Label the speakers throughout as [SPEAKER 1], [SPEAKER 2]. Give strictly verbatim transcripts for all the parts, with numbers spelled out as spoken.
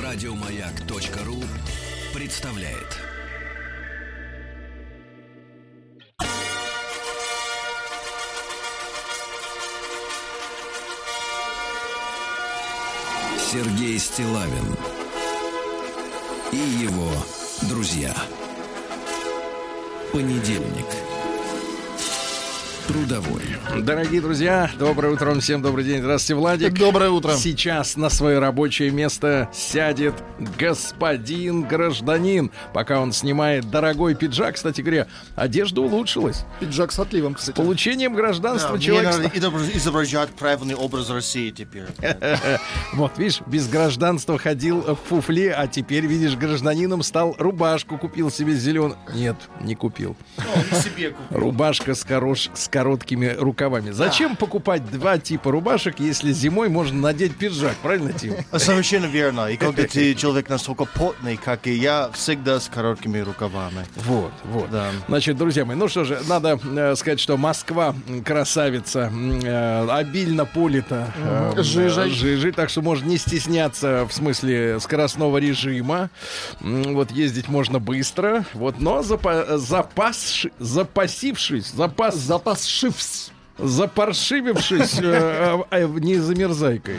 [SPEAKER 1] Радиомаяк.ру представляет. Сергей Стиллавин и его друзья. Понедельник. Трудовой.
[SPEAKER 2] Дорогие друзья, доброе утро вам всем, добрый день. Здравствуйте, Владик.
[SPEAKER 3] Доброе утро.
[SPEAKER 2] Сейчас на свое рабочее место сядет господин гражданин, пока он снимает дорогой пиджак. Кстати говоря, одежда улучшилась.
[SPEAKER 3] Пиджак с отливом,
[SPEAKER 2] С
[SPEAKER 3] кстати.
[SPEAKER 2] получением гражданства
[SPEAKER 4] Да,
[SPEAKER 2] человек...
[SPEAKER 4] мне надо изображать правильный образ России теперь.
[SPEAKER 2] Вот, видишь, без гражданства ходил в фуфле, а теперь, видишь, гражданином стал, рубашку купил себе зеленую. Нет, не купил.
[SPEAKER 4] Себе купил.
[SPEAKER 2] Рубашка с, корош... с короткими рукавами. Зачем покупать два типа рубашек, если зимой можно надеть пиджак? Правильно, Тим?
[SPEAKER 4] Совершенно верно. И когда ты человек настолько потный, как и я, всегда с короткими рукавами.
[SPEAKER 2] Вот, вот.
[SPEAKER 4] Да.
[SPEAKER 2] Значит, друзья мои, ну что же, надо э, сказать, что Москва, красавица, э, обильно полита э,
[SPEAKER 3] Жижей.
[SPEAKER 2] жижей, так что можно не стесняться в смысле скоростного режима. М, Вот ездить можно быстро, вот, но запа- запас, запасившись, запас,
[SPEAKER 3] Запас шифс.
[SPEAKER 2] запаршивившись, э, э, не замерзайкой.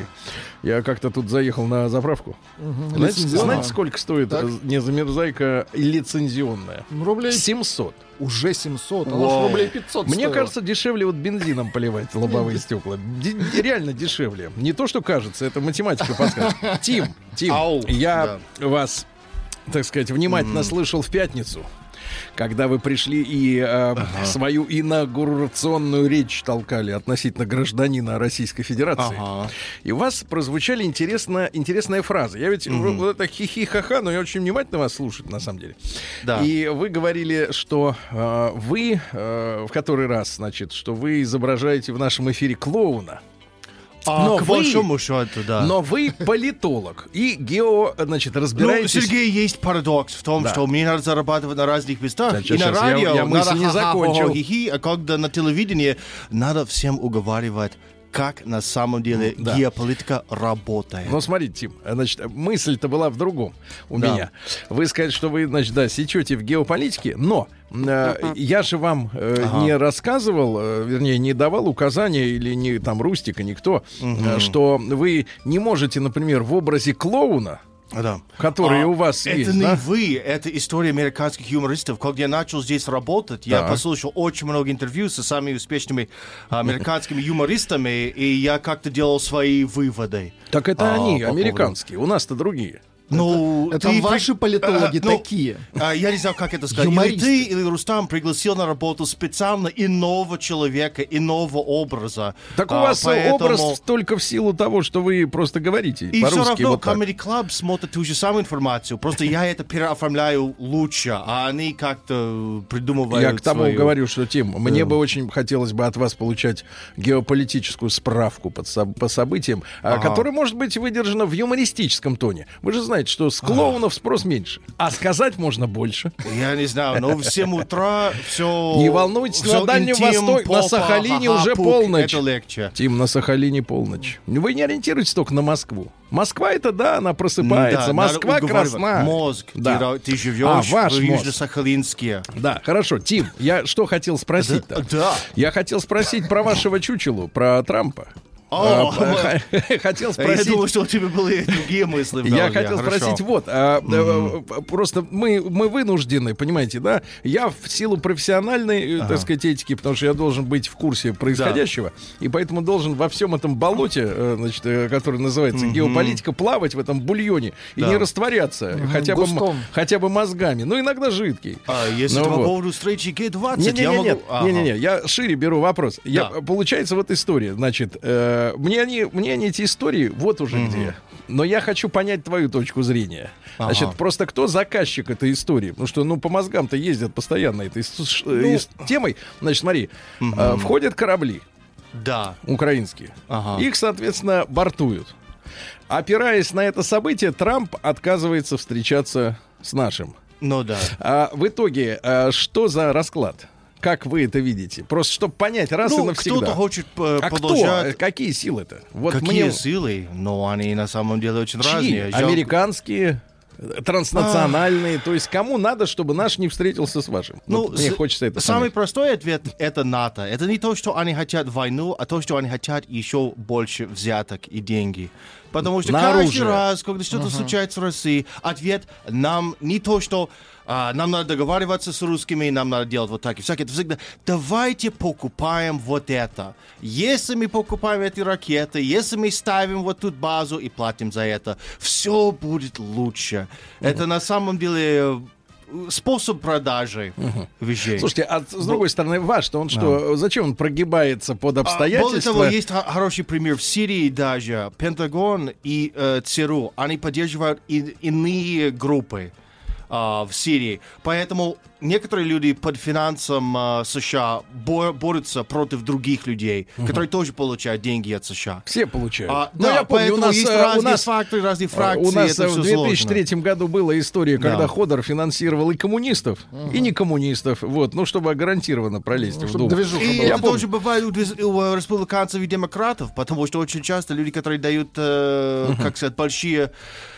[SPEAKER 2] Я как-то тут заехал на заправку. Знаете,
[SPEAKER 3] Лицензионная.
[SPEAKER 2] знаете, сколько стоит
[SPEAKER 3] Так.
[SPEAKER 2] э, незамерзайка лицензионная?
[SPEAKER 3] Рублей
[SPEAKER 2] семьсот.
[SPEAKER 3] уже семьсот, а
[SPEAKER 4] Вау.
[SPEAKER 3] уж рублей пятьсот
[SPEAKER 2] Мне
[SPEAKER 3] стоило.
[SPEAKER 2] кажется, дешевле вот бензином поливать лобовые стекла. Д- реально дешевле. Не то, что кажется, это математика подсказывает. Тим, Тим,
[SPEAKER 4] Ау.
[SPEAKER 2] я вас, так сказать, внимательно слышал в пятницу, когда вы пришли и э, свою инаугурационную речь толкали относительно гражданина Российской Федерации.
[SPEAKER 4] Ага.
[SPEAKER 2] И у вас прозвучали интересно, интересная фраза. Я ведь
[SPEAKER 4] Мгм.
[SPEAKER 2] вот это хихи-ха-ха, но я очень внимательно вас слушаю, на самом деле.
[SPEAKER 4] Да.
[SPEAKER 2] И вы говорили, что э, вы э, в который раз, значит, что вы изображаете в нашем эфире клоуна.
[SPEAKER 4] А,
[SPEAKER 2] Но
[SPEAKER 4] к
[SPEAKER 2] вы-
[SPEAKER 4] большому счету, да.
[SPEAKER 2] Но вы политолог и гео, значит,
[SPEAKER 4] Ну,
[SPEAKER 2] разбираетесь...
[SPEAKER 4] Сергей, есть парадокс в том,
[SPEAKER 2] Да.
[SPEAKER 4] что мне надо зарабатывать на разных местах.
[SPEAKER 2] Так,
[SPEAKER 4] и
[SPEAKER 2] сейчас,
[SPEAKER 4] на
[SPEAKER 2] сейчас, я-
[SPEAKER 4] радио
[SPEAKER 2] я мысль
[SPEAKER 4] надо
[SPEAKER 2] не
[SPEAKER 4] ха-ха,
[SPEAKER 2] закончил.
[SPEAKER 4] хо-хо, хи-хи, а когда на телевидении надо всем уговаривать, как на самом деле
[SPEAKER 2] Да.
[SPEAKER 4] геополитика работает.
[SPEAKER 2] Ну, смотрите, Тим, значит, мысль-то была в другом у
[SPEAKER 4] Да.
[SPEAKER 2] меня. Вы сказали, что вы, значит, да, сечете в геополитике, но э, я же вам э,
[SPEAKER 4] Ага.
[SPEAKER 2] не рассказывал, э, вернее, не давал указания, или не там Рустика, никто, э, что вы не можете, например, в образе клоуна,
[SPEAKER 4] Да.
[SPEAKER 2] который
[SPEAKER 4] А,
[SPEAKER 2] у вас
[SPEAKER 4] это
[SPEAKER 2] есть,
[SPEAKER 4] не
[SPEAKER 2] да?
[SPEAKER 4] вы, это история американских юмористов. Когда я начал здесь работать, я
[SPEAKER 2] Да.
[SPEAKER 4] послушал очень много интервью со самыми успешными американскими юмористами, и я как-то делал свои выводы.
[SPEAKER 2] Так это
[SPEAKER 4] А,
[SPEAKER 2] они,
[SPEAKER 4] по поводу-
[SPEAKER 2] американские, у нас-то другие.
[SPEAKER 4] Ну,
[SPEAKER 3] Это
[SPEAKER 4] ты
[SPEAKER 3] ваши
[SPEAKER 4] при-
[SPEAKER 3] политологи
[SPEAKER 4] а, ну,
[SPEAKER 3] такие.
[SPEAKER 4] а, я не знаю, как это сказать. Или
[SPEAKER 3] Юмористы.
[SPEAKER 4] ты, или Рустам пригласил на работу специально иного человека, иного образа.
[SPEAKER 2] Так у
[SPEAKER 4] А,
[SPEAKER 2] вас
[SPEAKER 4] поэтому-
[SPEAKER 2] образ только в силу того, что вы просто говорите
[SPEAKER 4] И все
[SPEAKER 2] по-русски
[SPEAKER 4] равно
[SPEAKER 2] вот так.
[SPEAKER 4] Comedy Club смотрит ту же самую информацию. Просто я это переоформляю лучше, а они как-то придумывают
[SPEAKER 2] Я к тому
[SPEAKER 4] свою.
[SPEAKER 2] говорю, что, Тим, мне бы очень хотелось бы от вас получать геополитическую справку под со- по событиям, а,
[SPEAKER 4] Ага.
[SPEAKER 2] которая может быть выдержана в юмористическом тоне. Вы же знаете, что с клоунов спрос меньше, а сказать можно больше.
[SPEAKER 4] Я не знаю, но в семь утра все...
[SPEAKER 2] Не волнуйтесь, на Дальнем Востоке, на Сахалине уже полночь.
[SPEAKER 4] Это легче.
[SPEAKER 2] Тим, на Сахалине полночь. Вы не ориентируйтесь только на Москву. Москва это да, она просыпается.
[SPEAKER 4] Да,
[SPEAKER 2] Москва
[SPEAKER 4] надо уговаривать.
[SPEAKER 2] красна.
[SPEAKER 4] Мозг.
[SPEAKER 2] Да.
[SPEAKER 4] Ты, ты
[SPEAKER 2] А,
[SPEAKER 4] живешь
[SPEAKER 2] ваш
[SPEAKER 4] в
[SPEAKER 2] мозг.
[SPEAKER 4] Южно-Сахалинске.
[SPEAKER 2] Да, хорошо. Тим, я что хотел спросить-то?
[SPEAKER 4] Да.
[SPEAKER 2] Я хотел спросить про вашего чучелу, про Трампа.
[SPEAKER 4] О,
[SPEAKER 2] А, Хотел
[SPEAKER 4] Я
[SPEAKER 2] спросить...
[SPEAKER 4] думал, что у тебя были другие мысли в
[SPEAKER 2] Я
[SPEAKER 4] голове.
[SPEAKER 2] хотел
[SPEAKER 4] Хорошо.
[SPEAKER 2] спросить, вот, а, э, просто мы, мы вынуждены, понимаете, да, я в силу профессиональной, э, так сказать, этики, потому что я должен быть в курсе происходящего, и поэтому должен во всем этом болоте, э, значит, э, который называется геополитика, плавать в этом бульоне и
[SPEAKER 4] Да.
[SPEAKER 2] не растворяться, хотя бы, м-
[SPEAKER 3] густом.
[SPEAKER 2] хотя бы мозгами, ну, иногда жидкий.
[SPEAKER 4] А если
[SPEAKER 2] Ну
[SPEAKER 4] по
[SPEAKER 2] вот.
[SPEAKER 4] поводу встречи Г двадцать, я
[SPEAKER 2] Не-не-не,
[SPEAKER 4] могу...
[SPEAKER 2] нет,
[SPEAKER 4] Ага.
[SPEAKER 2] не-не-не, я шире беру вопрос. Я,
[SPEAKER 4] Да.
[SPEAKER 2] получается, вот история, значит, э, мне они, мне они эти истории вот уже где. Но я хочу понять твою точку зрения.
[SPEAKER 4] Ага.
[SPEAKER 2] Значит, просто кто заказчик этой истории? Потому что, ну, по мозгам-то ездят постоянно этой с- ш-
[SPEAKER 4] Ну.
[SPEAKER 2] э, с- темой. Значит, смотри, э, входят корабли
[SPEAKER 4] Да.
[SPEAKER 2] украинские.
[SPEAKER 4] Ага.
[SPEAKER 2] Их, соответственно, бортуют. Опираясь на это событие, Трамп отказывается встречаться с нашим.
[SPEAKER 4] Ну да.
[SPEAKER 2] А в итоге, а, что за расклад? Как вы это видите? Просто чтобы понять раз
[SPEAKER 4] ну,
[SPEAKER 2] и навсегда.
[SPEAKER 4] Кто-то хочет э,
[SPEAKER 2] а
[SPEAKER 4] продолжать.
[SPEAKER 2] Кто? Какие силы-то? Вот
[SPEAKER 4] Какие
[SPEAKER 2] мне...
[SPEAKER 4] силы? Ну, они на самом деле очень
[SPEAKER 2] Чьи?
[SPEAKER 4] разные.
[SPEAKER 2] Американские, транснациональные. То есть кому надо, чтобы наш не встретился с вашим?
[SPEAKER 4] Ну,
[SPEAKER 2] вот мне
[SPEAKER 4] с-
[SPEAKER 2] хочется это
[SPEAKER 4] Самый
[SPEAKER 2] понять.
[SPEAKER 4] простой ответ — это НАТО. Это не то, что они хотят войну, а то, что они хотят еще больше взяток и деньги. Потому что
[SPEAKER 2] На
[SPEAKER 4] каждый
[SPEAKER 2] оружие.
[SPEAKER 4] раз, когда что-то случается в России, ответ нам не то, что а, нам надо договариваться с русскими, нам надо делать вот так и всякое. Это всегда давайте покупаем вот это. Если мы покупаем эти ракеты, если мы ставим вот тут базу и платим за это, все будет лучше. Это на самом деле способ продажи вещей.
[SPEAKER 2] Слушайте, а с другой стороны, ваш-то он что, зачем он прогибается под
[SPEAKER 4] А,
[SPEAKER 2] обстоятельства?
[SPEAKER 4] более того, есть х- хороший пример в Сирии даже. Пентагон и э, ЦРУ, они поддерживают и- иные группы а, в Сирии. Поэтому некоторые люди под финансом а, США бо- борются против других людей, которые тоже получают деньги от США.
[SPEAKER 2] Все получают.
[SPEAKER 4] А,
[SPEAKER 2] Ну,
[SPEAKER 4] да,
[SPEAKER 2] я помню, у
[SPEAKER 4] поэтому
[SPEAKER 2] нас,
[SPEAKER 4] есть
[SPEAKER 2] э,
[SPEAKER 4] разные
[SPEAKER 2] у нас,
[SPEAKER 4] факторы, разные
[SPEAKER 2] э,
[SPEAKER 4] фракции.
[SPEAKER 2] у нас
[SPEAKER 4] это
[SPEAKER 2] э, в
[SPEAKER 4] всё
[SPEAKER 2] две тысячи
[SPEAKER 4] сложно.
[SPEAKER 2] третьем году была история,
[SPEAKER 4] Да.
[SPEAKER 2] когда Ходор финансировал и коммунистов, и не коммунистов, вот, ну, чтобы гарантированно пролезть в
[SPEAKER 3] Чтобы
[SPEAKER 2] Думу.
[SPEAKER 3] движуха
[SPEAKER 4] И
[SPEAKER 3] была.
[SPEAKER 2] Я
[SPEAKER 4] это
[SPEAKER 2] помню.
[SPEAKER 4] тоже бывает у, двиз- у, э, республиканцев и демократов, потому что очень часто люди, которые дают, э, как сказать, большие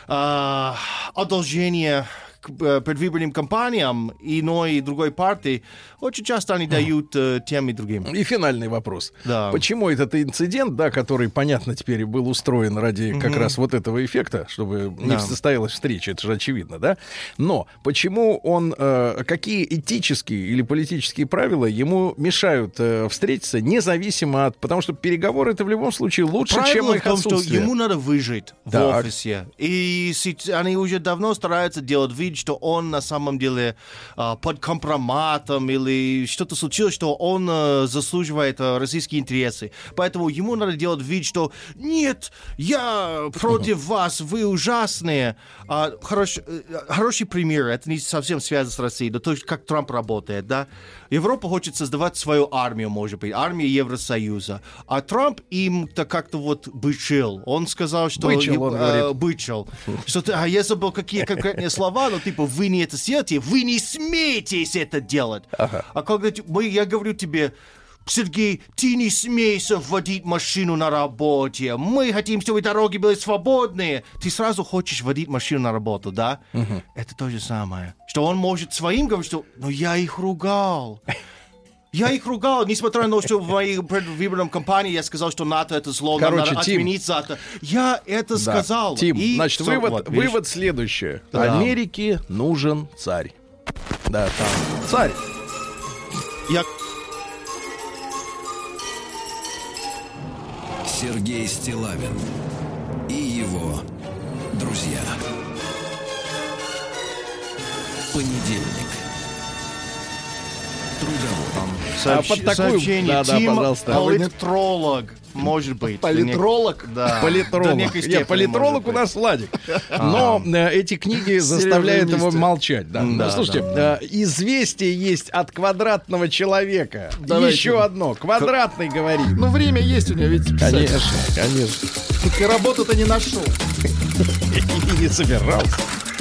[SPEAKER 4] э, одолжения к э, предвыборным кампаниям иной и другой партии, очень часто они дают э, тем и другим.
[SPEAKER 2] И финальный вопрос.
[SPEAKER 4] Да.
[SPEAKER 2] Почему этот инцидент, да, который, понятно, теперь был устроен ради как раз вот этого эффекта, чтобы не
[SPEAKER 4] Да.
[SPEAKER 2] состоялась встреча, это же очевидно, да? Но почему он, э, какие этические или политические правила ему мешают э, встретиться, независимо от... Потому что переговоры это в любом случае лучше, чем
[SPEAKER 4] Правило
[SPEAKER 2] их
[SPEAKER 4] в том, что
[SPEAKER 2] отсутствие.
[SPEAKER 4] ему надо выжить в
[SPEAKER 2] Так.
[SPEAKER 4] офисе. И сеч- они уже давно стараются делать вид, что он на самом деле а, под компроматом или что-то случилось, что он а, заслуживает а, российские интересы. Поэтому ему надо делать вид, что нет, я против вас, вы ужасные. А, хорош- э, хороший пример, это не совсем связано с Россией, но то, как Трамп работает, да? Европа хочет создавать свою армию, может быть, армию Евросоюза. А Трамп им-то как-то вот бычил. Он сказал, что...
[SPEAKER 2] Бычил, он
[SPEAKER 4] э,
[SPEAKER 2] говорит.
[SPEAKER 4] бычил. Что ты- а если бы какие конкретные слова, ну, типа, вы не это сделаете, вы не смеетесь это делать. А когда т- мы, я говорю тебе, Сергей, ты не смейся водить машину на работе. Мы хотим, чтобы дороги были свободные. Ты сразу хочешь водить машину на работу, да? Это то же самое. Что он может своим говорить, что «но я их ругал». Я их ругал, несмотря на то, что в моей предвыборной кампании я сказал, что НАТО это зло, нам
[SPEAKER 2] Короче,
[SPEAKER 4] надо
[SPEAKER 2] Тим.
[SPEAKER 4] отменить НАТО. Я это
[SPEAKER 2] Да.
[SPEAKER 4] сказал.
[SPEAKER 2] Тим,
[SPEAKER 4] И
[SPEAKER 2] значит,
[SPEAKER 4] всё,
[SPEAKER 2] вывод,
[SPEAKER 4] вот, видишь?
[SPEAKER 2] вывод следующий.
[SPEAKER 4] Да.
[SPEAKER 2] Америке нужен царь. Да, там. Царь.
[SPEAKER 4] Я...
[SPEAKER 1] Сергей Стиллавин и его друзья. Понедельник. Трудовой.
[SPEAKER 2] А под такую-
[SPEAKER 4] Сообщение.
[SPEAKER 2] Да, да,
[SPEAKER 4] Тим
[SPEAKER 2] пожалуйста.
[SPEAKER 4] политролог, может быть.
[SPEAKER 3] Политролог?
[SPEAKER 4] Да.
[SPEAKER 2] Политролог.
[SPEAKER 4] До некой
[SPEAKER 2] Нет,
[SPEAKER 4] степени,
[SPEAKER 2] политролог
[SPEAKER 4] может
[SPEAKER 2] у
[SPEAKER 4] быть.
[SPEAKER 2] нас Владик. Но э, эти книги заставляют его
[SPEAKER 3] мистер.
[SPEAKER 2] молчать. Да. Ну,
[SPEAKER 4] Да,
[SPEAKER 2] слушайте, э, известие есть от квадратного человека.
[SPEAKER 3] Давайте.
[SPEAKER 2] Еще одно. Квадратный говорит.
[SPEAKER 3] Ну, время есть у него ведь писать.
[SPEAKER 2] Конечно, конечно.
[SPEAKER 3] Так и работу-то не нашел.
[SPEAKER 2] И не собирался.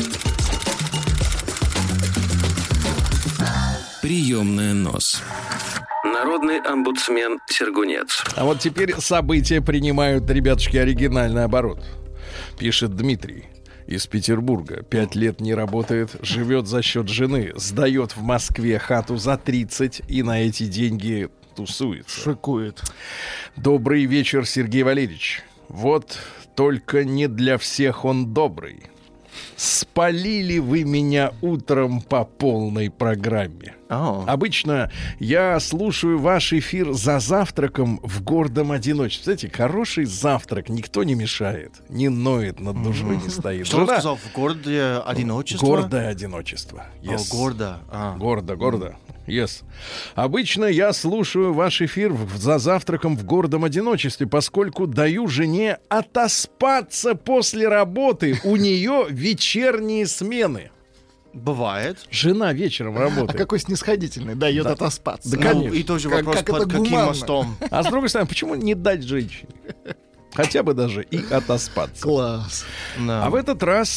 [SPEAKER 1] Приемная нос. Народный омбудсмен Сергунец.
[SPEAKER 2] А вот теперь события принимают, ребятушки, оригинальный оборот. Пишет Дмитрий из Петербурга. Пять лет не работает, живет за счет жены, сдает в Москве хату за тридцать и на эти деньги тусуется.
[SPEAKER 3] Шикует.
[SPEAKER 2] Добрый вечер, Сергей Валерьевич. Вот только не для всех он добрый. Спалили вы меня утром по полной программе.
[SPEAKER 4] О.
[SPEAKER 2] Обычно я слушаю ваш эфир за завтраком в гордом одиночестве. Знаете, хороший завтрак никто не мешает, не ноет над душой, не стоит.
[SPEAKER 4] Что он
[SPEAKER 2] Жена-
[SPEAKER 4] сказал? В городе одиночество?
[SPEAKER 2] Гордое одиночество.
[SPEAKER 4] О,
[SPEAKER 2] Yes.
[SPEAKER 4] гордо. А.
[SPEAKER 2] Гордо, гордо. Yes. Обычно я слушаю ваш эфир в- за завтраком в гордом одиночестве, поскольку даю жене отоспаться после работы. У нее вечерние смены.
[SPEAKER 4] Бывает.
[SPEAKER 2] Жена вечером
[SPEAKER 3] А
[SPEAKER 2] работает.
[SPEAKER 3] какой снисходительный, дает отоспаться.
[SPEAKER 2] Да,
[SPEAKER 4] Ну,
[SPEAKER 2] конечно.
[SPEAKER 4] и тоже
[SPEAKER 3] Как-
[SPEAKER 4] вопрос,
[SPEAKER 3] как
[SPEAKER 4] под
[SPEAKER 3] это
[SPEAKER 4] каким
[SPEAKER 3] гуманно.
[SPEAKER 4] мостом.
[SPEAKER 2] А с другой стороны, почему не дать женщине? Хотя бы даже и отоспаться.
[SPEAKER 3] Класс.
[SPEAKER 4] Да.
[SPEAKER 2] А в этот раз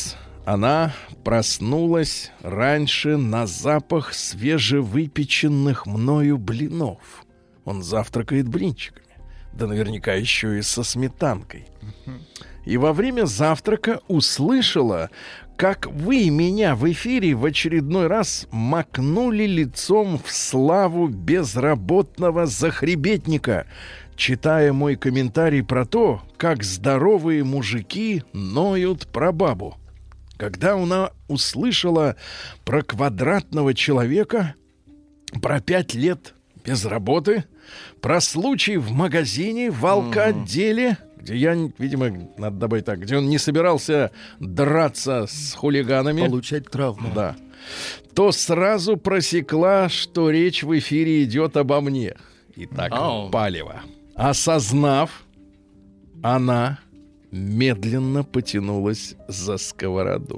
[SPEAKER 2] Она проснулась раньше на запах свежевыпеченных мною блинов. Он завтракает блинчиками. Да наверняка еще и со сметанкой. И во время завтрака услышала, как вы меня в эфире в очередной раз макнули лицом в славу безработного захребетника, читая мой комментарий про то, как здоровые мужики ноют про бабу. Когда она услышала про квадратного человека, про пять лет без работы, про случай в магазине в алкоотделе, где я, видимо, надо добавить так, где он не собирался драться с хулиганами,
[SPEAKER 3] Получать травму.
[SPEAKER 2] да, то сразу просекла, что речь в эфире идет обо мне. Итак,
[SPEAKER 4] Ау.
[SPEAKER 2] палево. Осознав, она медленно потянулась за сковороду.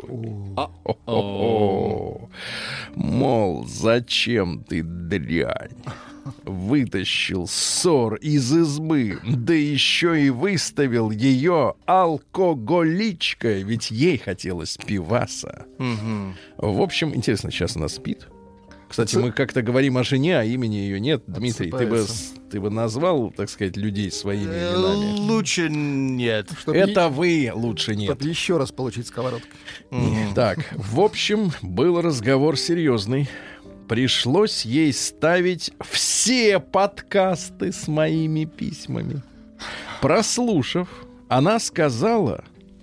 [SPEAKER 2] О-о-о. Мол, зачем ты, дрянь, вытащил ссор из избы, да еще и выставил ее алкоголичкой, ведь ей хотелось пиваса. В общем, интересно, сейчас она спит? Кстати, мы как-то говорим о жене, а имени ее нет. Дмитрий, ты бы, ты бы назвал, так сказать, людей своими именами?
[SPEAKER 4] Лучше нет.
[SPEAKER 3] Чтоб
[SPEAKER 2] Это
[SPEAKER 3] е-
[SPEAKER 2] вы лучше нет.
[SPEAKER 3] чтоб еще раз получить сковородкой.
[SPEAKER 2] Так, в общем, был разговор серьезный. Пришлось ей ставить все подкасты с моими письмами. Прослушав, она сказала: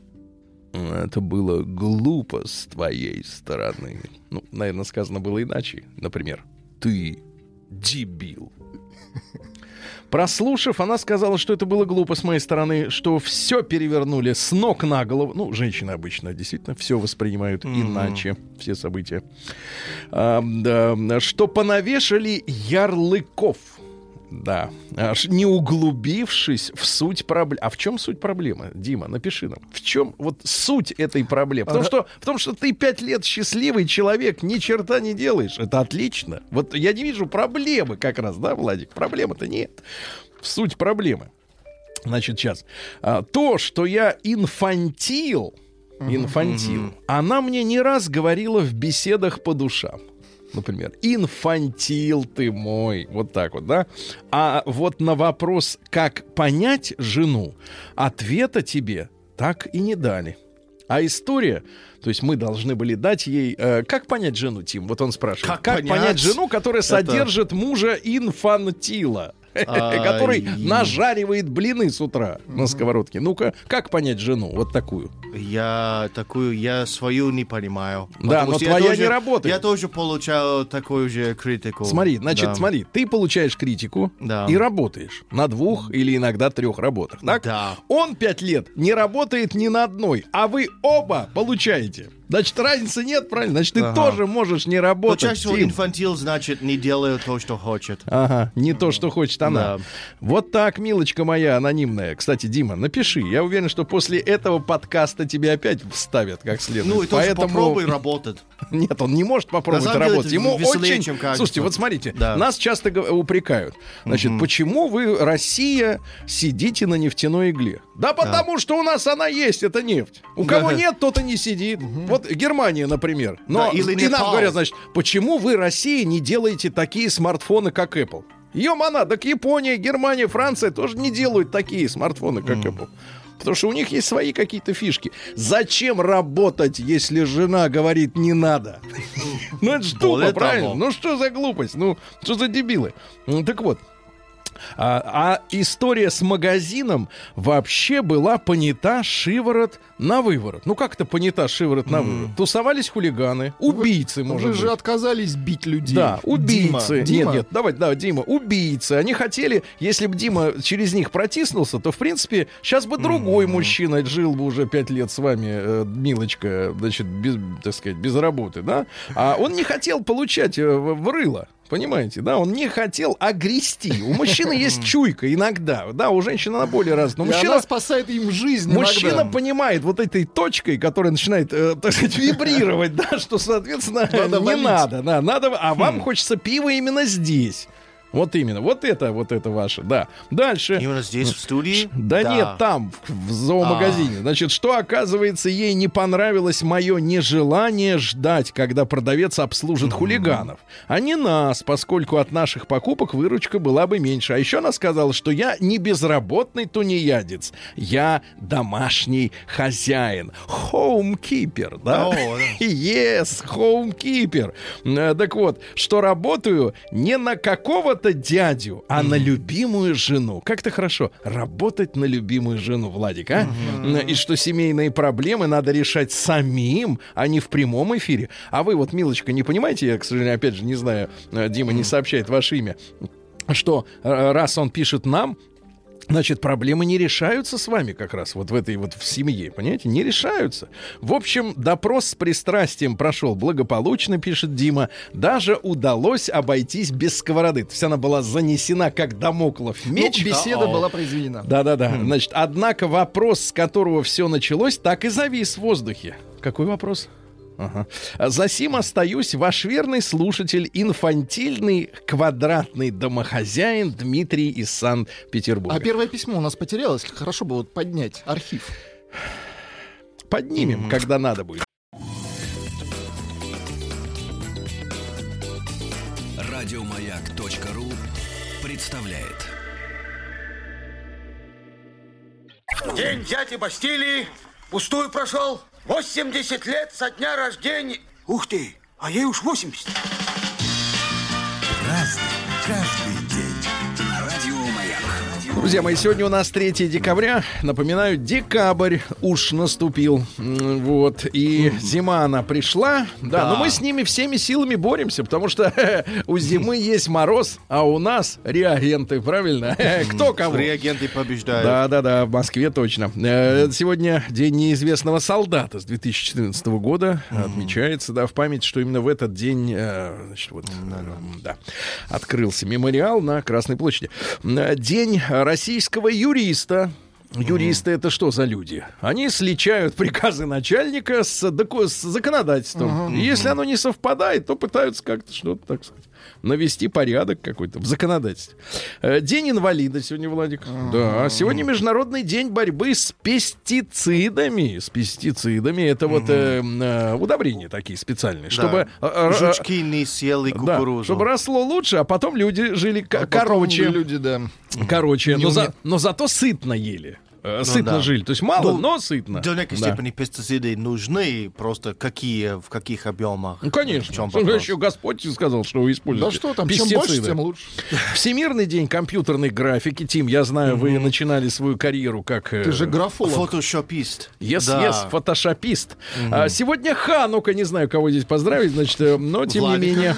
[SPEAKER 2] это было глупо с твоей стороны. Ну, наверное, сказано было иначе. Например, ты дебил. Прослушав, она сказала, что это было глупо с моей стороны, что все перевернули с ног на голову. Ну, женщины обычно действительно все воспринимают mm-hmm. иначе, все события. А, да, что понавешали ярлыков. Да, аж не углубившись в суть проблемы. А в чем суть проблемы, Дима? Напиши нам. В чем вот суть этой проблемы? Потому что, в том, что ты пять лет счастливый человек, ни черта не делаешь. Это отлично. Вот я не вижу проблемы как раз, да, Владик? Проблемы-то нет. Суть проблемы. Значит, сейчас. А, то, что я инфантил, инфантил, mm-hmm. она мне не раз говорила в беседах по душам. Например, инфантил ты мой, вот так вот, да? А вот на вопрос, как понять жену, ответа тебе так и не дали. А история, то есть мы должны были дать ей... Э, как понять жену, Тим? Вот он спрашивает.
[SPEAKER 4] Как,
[SPEAKER 2] как
[SPEAKER 4] понять?
[SPEAKER 2] понять жену, которая
[SPEAKER 4] Это...
[SPEAKER 2] содержит мужа инфантила? Который нажаривает блины с утра на сковородке. Ну-ка, как понять жену вот такую?
[SPEAKER 4] Я такую, я свою не понимаю.
[SPEAKER 2] Да, но твоя
[SPEAKER 4] тоже,
[SPEAKER 2] не работает.
[SPEAKER 4] Я тоже получал такую же критику.
[SPEAKER 2] Смотри, значит,
[SPEAKER 4] да.
[SPEAKER 2] смотри, ты получаешь критику
[SPEAKER 4] Да.
[SPEAKER 2] и работаешь на двух или иногда трех работах, так?
[SPEAKER 4] Да.
[SPEAKER 2] Он пять лет не работает ни на одной, а вы оба получаете. Значит, разницы нет, правильно? Значит, ты
[SPEAKER 4] Ага.
[SPEAKER 2] тоже можешь не
[SPEAKER 4] Но
[SPEAKER 2] работать.
[SPEAKER 4] чаще всего
[SPEAKER 2] Тим.
[SPEAKER 4] инфантил значит не делаю то, что хочет.
[SPEAKER 2] Ага, не то, что хочет она.
[SPEAKER 4] Да.
[SPEAKER 2] Вот так, милочка моя анонимная. Кстати, Дима, напиши. Я уверен, что после этого подкаста тебе опять вставят как следует.
[SPEAKER 4] Ну и тоже
[SPEAKER 2] Поэтому...
[SPEAKER 4] попробуй работать.
[SPEAKER 2] Нет, он не может попробовать
[SPEAKER 4] На самом деле
[SPEAKER 2] работать.
[SPEAKER 4] это
[SPEAKER 2] Ему
[SPEAKER 4] веселее,
[SPEAKER 2] очень...
[SPEAKER 4] чем кажется.
[SPEAKER 2] Слушайте, вот смотрите,
[SPEAKER 4] Да.
[SPEAKER 2] нас часто г- упрекают. Значит,
[SPEAKER 4] Мгм.
[SPEAKER 2] почему вы, Россия, сидите на нефтяной игле? Да потому что у нас она есть, это нефть. У кого
[SPEAKER 4] Да.
[SPEAKER 2] нет, тот и не сидит. Вот Германия, например. Но
[SPEAKER 4] Да, или
[SPEAKER 2] и нам
[SPEAKER 4] Непал.
[SPEAKER 2] говорят, значит, почему вы, Россия, не делаете такие смартфоны, как Apple? Ё-мана, так Япония, Германия, Франция тоже не делают такие смартфоны, как Apple. Потому что у них есть свои какие-то фишки. Зачем работать, если жена говорит «не надо»? Ну это ж
[SPEAKER 4] Более
[SPEAKER 2] тупо, правильно?
[SPEAKER 4] того.
[SPEAKER 2] Ну что за глупость? Ну что за дебилы? Ну, так вот. А, а история с магазином вообще была понята шиворот на выворот. Ну как это понята шиворот на выворот? Тусовались хулиганы, убийцы, может
[SPEAKER 3] Вы
[SPEAKER 2] быть.
[SPEAKER 3] же отказались бить людей.
[SPEAKER 2] Да, убийцы.
[SPEAKER 3] Дима, Дима.
[SPEAKER 2] Нет, нет, давай, да, Дима, убийцы. Они хотели, если бы Дима через них протиснулся, то, в принципе, сейчас бы другой мужчина жил бы уже пять лет с вами, э, милочка, значит, без, так сказать, без работы, да? А он не хотел получать э, в, в рыло. Понимаете, да, он не хотел огрести. У мужчины есть чуйка иногда, да, у женщины она более разная.
[SPEAKER 3] И
[SPEAKER 2] Мужчина,
[SPEAKER 3] она спасает им жизнь
[SPEAKER 2] мужчина
[SPEAKER 3] иногда.
[SPEAKER 2] понимает вот этой точкой, которая начинает, э, так сказать, вибрировать, да,
[SPEAKER 3] Надо
[SPEAKER 2] что, соответственно, не
[SPEAKER 3] валить.
[SPEAKER 2] надо, да, надо, а вам хочется пива именно здесь. Вот именно, вот это, вот это ваше, да. Дальше.
[SPEAKER 4] Именно здесь, в студии?
[SPEAKER 2] Да,
[SPEAKER 4] Да.
[SPEAKER 2] нет, там, в, в зоомагазине. Значит, что, оказывается, ей не понравилось мое нежелание ждать, когда продавец обслужит хулиганов, а не нас, поскольку от наших покупок выручка была бы меньше. А еще она сказала, что я не безработный тунеядец, я домашний хозяин, хоумкипер, да?
[SPEAKER 4] О, да.
[SPEAKER 2] Yes, хоумкипер. Э, Так вот, что работаю не на какого-то дядю, а на любимую жену. Как-то хорошо работать на любимую жену, Владик, а? И что семейные проблемы надо решать самим, а не в прямом эфире. А вы вот, Милочка, не понимаете, я, к сожалению, опять же, не знаю, э, Дима не сообщает ваше имя, что э, раз он пишет нам, значит, проблемы не решаются с вами как раз вот в этой вот в семье, понимаете? Не решаются. В общем, допрос с пристрастием прошел благополучно, пишет Дима. Даже удалось обойтись без сковороды. То есть она была занесена как дамоклов меч.
[SPEAKER 3] Ну, беседа была произведена.
[SPEAKER 2] Да-да-да. Значит, однако вопрос, с которого все началось, так и завис в воздухе. Какой вопрос? Ага. Засим остаюсь ваш верный слушатель, инфантильный квадратный домохозяин Дмитрий из Санкт-Петербурга.
[SPEAKER 3] А первое письмо у нас потерялось. Хорошо бы вот поднять архив.
[SPEAKER 2] Поднимем, когда надо будет.
[SPEAKER 1] Радиомаяк.ру представляет.
[SPEAKER 5] День дяди Бастилии пустую прошел. восемьдесят лет со дня рождения. Ух ты, а ей уж восемьдесят.
[SPEAKER 1] Разный, каждый день. На Радио Маяк.
[SPEAKER 2] Друзья мои, сегодня у нас третьего декабря. Напоминаю, декабрь уж наступил. М, Вот. И зима, она пришла. Да,
[SPEAKER 4] Да.
[SPEAKER 2] но мы с ними всеми силами боремся, потому что у зимы есть мороз, а у нас реагенты, правильно? Кто кого?
[SPEAKER 4] Реагенты побеждают.
[SPEAKER 2] Да, да, да, в Москве точно. Э, Сегодня День неизвестного солдата с две тысячи четырнадцатого года отмечается, да, в память, что именно в этот день, э, значит, вот, э, да, открылся мемориал на Красной площади. Э, День российского юриста. Юристы — это что за люди? Они сличают приказы начальника с, доку- с законодательством. И если оно не совпадает, то пытаются как-то что-то, так сказать, навести порядок какой-то в законодательстве. Э, День инвалида сегодня, Владик. Да. Сегодня Международный день борьбы с пестицидами. С пестицидами. Это вот э, э, удобрения такие специальные. Чтобы... э, э,
[SPEAKER 4] Жучки не съели
[SPEAKER 2] да,
[SPEAKER 4] кукурузу.
[SPEAKER 2] чтобы росло лучше, а потом люди жили к-
[SPEAKER 3] А потом
[SPEAKER 2] короче.
[SPEAKER 3] люди, да.
[SPEAKER 2] Короче,
[SPEAKER 3] Не
[SPEAKER 2] но,
[SPEAKER 3] уме-
[SPEAKER 2] за- но зато сытно ели. Э, Сытно
[SPEAKER 4] да.
[SPEAKER 2] жили. То есть мало,
[SPEAKER 4] Ну,
[SPEAKER 2] но сытно.
[SPEAKER 4] До некой
[SPEAKER 2] Да.
[SPEAKER 4] степени пестициды нужны, просто какие, в каких объемах.
[SPEAKER 2] Ну, конечно.
[SPEAKER 4] В чем
[SPEAKER 2] Что
[SPEAKER 4] вопрос?
[SPEAKER 2] еще Господь сказал, что вы
[SPEAKER 3] Да
[SPEAKER 2] используете
[SPEAKER 3] что там, чем
[SPEAKER 2] пестициды.
[SPEAKER 3] больше, тем лучше.
[SPEAKER 2] Всемирный день компьютерной графики. Тим, я знаю, вы начинали свою карьеру как... э,
[SPEAKER 3] Ты же графолог.
[SPEAKER 4] Фотошопист.
[SPEAKER 2] Yes,
[SPEAKER 4] Да.
[SPEAKER 2] yes, фотошопист. А, сегодня Ханука, не знаю, кого здесь поздравить, значит, э, но тем
[SPEAKER 4] Владика.
[SPEAKER 2] не менее.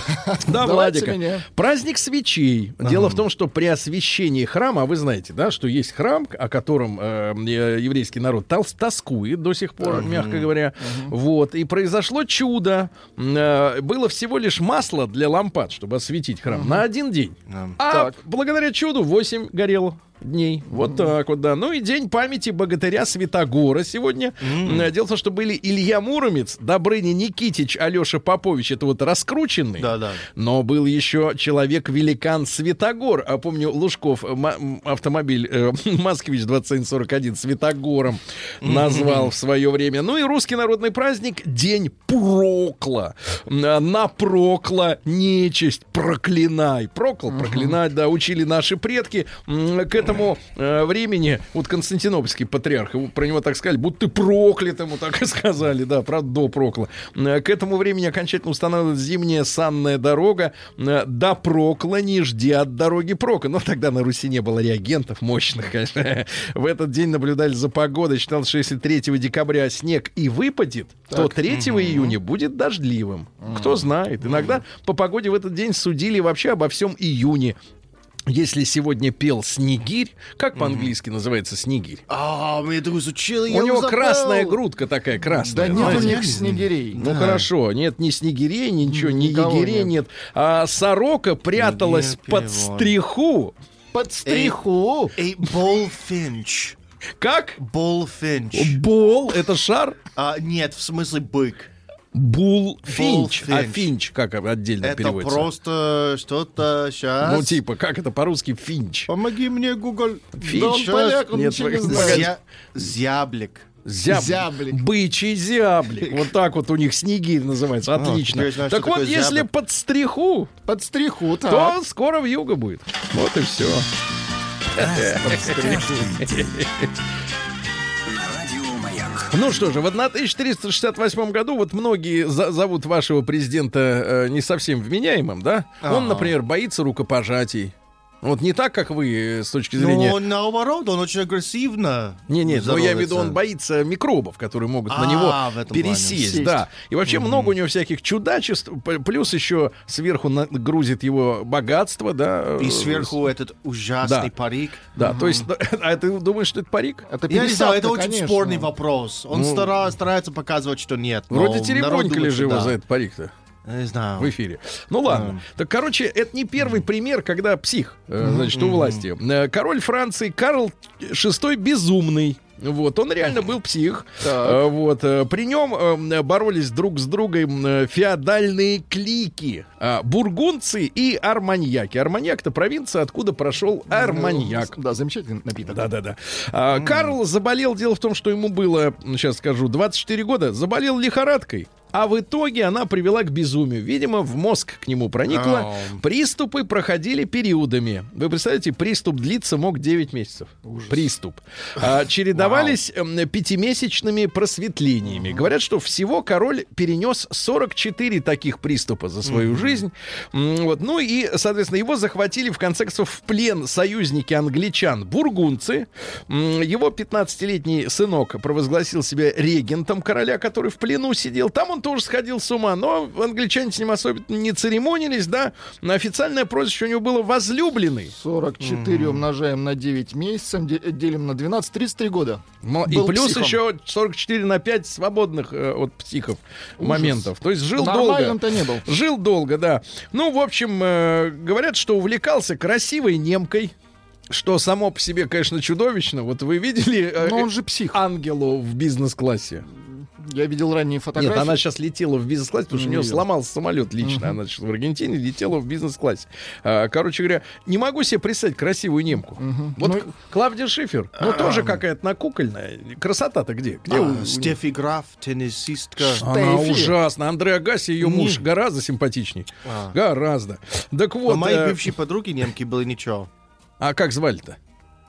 [SPEAKER 2] Да,
[SPEAKER 3] Давайте
[SPEAKER 2] Владика.
[SPEAKER 3] меня.
[SPEAKER 2] Праздник свечей. Дело в том, что при освящении храма, а вы знаете, да, что есть храм, о котором э, э, еврейский народ тос- тоскует до сих пор, мягко говоря. Вот. И произошло чудо. Э, было всего лишь масло для лампад, чтобы осветить храм на один день. А
[SPEAKER 3] Так.
[SPEAKER 2] благодаря чуду восемь горело дней. Вот так вот, да. Ну и день памяти богатыря Святогора сегодня. Э, Дело в том, что были Илья Муромец, Добрыня Никитич, Алеша Попович. Это вот раскрученный.
[SPEAKER 4] Да, да.
[SPEAKER 2] Но был еще человек-великан Святогор. А помню, Лужков м- м- автомобиль э, Москвич двадцать семь сорок один Святогором назвал в свое время. Ну и русский народный праздник День Прокла. М, Напрокла нечисть, проклинай. Прокл, проклинать, да, учили наши предки. М, К этому э, времени вот Константинопольский патриарх, его, про него так сказали, будто ты проклят, ему так и сказали, да, правда, до Прокла. Э, К этому времени окончательно устанавливалась зимняя санная дорога. Э, До Прокла не жди от дороги прока. Но тогда на Руси не было реагентов мощных, конечно. В этот день наблюдали за погодой. Считалось, что если третьего декабря снег и выпадет, то третьего июня будет дождливым. Кто знает. Иногда по погоде в этот день судили вообще обо всем июне. Если сегодня пел Снегирь, как по-английски называется Снегирь?
[SPEAKER 4] А, мы это изучили,
[SPEAKER 2] У него красная грудка такая красная.
[SPEAKER 3] Да нет у
[SPEAKER 2] знаете?
[SPEAKER 3] них снегирей.
[SPEAKER 2] Ну хорошо, нет ни снегирей, ничего, ни
[SPEAKER 3] Никого
[SPEAKER 2] егерей нет.
[SPEAKER 3] нет.
[SPEAKER 2] А сорока пряталась
[SPEAKER 4] Нет,
[SPEAKER 2] под
[SPEAKER 4] перевод.
[SPEAKER 2] стриху.
[SPEAKER 3] Под стриху.
[SPEAKER 4] И bullfinch.
[SPEAKER 2] Как?
[SPEAKER 4] Bullfinch.
[SPEAKER 2] Бол, это шар?
[SPEAKER 4] А, нет, в смысле бык.
[SPEAKER 2] Булфинч. А
[SPEAKER 4] Булфинч.
[SPEAKER 2] финч как отдельно
[SPEAKER 4] Это
[SPEAKER 2] переводится?
[SPEAKER 4] просто что-то сейчас.
[SPEAKER 2] Ну, типа, как это по-русски финч?
[SPEAKER 4] Помоги мне, Google.
[SPEAKER 2] Финч?
[SPEAKER 3] Да он поляк, он
[SPEAKER 2] Нет,
[SPEAKER 3] ничего не
[SPEAKER 2] погоди.
[SPEAKER 3] знает.
[SPEAKER 4] Зя... Зяблик.
[SPEAKER 2] Зяб...
[SPEAKER 3] Зяблик.
[SPEAKER 2] Бычий зяблик. Вот так вот у них снегирь называется. Отлично.
[SPEAKER 4] теперь знаю,
[SPEAKER 2] так
[SPEAKER 4] что
[SPEAKER 2] вот,
[SPEAKER 4] такое
[SPEAKER 2] если
[SPEAKER 4] зяблик.
[SPEAKER 2] под стриху,
[SPEAKER 3] Под стриху, так.
[SPEAKER 2] то скоро вьюга будет. Вот и все.
[SPEAKER 1] На радио Маяк.
[SPEAKER 2] Ну что же, в тысяча триста шестьдесят восьмом году вот многие за- зовут вашего президента э, не совсем вменяемым, да? Он,
[SPEAKER 4] А.
[SPEAKER 2] например, боится рукопожатий. Вот не так, как вы, э, с точки зрения...
[SPEAKER 4] Ну, наоборот, он очень агрессивно.
[SPEAKER 2] Не, нет, но я имею в виду, он
[SPEAKER 4] здоровается.
[SPEAKER 2] боится микробов, которые могут на
[SPEAKER 4] А,
[SPEAKER 2] него
[SPEAKER 4] в этом
[SPEAKER 2] пересесть,
[SPEAKER 3] плане.
[SPEAKER 2] да. И вообще много у него всяких чудачеств, п- плюс еще сверху на- грузит его богатство, да.
[SPEAKER 4] И
[SPEAKER 2] э,
[SPEAKER 4] сверху этот ужасный
[SPEAKER 2] Да.
[SPEAKER 4] парик.
[SPEAKER 2] Да, то есть, а ты думаешь, что это парик?
[SPEAKER 3] Это
[SPEAKER 4] Я не знаю, это
[SPEAKER 3] пересадка,
[SPEAKER 4] очень
[SPEAKER 3] конечно.
[SPEAKER 4] спорный вопрос. Он стара- старается показывать, что нет. но
[SPEAKER 2] Вроде
[SPEAKER 4] народ
[SPEAKER 2] теребонькали
[SPEAKER 4] думает,
[SPEAKER 2] же
[SPEAKER 4] что
[SPEAKER 2] его
[SPEAKER 4] да.
[SPEAKER 2] за этот парик-то.
[SPEAKER 4] Не знаю.
[SPEAKER 2] В эфире. Ну ладно. Так, короче, это не первый пример, когда псих, э, значит, у власти. Э, Король Франции Карл шестой безумный. Вот, он реально был псих. Э, Вот, э, при нем э, боролись друг с другом э, феодальные клики. э, Бургундцы и арманьяки. Арманьяк — это провинция, откуда прошел арманьяк.
[SPEAKER 3] Да, замечательный напиток.
[SPEAKER 2] Да-да-да. А, Карл заболел, дело в том, что ему было, сейчас скажу, двадцать четыре года, заболел лихорадкой. А в итоге она привела к безумию. Видимо, в мозг к нему проникла.
[SPEAKER 4] Ау.
[SPEAKER 2] Приступы проходили периодами. Вы представляете, приступ длиться мог девять месяцев. Приступ. А, чередовались эм, пятимесячными просветлениями. Говорят, что всего король перенес сорок четыре таких приступа за свою жизнь. М, Вот. Ну и, соответственно, его захватили, в конце концов, в плен союзники англичан, бургундцы. М, Его пятнадцатилетний сынок провозгласил себя регентом короля, который в плену сидел. Там он тоже сходил с ума, но англичане с ним особенно не церемонились, да. Официальное прозвище у него было возлюбленный.
[SPEAKER 3] сорок четыре умножаем на девять месяцев, де- делим на двенадцать, тридцать три года.
[SPEAKER 2] Мо- И
[SPEAKER 3] Был
[SPEAKER 2] плюс
[SPEAKER 3] психом.
[SPEAKER 2] еще сорок четыре на пять свободных э, от психов моментов. То есть жил долго.
[SPEAKER 3] Нормальным-то не был.
[SPEAKER 2] Жил долго, да. Ну, в общем, э, говорят, что увлекался красивой немкой. Что само по себе, конечно, чудовищно. Вот вы видели э,
[SPEAKER 3] Но он же псих.
[SPEAKER 2] Ангелу в бизнес-классе?
[SPEAKER 3] Я видел ранние фотографии.
[SPEAKER 2] Нет, она сейчас летела в бизнес-классе, потому что у
[SPEAKER 3] Не
[SPEAKER 2] нее
[SPEAKER 3] видел.
[SPEAKER 2] сломался самолет лично. Она сейчас в Аргентине летела в бизнес-классе. А, короче говоря, не могу себе представить красивую немку. Вот
[SPEAKER 3] Ну,
[SPEAKER 2] К- Клавдия Шифер, ну тоже какая-то накукольная. Красота-то где? Где у- у
[SPEAKER 4] А,
[SPEAKER 2] неё?
[SPEAKER 4] Стефи Граф, теннисистка.
[SPEAKER 2] Она
[SPEAKER 3] Стефи.
[SPEAKER 2] ужасна. Андре Агаси, ее муж, гораздо симпатичней.
[SPEAKER 4] А.
[SPEAKER 2] Гораздо. Так
[SPEAKER 4] А
[SPEAKER 2] вот,
[SPEAKER 4] мои
[SPEAKER 2] э,
[SPEAKER 4] бывшие подруги немки были ничего.
[SPEAKER 2] а как звали-то?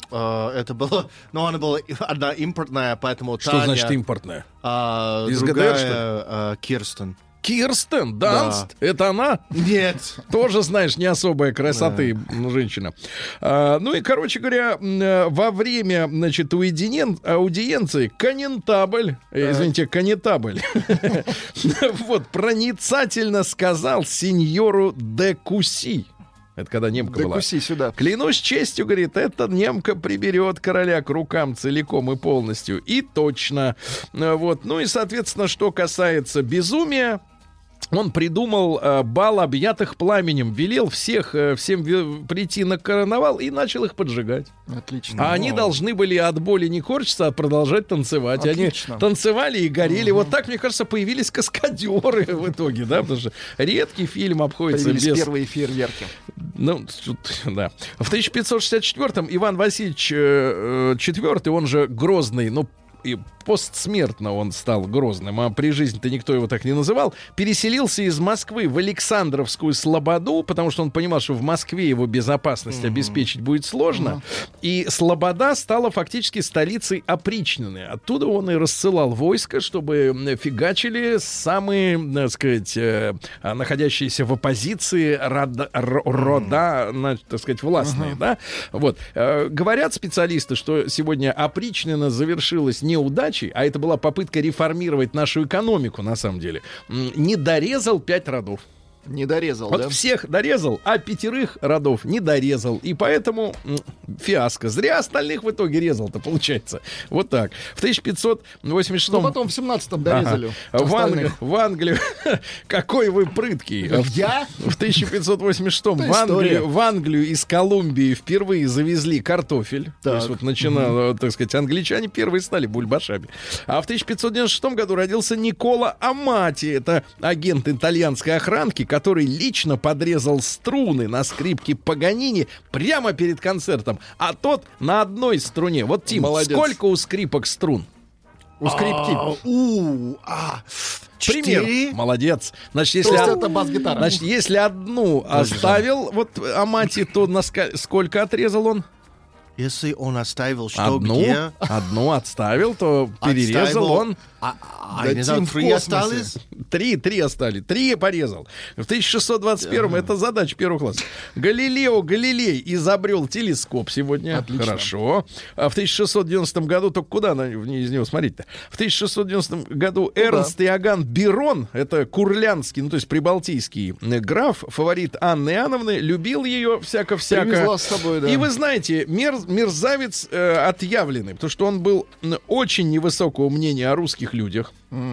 [SPEAKER 4] А, это было, ну, она была одна импортная, поэтому
[SPEAKER 2] Что
[SPEAKER 4] Таня,
[SPEAKER 2] значит импортная?
[SPEAKER 4] а,
[SPEAKER 2] Из
[SPEAKER 4] другая,
[SPEAKER 2] ГДР, что ли?
[SPEAKER 4] а, Кирстен.
[SPEAKER 2] Кирстен Данст. Это она?
[SPEAKER 4] Нет.
[SPEAKER 2] Тоже, знаешь, не особой красоты ну, женщина. А, ну и, короче говоря, м, э, во время, значит, уединен, аудиенции конентабль, э, извините, конетабль, вот, проницательно сказал сеньору де Куси. Это когда немка была.
[SPEAKER 3] Докуси сюда.
[SPEAKER 2] Клянусь честью, говорит, эта немка приберет короля к рукам целиком и полностью. И точно. Э, Вот. Ну и, соответственно, что касается безумия, он придумал э, бал объятых пламенем, велел всех, э, всем ви- прийти на карнавал и начал их поджигать.
[SPEAKER 3] Отлично.
[SPEAKER 2] А они должны были от боли не корчиться, а продолжать танцевать. И
[SPEAKER 3] Отлично.
[SPEAKER 2] они танцевали и горели. Вот так, мне кажется, появились каскадеры в итоге, да, потому что редкий фильм обходится
[SPEAKER 3] Появились
[SPEAKER 2] без...
[SPEAKER 3] первые фейерверки.
[SPEAKER 2] Ну, тут, да. В тысяча пятьсот шестьдесят четвёртом Иван Васильевич э, э, четвёртый, он же Грозный, ну, и постсмертно он стал Грозным, а при жизни-то никто его так не называл, переселился из Москвы в Александровскую Слободу, потому что он понимал, что в Москве его безопасность mm-hmm. обеспечить будет сложно. Mm-hmm. И Слобода стала фактически столицей опричнины. Оттуда он и рассылал войско, чтобы фигачили самые, так сказать, э, находящиеся в оппозиции рода, р- рода mm-hmm. так сказать, властные. Mm-hmm. Да? Вот. Э, говорят специалисты, что сегодня опричнина завершилась неудачей, а это была попытка реформировать нашу экономику, на самом деле, не дорезал пять родов.
[SPEAKER 3] Не дорезал,
[SPEAKER 2] Вот
[SPEAKER 3] да?
[SPEAKER 2] всех дорезал, а пятерых родов не дорезал. И поэтому м, фиаско. Зря остальных в итоге резал-то, получается. Вот так. В тысяча пятьсот восемьдесят шестом...
[SPEAKER 3] Ну, потом в семнадцатом дорезали.
[SPEAKER 2] Ага. В, Анг...
[SPEAKER 3] остальных.
[SPEAKER 2] в Англию... Какой вы прыткий.
[SPEAKER 3] Я?
[SPEAKER 2] В тысяча пятьсот восемьдесят шестом
[SPEAKER 3] Это
[SPEAKER 2] в Англию,
[SPEAKER 3] история.
[SPEAKER 2] в Англию из Колумбии впервые завезли картофель. То есть вот начинало, так сказать, англичане первые стали бульбашами. А в тысяча пятьсот девяносто шестом году родился Никола Амати. Это агент итальянской охранки, который лично подрезал струны на скрипке Паганини прямо перед концертом. А тот на одной струне. Вот, Тим,
[SPEAKER 3] Молодец.
[SPEAKER 2] сколько у скрипок струн?
[SPEAKER 3] У скрипки.
[SPEAKER 4] У, а,
[SPEAKER 2] Пример.
[SPEAKER 4] четыре?
[SPEAKER 2] Молодец. Значит,
[SPEAKER 3] То
[SPEAKER 2] если,
[SPEAKER 3] есть
[SPEAKER 2] од-
[SPEAKER 3] это бас-гитара.
[SPEAKER 2] значит, если одну оставил, вот Амати, то на ска- сколько отрезал он?
[SPEAKER 4] Если он оставил что,
[SPEAKER 2] Одну,
[SPEAKER 4] где?
[SPEAKER 2] одну отставил, то перерезал
[SPEAKER 4] Отставил.
[SPEAKER 2] он.
[SPEAKER 4] А, а,
[SPEAKER 3] Да
[SPEAKER 4] не знаю,
[SPEAKER 3] Тим в
[SPEAKER 4] три
[SPEAKER 3] космосе.
[SPEAKER 4] остались?
[SPEAKER 2] Три, три остались. Три порезал. В тысяча шестьсот двадцать первом это задача первого класса. Галилео Галилей изобрел телескоп сегодня.
[SPEAKER 3] Отлично.
[SPEAKER 2] Хорошо. А в тысяча шестьсот девяностом году, только куда на, из него смотреть-то? В тысяча шестьсот девяностом году Эрнст Иоганн Бирон, это курлянский, ну то есть прибалтийский э, граф, фаворит Анны Иоанновны, любил ее всяко-всяко.
[SPEAKER 3] Привезла с собой, да.
[SPEAKER 2] И вы знаете, мер- мерзавец э, отъявленный, потому что он был м, очень невысокого мнения о русских людях.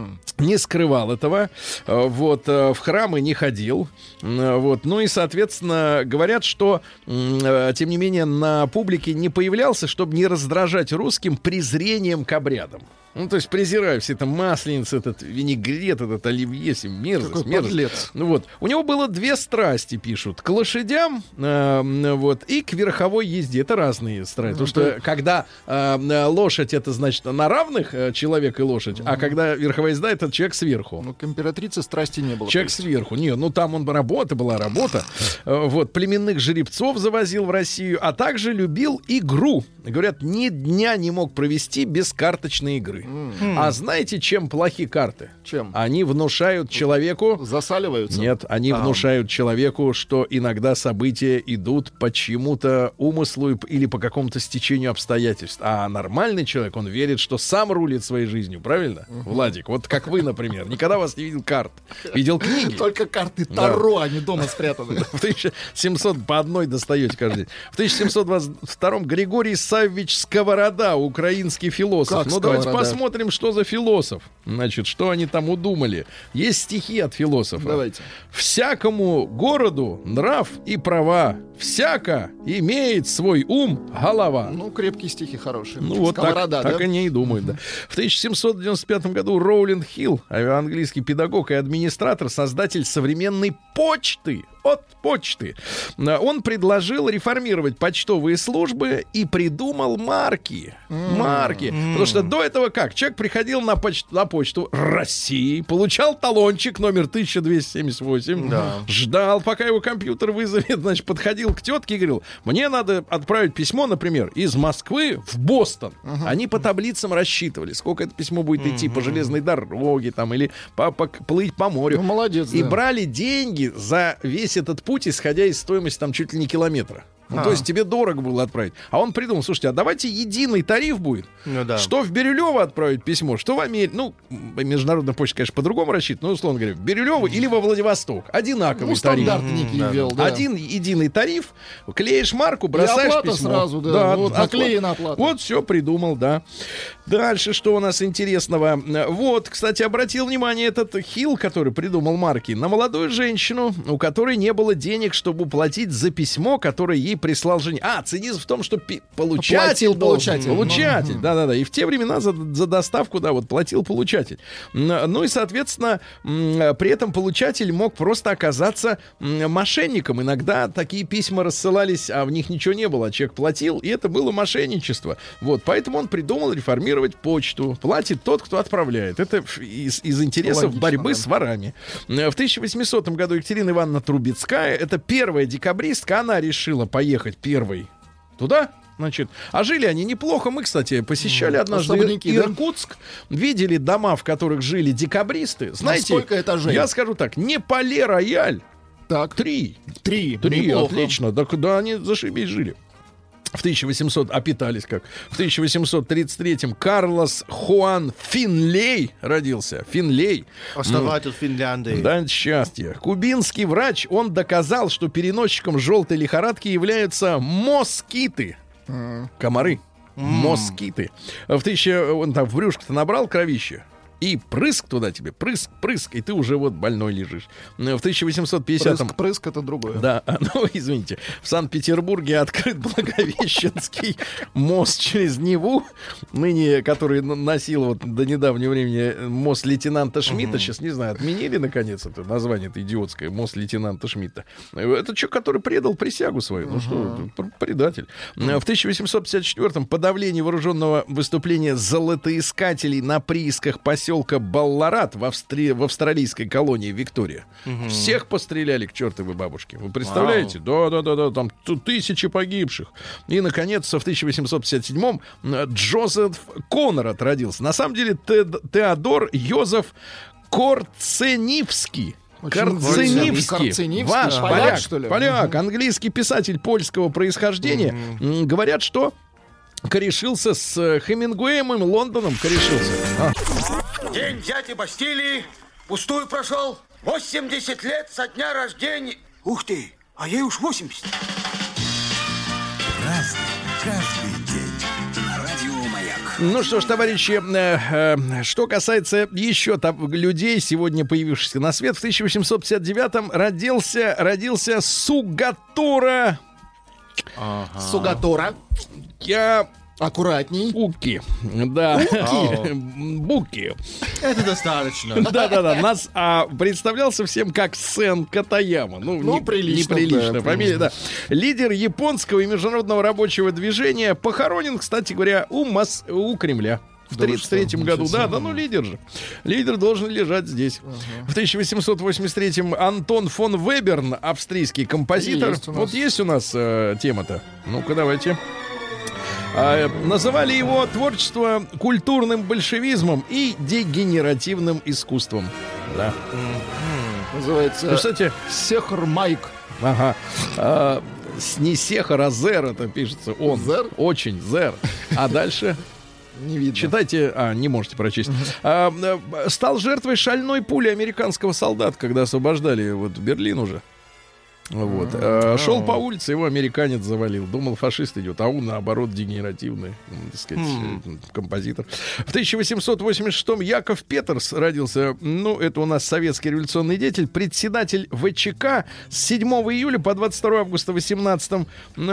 [SPEAKER 2] Не скрывал этого, э, вот, э, в храмы не ходил, э, вот, ну и, соответственно, говорят, что, м, э, тем не менее, на публике не появлялся, чтобы не раздражать русским презрением к обрядам. Ну, то есть презираю все это масленица, этот винегрет, этот оливье, все мерзость,
[SPEAKER 3] Какой
[SPEAKER 2] мерзость.
[SPEAKER 3] подлец.
[SPEAKER 2] Ну вот, у него было две страсти, пишут, к лошадям, э, вот, и к верховой езде. Это разные страсти, потому что когда э, лошадь, это значит на равных э, человек и лошадь, а когда верховая езда, это человек сверху.
[SPEAKER 3] Ну, к императрице страсти не было.
[SPEAKER 2] Человек сверху. Не, ну там он работа, была работа. Э, Вот, племенных жеребцов завозил в Россию, а также любил игру. Говорят, ни дня не мог провести без карточной игры. А знаете, чем плохи карты?
[SPEAKER 3] Чем?
[SPEAKER 2] Они внушают человеку...
[SPEAKER 3] Засаливаются?
[SPEAKER 2] Нет, они
[SPEAKER 3] А.
[SPEAKER 2] внушают человеку, что иногда события идут по чьему-то умыслу и- или по какому-то стечению обстоятельств. А нормальный человек, он верит, что сам рулит своей жизнью, правильно, Владик? Вот как вы, например. Никогда вас не видел карт. Видел книги.
[SPEAKER 3] Только карты Таро, они дома спрятаны.
[SPEAKER 2] В тысяча семьсот по одной достаете каждый день. В тысяча семьсот двадцать втором Григорий Саввич Сковорода, украинский философ.
[SPEAKER 3] Как
[SPEAKER 2] Ну, давайте
[SPEAKER 3] Сковорода?
[SPEAKER 2] посмотрим, что за философ. Значит, что они там удумали. Есть стихи от философа.
[SPEAKER 3] Давайте.
[SPEAKER 2] Всякому городу нрав и права. Всяко имеет свой ум голова.
[SPEAKER 3] Ну, крепкие стихи хорошие.
[SPEAKER 2] Ну вот так,
[SPEAKER 3] Сковорода,
[SPEAKER 2] так
[SPEAKER 3] да?
[SPEAKER 2] они и думают, да. В тысяча семьсот девяносто пятом году Роулинг Хилл, английский педагог и администратор, создатель современной почты, от почты, он предложил реформировать почтовые службы и придумал марки. Марки. Потому что до этого как? Человек приходил на, поч- на почту России, получал талончик номер тысяча двести семьдесят восемь, ждал, пока его компьютер вызовет, значит, подходил к тетке и говорил, мне надо отправить письмо, например, из Москвы в Бостон. Они по таблицам рассчитывали, сколько это письмо будет идти по железной дороге там, или по, по- плыть по морю.
[SPEAKER 3] Ну, молодец,
[SPEAKER 2] И
[SPEAKER 3] да.
[SPEAKER 2] брали деньги за весь этот путь, исходя из стоимости там чуть ли не километра. Ну,
[SPEAKER 4] А.
[SPEAKER 2] то есть тебе дорого было отправить. А он придумал, слушайте, а давайте единый тариф будет.
[SPEAKER 4] Ну да.
[SPEAKER 2] Что в Бирюлево отправить письмо, что в Америке. Ну, международная почта, конечно, по-другому рассчитана, но, условно говоря, в Бирюлево или во Владивосток. Одинаковый
[SPEAKER 3] Ну,
[SPEAKER 2] тариф.
[SPEAKER 3] стандарт некий ввел, да.
[SPEAKER 2] Один единый тариф, клеишь марку, бросаешь
[SPEAKER 3] оплата
[SPEAKER 2] письмо.
[SPEAKER 3] сразу, да. Вот
[SPEAKER 2] от-
[SPEAKER 3] наклеена оплата.
[SPEAKER 2] Вот все придумал, да. Дальше, что у нас интересного? Вот, кстати, обратил внимание этот Хилл, который придумал марки, на молодую женщину, у которой не было денег, чтобы уплатить за письмо, которое ей прислал жених. А, цинизм в том, что пи- получатель
[SPEAKER 3] Платил
[SPEAKER 2] должен.
[SPEAKER 3] получатель.
[SPEAKER 2] Получатель, да-да-да. И в те времена за, за доставку, да, вот платил получатель. М, Ну и, соответственно, м, при этом получатель мог просто оказаться м, мошенником. Иногда такие письма рассылались, а в них ничего не было. Человек платил, и это было мошенничество. Вот, поэтому он придумал реформировать почту. Платит тот, кто отправляет. Это ф- из, из интересов
[SPEAKER 3] Логично,
[SPEAKER 2] борьбы
[SPEAKER 3] да.
[SPEAKER 2] с ворами. М, В тысяча восьмисотом году Екатерина Ивановна Трубецкая, это первая декабристка, она решила поехать первой туда. Значит, а жили они неплохо. Мы, кстати, посещали однажды
[SPEAKER 3] особняки, да?
[SPEAKER 2] Иркутск, видели дома, в которых жили декабристы. Знаете,
[SPEAKER 3] сколько этажей?
[SPEAKER 2] я скажу так, не Пале-Рояль,
[SPEAKER 3] Так,
[SPEAKER 2] три.
[SPEAKER 3] три.
[SPEAKER 2] Три,
[SPEAKER 3] Неплохо.
[SPEAKER 2] отлично. Да, да, они зашибись жили. В тысяча восемьсот... Опитались как. В тысяча восемьсот тридцать третьем Карлос Хуан Финлей родился. Финлей.
[SPEAKER 4] Основатель Финляндии.
[SPEAKER 2] Да, счастье. Кубинский врач, он доказал, что переносчиком желтой лихорадки являются москиты. Mm. Комары. Mm. Москиты. В тысяча... Он там в брюшко-то набрал кровище. И прыск туда тебе, прыск, прыск, и ты уже вот больной лежишь. В тысяча восемьсот пятидесятом...
[SPEAKER 3] Прыск, прыск — это другое.
[SPEAKER 2] Да, ну, извините. В Санкт-Петербурге открыт Благовещенский мост через Неву, ныне, который носил вот до недавнего времени мост лейтенанта Шмидта. Сейчас, не знаю, отменили, наконец, это название, это идиотское, мост лейтенанта Шмидта. Это человек, который предал присягу свою. Ну что, предатель. В тысяча восемьсот пятьдесят четвёртом подавление вооруженного выступления золотоискателей на приисках поселка Балларат в, Австри... в австралийской колонии Виктория. Угу. Всех постреляли к чертовой бабушке. Вы представляете? Да-да-да, там тысячи погибших. И, наконец, в тысяча восемьсот пятьдесят седьмом Джозеф Конрад родился. На самом деле, Те... Теодор Йозеф Корценивский. Корценивский. Ваш
[SPEAKER 3] да.
[SPEAKER 2] поляк,
[SPEAKER 3] что ли?
[SPEAKER 2] поляк,
[SPEAKER 3] угу.
[SPEAKER 2] английский писатель польского происхождения. Угу. Говорят, что корешился с Хемингуэем и Лондоном. Корешился. А.
[SPEAKER 5] День дяди Бастилии пустую прошел. восемьдесят лет со дня рождения. Ух ты, а ей уж восемьдесят.
[SPEAKER 1] Разный, каждый день. На радио Маяк.
[SPEAKER 2] Ну что ж, товарищи, э, э, что касается еще там, людей, сегодня появившихся на свет, в тысяча восемьсот пятьдесят девятом родился, родился Сугатора.
[SPEAKER 3] Ага. Сугатора.
[SPEAKER 2] Я...
[SPEAKER 3] Аккуратней.
[SPEAKER 2] Буки. Да. Буки. Буки.
[SPEAKER 4] Это достаточно.
[SPEAKER 2] Да-да-да. Нас а, представлялся всем как Сен Катаяма. Ну,
[SPEAKER 3] ну
[SPEAKER 2] не,
[SPEAKER 3] прилично.
[SPEAKER 2] Неприлично.
[SPEAKER 3] Да,
[SPEAKER 2] фамилия, да. Лидер японского и международного рабочего движения похоронен, кстати говоря, у, Мос... у Кремля. В тридцать третьем году, да, да, ну лидер же. Лидер должен лежать здесь. Uh-huh. В тысяча восемьсот восемьдесят третьем Антон фон Веберн, австрийский композитор. Есть вот есть у нас э, тема-то. Ну-ка, давайте. А, называли его творчество культурным большевизмом и дегенеративным искусством. Да.
[SPEAKER 3] Mm-hmm. Называется,
[SPEAKER 2] ну, кстати,
[SPEAKER 3] Сехар Майк.
[SPEAKER 2] Ага. А, не Сехар, а Зер это пишется. Он.
[SPEAKER 3] Зер?
[SPEAKER 2] Очень Зер. А дальше...
[SPEAKER 3] Не видно.
[SPEAKER 2] Читайте, а, не можете прочесть. Uh-huh. А, а, стал жертвой шальной пули американского солдата, когда освобождали вот Берлин уже. Вот. Uh-huh. А, шел по улице, его американец завалил. Думал, фашист идет, а он, наоборот, дегенеративный, так сказать, uh-huh. композитор. В тысяча восемьсот восемьдесят шестом Яков Петерс родился. Ну, это у нас советский революционный деятель, председатель ВЧК. С седьмого июля по двадцать второго августа восемнадцатого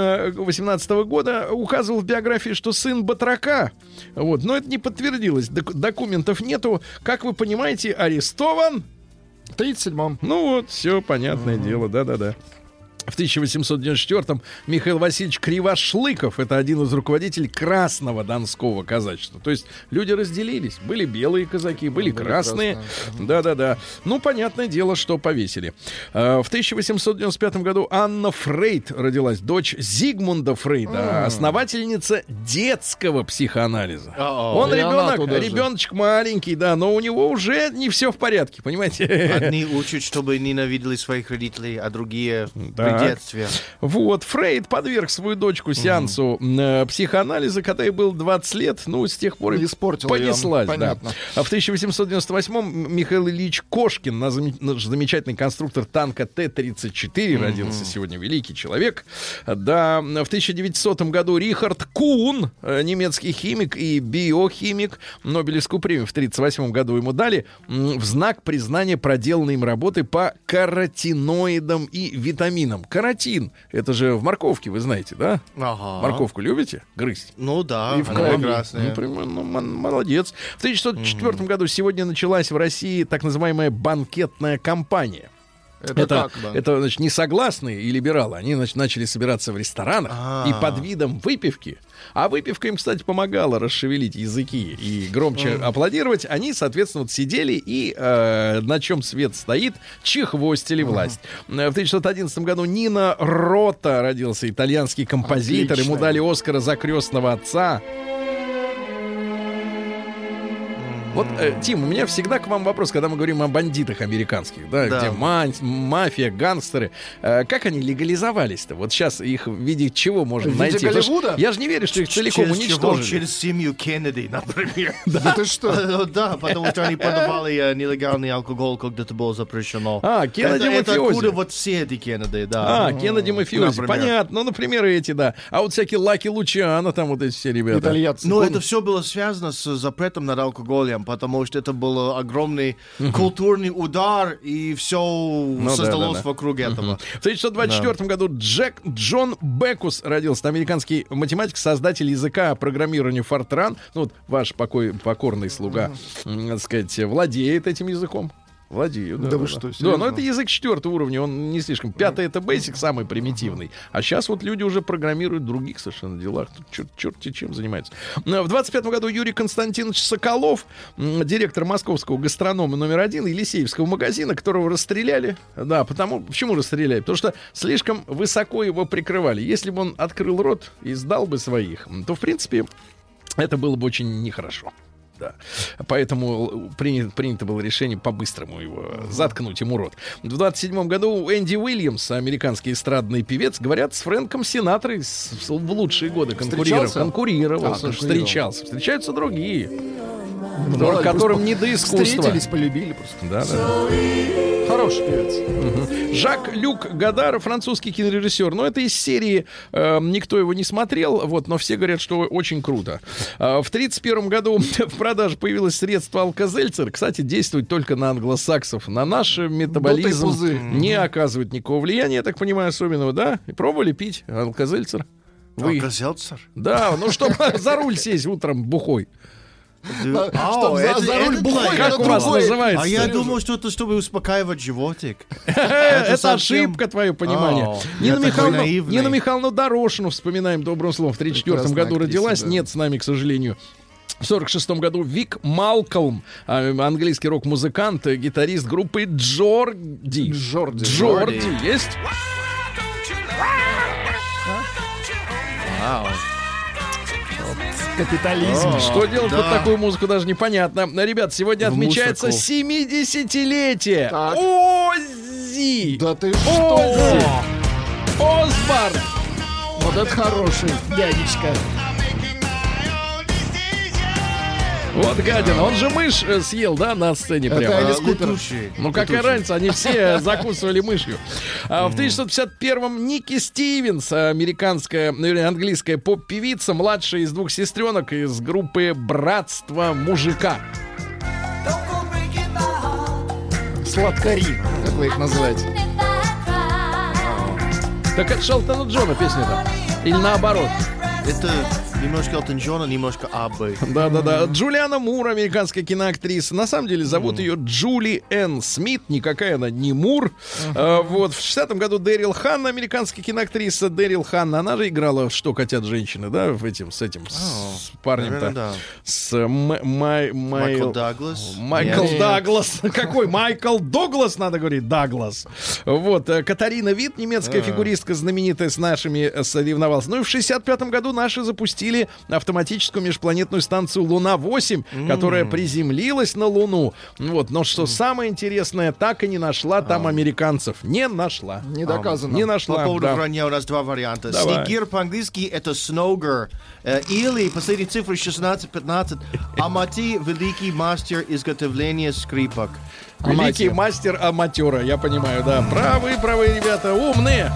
[SPEAKER 2] года указывал в биографии, что сын батрака. Вот. Но это не подтвердилось. Док- документов нету. Как вы понимаете, арестован
[SPEAKER 3] в тридцать седьмом.
[SPEAKER 2] Ну вот, все понятное uh-huh. дело, да-да-да. В тысяча восемьсот девяносто четвёртом Михаил Васильевич Кривошлыков, это один из руководителей Красного Донского казачества. То есть люди разделились. Были белые казаки, были, были красные. красные. Да-да-да. Ну, понятное дело, что повесили. В тысяча восемьсот девяносто пятом году Анна Фрейд родилась, дочь Зигмунда Фрейда, mm. основательница детского психоанализа. Uh-oh. Он ребенок, ребеночек маленький, да, но у него уже не все в порядке, понимаете?
[SPEAKER 4] Одни учат, чтобы ненавидели своих родителей, а другие... Да. В детстве.
[SPEAKER 2] Вот, Фрейд подверг свою дочку сеансу uh-huh. э, психоанализа, когда ей было двадцать лет, ну, с тех пор и понеслась. Да. А в тысяча восемьсот девяносто восьмом Михаил Ильич Кошкин, наш замечательный конструктор танка Т тридцать четыре, uh-huh. родился сегодня, великий человек. Да, в тысяча девятисотом году Рихард Кун, немецкий химик и биохимик, Нобелевскую премию в тридцать восьмом году ему дали в знак признания проделанной им работы по каротиноидам и витаминам. Каротин. Это же в морковке, вы знаете, да?
[SPEAKER 4] Ага.
[SPEAKER 2] Морковку любите грызть?
[SPEAKER 4] Ну да,
[SPEAKER 2] и в
[SPEAKER 4] она прекрасная.
[SPEAKER 2] Ну, прям, ну, молодец. В тысяча девятьсот четвёртом mm-hmm. году сегодня началась в России так называемая банкетная кампания.
[SPEAKER 3] Это,
[SPEAKER 2] это,
[SPEAKER 3] как, да?
[SPEAKER 2] это, значит, несогласные и либералы. Они, значит, начали собираться в ресторанах А-а-а. и под видом выпивки. А выпивка им, кстати, помогала расшевелить языки и громче mm. аплодировать. Они, соответственно, вот сидели и э, на чем свет стоит, чехвостили власть. Mm. В тысяча девятьсот одиннадцатом году Нино Рота родился, итальянский композитор. Отлично. Ему дали Оскара за «Крестного отца». Вот, э, Тим, у меня всегда к вам вопрос, когда мы говорим о бандитах американских, да,
[SPEAKER 4] Да.
[SPEAKER 2] где ма- мафия, гангстеры. Э, как они легализовались-то? Вот сейчас их в виде чего можно
[SPEAKER 3] В виде
[SPEAKER 2] найти? Потому что
[SPEAKER 3] Голливуда?
[SPEAKER 2] я же не верю, что их целиком
[SPEAKER 4] Через чего?
[SPEAKER 2] уничтожили.
[SPEAKER 4] Через семью Кеннеди, например.
[SPEAKER 3] Да ты что?
[SPEAKER 4] Да, потому что они продавали э, нелегальный алкоголь, когда это было запрещено.
[SPEAKER 2] А, Кеннеди
[SPEAKER 4] это, это
[SPEAKER 2] мафиози.
[SPEAKER 4] откуда вот все эти Кеннеди, да.
[SPEAKER 2] А, Кеннеди мафиози,
[SPEAKER 4] Например.
[SPEAKER 2] понятно. Ну, например, эти, да. А вот всякие Лаки Лучиано, там вот эти все ребята.
[SPEAKER 3] Итальянцы.
[SPEAKER 4] Но
[SPEAKER 3] Помню.
[SPEAKER 4] это все было связано с запретом над алкоголем, потому что это был огромный культурный удар, и все
[SPEAKER 2] да,
[SPEAKER 4] создалось
[SPEAKER 2] да, да.
[SPEAKER 4] вокруг этого.
[SPEAKER 2] В тысяча девятьсот двадцать четвёртом году Джек Джон Бекус родился. Американский математик, создатель языка программирования Fortran. Ну, вот ваш покой, покорный слуга, м, так сказать, владеет этим языком. Владею, да.
[SPEAKER 3] Да вы что,
[SPEAKER 2] Да,
[SPEAKER 3] серьезно?
[SPEAKER 2] но это язык четвертого уровня, он не слишком. Пятый — это Basic, самый примитивный. А сейчас вот люди уже программируют в других совершенно делах. Тут черт, черти чем занимаются. В двадцать пятом году Юрий Константинович Соколов, м, директор московского гастронома номер один и Елисеевского магазина, которого расстреляли. Да, потому... Почему расстреляли? Потому что слишком высоко его прикрывали. Если бы он открыл рот и сдал бы своих, то, в принципе, это было бы очень нехорошо. Да. Поэтому принято, принято было решение по-быстрому его заткнуть ему рот. В двадцать седьмом году Энди Уильямс, американский эстрадный певец, говорят, с Фрэнком Синатрой с- с- в лучшие годы конкурировал.
[SPEAKER 3] Встречался?
[SPEAKER 2] Конкурировал,
[SPEAKER 3] А,
[SPEAKER 2] слушай,
[SPEAKER 3] конкурировал.
[SPEAKER 2] встречался. Встречаются другие,
[SPEAKER 3] Ну,
[SPEAKER 2] которые-
[SPEAKER 3] ладно,
[SPEAKER 2] которым
[SPEAKER 3] просто
[SPEAKER 2] не до искусства.
[SPEAKER 3] Встретились, полюбили просто.
[SPEAKER 2] Да, да.
[SPEAKER 3] Хороший певец.
[SPEAKER 2] Жак-Люк Годар, французский кинорежиссер. Но это из серии э, никто его не смотрел, вот, но все говорят, что очень круто. Э, в тридцать первом году в продаже появилось средство Алка-Зельцер. Кстати, действует только на англосаксов. На наш метаболизм
[SPEAKER 3] пузырь.
[SPEAKER 2] не оказывает никакого влияния, я так понимаю, особенного, да? И пробовали пить Алка-Зельцер? Вы?
[SPEAKER 4] Алка-Зельцер?
[SPEAKER 2] Да, ну чтобы за руль сесть утром бухой.
[SPEAKER 4] Да.
[SPEAKER 3] А, чтоб за-
[SPEAKER 4] это-
[SPEAKER 3] за руль
[SPEAKER 4] это
[SPEAKER 3] бухой,
[SPEAKER 4] да,
[SPEAKER 2] Как
[SPEAKER 3] это
[SPEAKER 2] у вас
[SPEAKER 3] другое.
[SPEAKER 2] называется?
[SPEAKER 4] А я думал, что это чтобы успокаивать животик.
[SPEAKER 2] Это
[SPEAKER 4] совсем-
[SPEAKER 2] ошибка, твое понимание.
[SPEAKER 4] О,
[SPEAKER 2] Нина,
[SPEAKER 4] я такой
[SPEAKER 2] Михайловна,
[SPEAKER 4] наивный.
[SPEAKER 2] Нина Михайловна Дорошину вспоминаем добрым словом. В тридцать четвёртом
[SPEAKER 3] Прекрасная
[SPEAKER 2] году
[SPEAKER 3] актриса,
[SPEAKER 2] родилась.
[SPEAKER 3] да.
[SPEAKER 2] Нет с нами, к сожалению. В сорок шестом году Вик Малкольм, а, английский рок-музыкант, э, гитарист группы Джорди.
[SPEAKER 3] Джорди.
[SPEAKER 2] Джорди. Есть?
[SPEAKER 4] Вау.
[SPEAKER 3] Капитализм.
[SPEAKER 2] Что делать
[SPEAKER 4] да.
[SPEAKER 2] под такую музыку, даже непонятно. Ребят, сегодня
[SPEAKER 4] В
[SPEAKER 2] отмечается
[SPEAKER 4] мусорку.
[SPEAKER 2] семидесятилетие
[SPEAKER 3] Так.
[SPEAKER 2] Оззи.
[SPEAKER 3] Да ты что?
[SPEAKER 2] Оззи Осборн.
[SPEAKER 3] Вот это хороший дядечка.
[SPEAKER 2] Вот гадина, он же мышь э, съел, да, на сцене
[SPEAKER 3] Это
[SPEAKER 2] прямо.
[SPEAKER 3] Элис
[SPEAKER 4] А,
[SPEAKER 3] Купер.
[SPEAKER 4] летучий.
[SPEAKER 2] Ну, какая разница, они все закусывали мышью. А в тысяча девятьсот пятьдесят первом Ники Стивенс, американская, ну, или английская поп-певица, младшая из двух сестренок из группы «Братство мужика».
[SPEAKER 3] Сладкари, как вы их называете?
[SPEAKER 2] Так это Шелтона Джона песня-то. Или наоборот.
[SPEAKER 4] Это немножко Элтон Джона, немножко Аббы.
[SPEAKER 2] Да-да-да. Джулиана Мур, американская киноактриса. На самом деле зовут ее Джули Энн Смит. Никакая она не Мур. А, вот. В шестидесятом году Дэрил Ханна, американская киноактриса. Дэрил Ханна, она же играла в «Что хотят женщины», да, в этим, с этим, с парнем-то.
[SPEAKER 4] наверное, да.
[SPEAKER 2] С М- Май-
[SPEAKER 4] Майкл
[SPEAKER 2] Май-
[SPEAKER 4] Даглас.
[SPEAKER 2] Майкл
[SPEAKER 4] Нет.
[SPEAKER 2] Даглас. Какой? Майкл Доглас, надо говорить. Даглас. Вот. э, Катарина Вит, немецкая фигуристка, знаменитая, с нашими э, соревновалась. Ну и в шестьдесят пятом году наши запустили автоматическую межпланетную станцию Луна-восемь, которая приземлилась на Луну. Вот. Но что самое интересное, так и не нашла там американцев. Не нашла.
[SPEAKER 3] Не доказано.
[SPEAKER 2] Не
[SPEAKER 4] По
[SPEAKER 2] нашла.
[SPEAKER 4] поводу
[SPEAKER 2] да.
[SPEAKER 4] вранья у нас два варианта.
[SPEAKER 2] Давай.
[SPEAKER 4] Снегир по-английски это сногер. Э, Или последние цифры шестнадцать пятнадцать. Амати великий мастер изготовления скрипок.
[SPEAKER 2] Великий
[SPEAKER 3] Амати.
[SPEAKER 2] мастер аматера, я понимаю, да. Правы, правы, ребята, умные.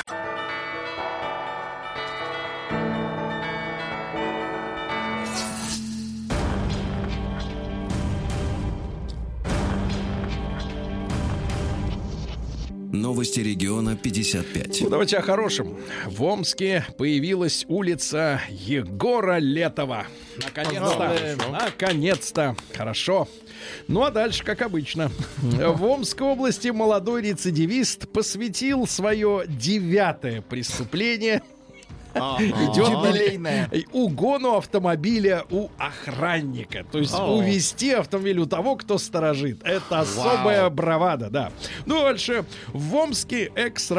[SPEAKER 1] Новости региона пятьдесят пять.
[SPEAKER 2] Ну, давайте о хорошем. В Омске появилась улица Егора Летова. Наконец-то. Наконец-то. Хорошо. Ну, а дальше, как обычно. В Омской области молодой рецидивист посвятил свое девятое преступление идет
[SPEAKER 3] Юбилейная.
[SPEAKER 2] угону автомобиля у охранника. То есть
[SPEAKER 4] О.
[SPEAKER 2] увести автомобиль у того, кто сторожит. Это особая бравада, да. Ну, дальше. В Омске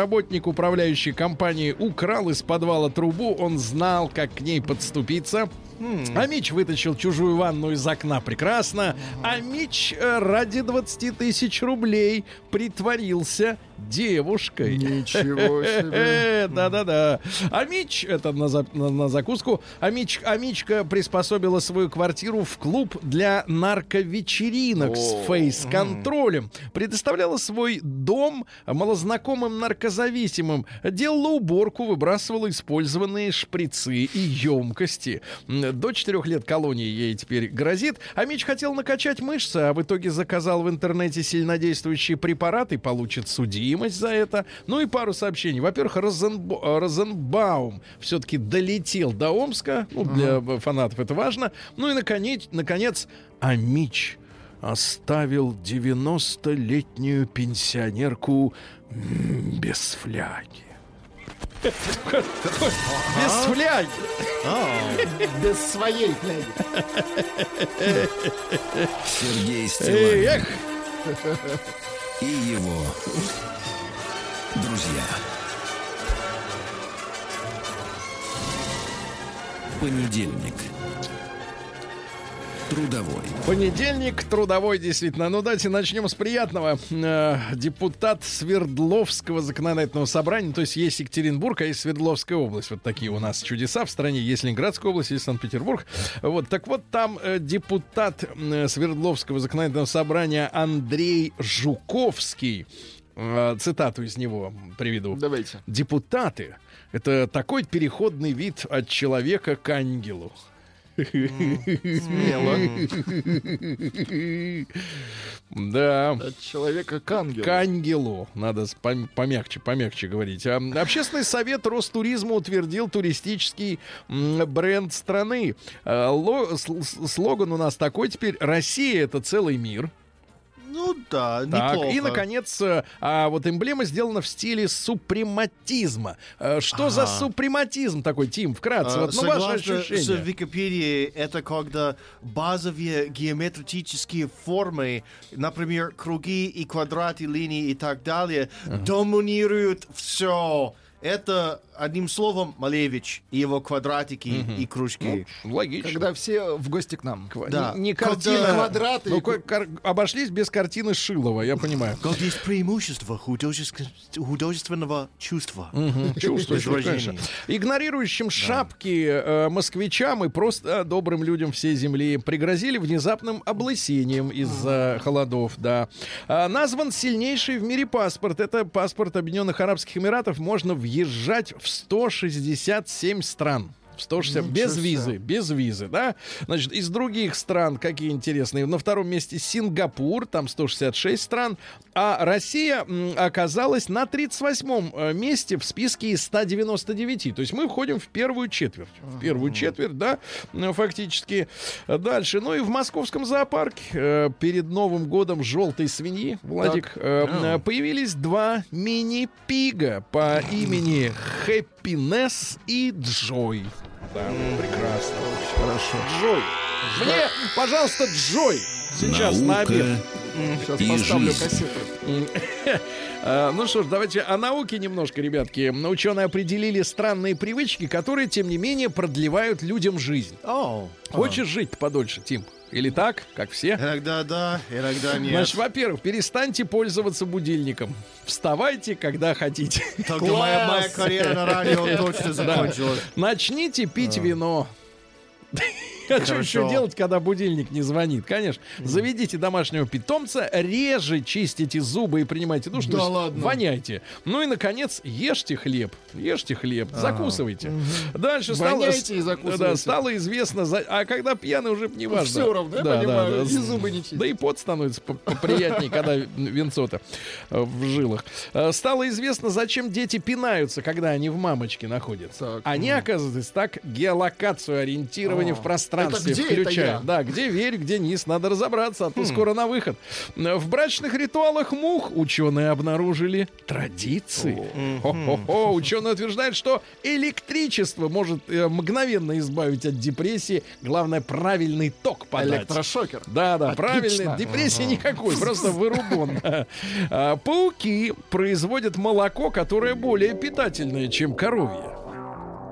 [SPEAKER 2] экс-работник управляющей компании украл из подвала трубу. Он знал, как к ней подступиться. А Мич вытащил чужую ванну из окна прекрасно. А Мич э, ради двадцати тысяч рублей притворился девушкой.
[SPEAKER 3] Ничего себе.
[SPEAKER 2] Да-да-да. А Мич, это на, за- на- на закуску, а, Мич, а Мичка приспособила свою квартиру в клуб для нарковечеринок с фейс-контролем. Предоставляла свой дом малознакомым наркозависимым. Делала уборку, выбрасывала использованные шприцы и емкости. До четырех лет колонии ей теперь грозит. А Мич хотел накачать мышцы, а в итоге заказал в интернете сильнодействующие препараты и получит судимость за это. Ну и пару сообщений. Во-первых, Розенбо- Розенбаум все-таки долетел до Омска. Ну, для фанатов это важно. Ну и, наконец, наконец а Мич оставил девяностолетнюю пенсионерку м, без фляги. Без фляги.
[SPEAKER 3] Без своей фляги.
[SPEAKER 1] Сергей Стиллавин
[SPEAKER 2] Эх,
[SPEAKER 1] и его друзья. Понедельник. Трудовой.
[SPEAKER 2] понедельник, трудовой, действительно. Ну, давайте начнем с приятного. Э, депутат Свердловского законодательного собрания, то есть есть Екатеринбург, а есть Свердловская область. Вот такие у нас чудеса в стране. Есть Ленинградская область, есть Санкт-Петербург. Вот, так вот, там э, депутат э, Свердловского законодательного собрания Андрей Жуковский, э, цитату из него приведу.
[SPEAKER 3] Давайте.
[SPEAKER 2] Депутаты — это такой переходный вид от человека к ангелу.
[SPEAKER 3] Смело.
[SPEAKER 2] Да.
[SPEAKER 3] От человека к ангелу.
[SPEAKER 2] К ангелу. Надо с- пом- помягче, помягче говорить. А, Общественный совет Ростуризма утвердил туристический м, бренд страны. А, ло- с- с- Слоган у нас такой теперь: «Россия — это целый мир».
[SPEAKER 4] Ну да,
[SPEAKER 2] Так,
[SPEAKER 4] неплохо.
[SPEAKER 2] и, наконец, э, а, вот эмблема сделана в стиле супрематизма. Э, Что за
[SPEAKER 4] Ага.
[SPEAKER 2] супрематизм такой, Тим? Вкратце,
[SPEAKER 4] А,
[SPEAKER 2] вот, ну, ваше
[SPEAKER 4] Согласно с
[SPEAKER 2] ощущение.
[SPEAKER 4] Википедией, это когда базовые геометрические формы, например, круги и квадраты, линии и так далее, доминируют все. Это, одним словом, Малевич и его квадратики и кружки.
[SPEAKER 2] Логично.
[SPEAKER 3] Когда все в гости к нам.
[SPEAKER 2] Ква-
[SPEAKER 4] Да.
[SPEAKER 2] Не, не
[SPEAKER 4] Когда-
[SPEAKER 2] картина.
[SPEAKER 3] Квадраты
[SPEAKER 2] Ну,
[SPEAKER 3] и
[SPEAKER 2] ка- кар- обошлись без картины Шилова, я понимаю.
[SPEAKER 4] Как есть преимущество художеск- художественного чувства.
[SPEAKER 2] Чувствуешь,
[SPEAKER 4] Изображение.
[SPEAKER 2] конечно. Игнорирующим шапки э, москвичам и просто добрым людям всей земли пригрозили внезапным облысением из-за холодов, да. А, назван сильнейший в мире паспорт. Это паспорт Объединенных Арабских Эмиратов. Можно въезжать в сто шестьдесят семь стран. В сто шестьдесят, без
[SPEAKER 3] себе.
[SPEAKER 2] визы, без визы, да. Значит, из других стран, какие интересные. На втором месте Сингапур, там сто шестьдесят шесть стран. А Россия м, оказалась на тридцать восьмом э, месте в списке из ста девяноста девяти. То есть мы входим в первую четверть. В первую четверть, да, э, фактически. Дальше. Ну и в московском зоопарке э, перед Новым годом желтой свиньи, Владик, э, э, появились два мини-пига по имени Хэппинесс и Джой. Да, прекрасно. Очень хорошо. Джой. Мне, пожалуйста, Джой. Сейчас на обед.
[SPEAKER 1] Наука
[SPEAKER 3] Сейчас
[SPEAKER 1] и
[SPEAKER 3] поставлю
[SPEAKER 1] жизнь.
[SPEAKER 3] кассету.
[SPEAKER 2] А, Ну что ж, давайте о науке немножко, ребятки. Ученые определили странные привычки, которые, тем не менее, продлевают людям жизнь.
[SPEAKER 4] О,
[SPEAKER 2] Хочешь жить подольше, Тим? Или так, как все?
[SPEAKER 4] иногда да, иногда нет.
[SPEAKER 2] Значит, во-первых, перестаньте пользоваться будильником. Вставайте, когда хотите.
[SPEAKER 4] Тогда моя, моя карьера на радио точно закончилась.
[SPEAKER 2] Начните пить вино. А что
[SPEAKER 4] Хорошо.
[SPEAKER 2] еще делать, когда будильник не звонит? Конечно. Заведите домашнего питомца, реже чистите зубы и принимайте душ.
[SPEAKER 3] Да
[SPEAKER 2] то есть
[SPEAKER 3] ладно.
[SPEAKER 2] воняйте. Ну и, наконец, ешьте хлеб. Ешьте хлеб, закусывайте. Дальше стало,
[SPEAKER 3] Воняйте и закусывайте.
[SPEAKER 2] да, стало известно, за- а когда пьяный, уже не важно.
[SPEAKER 3] Все равно, я
[SPEAKER 2] Да,
[SPEAKER 3] понимаю,
[SPEAKER 2] да,
[SPEAKER 3] и
[SPEAKER 2] да.
[SPEAKER 3] зубы не чистить.
[SPEAKER 2] Да и пот становится по- поприятнее, когда винцо-то э, в жилах. Э, Стало известно, зачем дети пинаются, когда они в мамочке находятся.
[SPEAKER 3] Так.
[SPEAKER 2] Они, оказывается, так геолокацию, ориентирование
[SPEAKER 3] О,
[SPEAKER 2] в пространстве
[SPEAKER 3] это где это
[SPEAKER 2] включают.
[SPEAKER 3] я?
[SPEAKER 2] Да, где верь, где низ, надо разобраться, а то скоро на выход. Э, В брачных ритуалах мух ученые обнаружили традиции. Хо-хо-хо. Ученые утверждают, что электричество может э, мгновенно избавить от депрессии. Главное, правильный ток подать.
[SPEAKER 3] Электрошокер.
[SPEAKER 2] Да, да,
[SPEAKER 3] Отлично.
[SPEAKER 2] правильно. Депрессии никакой, просто вырубон. А, Пауки производят молоко, которое более питательное, чем коровье.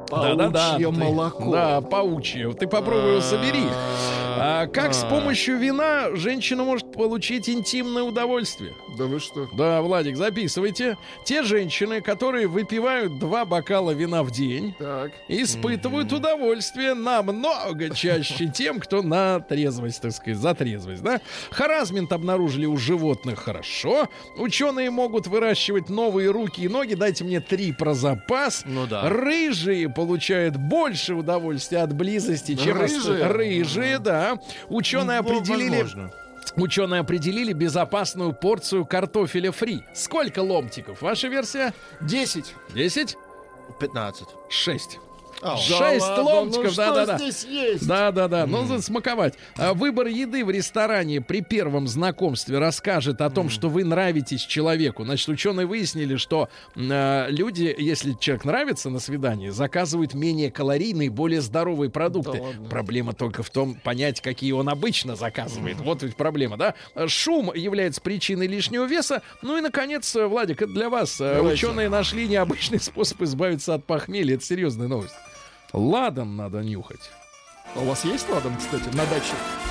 [SPEAKER 3] Паучье молоко.
[SPEAKER 2] Да, паучье. Ты попробуй его собери. А как с помощью вина женщина может получить интимное удовольствие?
[SPEAKER 3] Да вы что?
[SPEAKER 2] Да, Владик, записывайте. Те женщины, которые выпивают два бокала вина в день,
[SPEAKER 3] Так.
[SPEAKER 2] испытывают удовольствие намного чаще тем, кто на трезвость, так сказать, за трезвость, да? Харассмент обнаружили у животных хорошо. Ученые могут выращивать новые руки и ноги. Дайте мне три про запас.
[SPEAKER 4] Ну да.
[SPEAKER 2] Рыжие получают больше удовольствия от близости, чем
[SPEAKER 3] Рыжие?
[SPEAKER 2] оста- Рыжие, да. Ученые
[SPEAKER 4] Ну,
[SPEAKER 2] определили...
[SPEAKER 4] возможно.
[SPEAKER 2] Ученые определили безопасную порцию картофеля фри. Сколько ломтиков? Ваша версия?
[SPEAKER 3] Десять.
[SPEAKER 2] Десять?
[SPEAKER 4] пятнадцать.
[SPEAKER 2] Шесть.
[SPEAKER 4] Ау.
[SPEAKER 2] Шесть
[SPEAKER 3] ладно,
[SPEAKER 2] ломтиков,
[SPEAKER 3] ну что
[SPEAKER 2] да-да-да.
[SPEAKER 3] здесь есть?
[SPEAKER 2] Да-да-да, ну засмаковать. А выбор еды в ресторане при первом знакомстве расскажет о том, что вы нравитесь человеку. Значит, ученые выяснили, что э, люди, если человек нравится на свидании, заказывают менее калорийные, более здоровые продукты.
[SPEAKER 3] Да ладно.
[SPEAKER 2] Проблема только в том, понять, какие он обычно заказывает. Вот ведь проблема, да? Шум является причиной лишнего веса. Ну и, наконец, Владик, это для вас.
[SPEAKER 3] Давайте.
[SPEAKER 2] Ученые нашли необычный способ избавиться от похмелья. Это серьезная новость. Ладан надо нюхать.
[SPEAKER 3] А у вас есть ладан, кстати, на даче?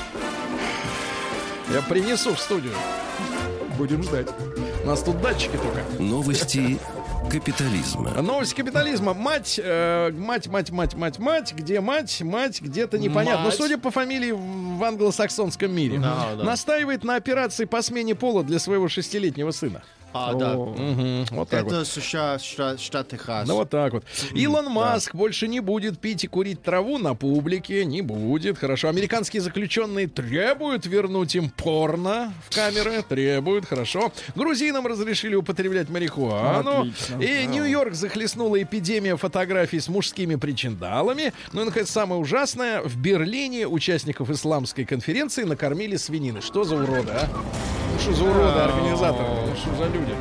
[SPEAKER 2] Я принесу в студию.
[SPEAKER 3] Будем ждать.
[SPEAKER 2] У нас тут датчики только.
[SPEAKER 1] Новости капитализма.
[SPEAKER 2] Новость капитализма. Мать, э, мать, мать, мать, мать, мать. Где мать? Мать где-то непонятно.
[SPEAKER 3] Мать.
[SPEAKER 2] Но судя по фамилии в англосаксонском мире.
[SPEAKER 4] Да, да.
[SPEAKER 2] Настаивает на операции по смене пола для своего шестилетнего сына.
[SPEAKER 4] А, да.
[SPEAKER 2] Мгм. Вот так вот.
[SPEAKER 4] Это США, штат, штат Техас.
[SPEAKER 2] Ну вот так вот. Илон Маск больше не будет пить и курить траву на публике. Не будет. Хорошо. Американские заключенные требуют вернуть им порно в камеры. Требуют. Хорошо. Грузинам разрешили употреблять марихуану.
[SPEAKER 3] Отлично.
[SPEAKER 2] И Нью-Йорк захлестнула эпидемия фотографий с мужскими причиндалами. Ну и, наконец, самое ужасное. В Берлине участников исламской конференции накормили свинины. Что за уроды, а? Ну что за уроды организаторы? Ну что за люди?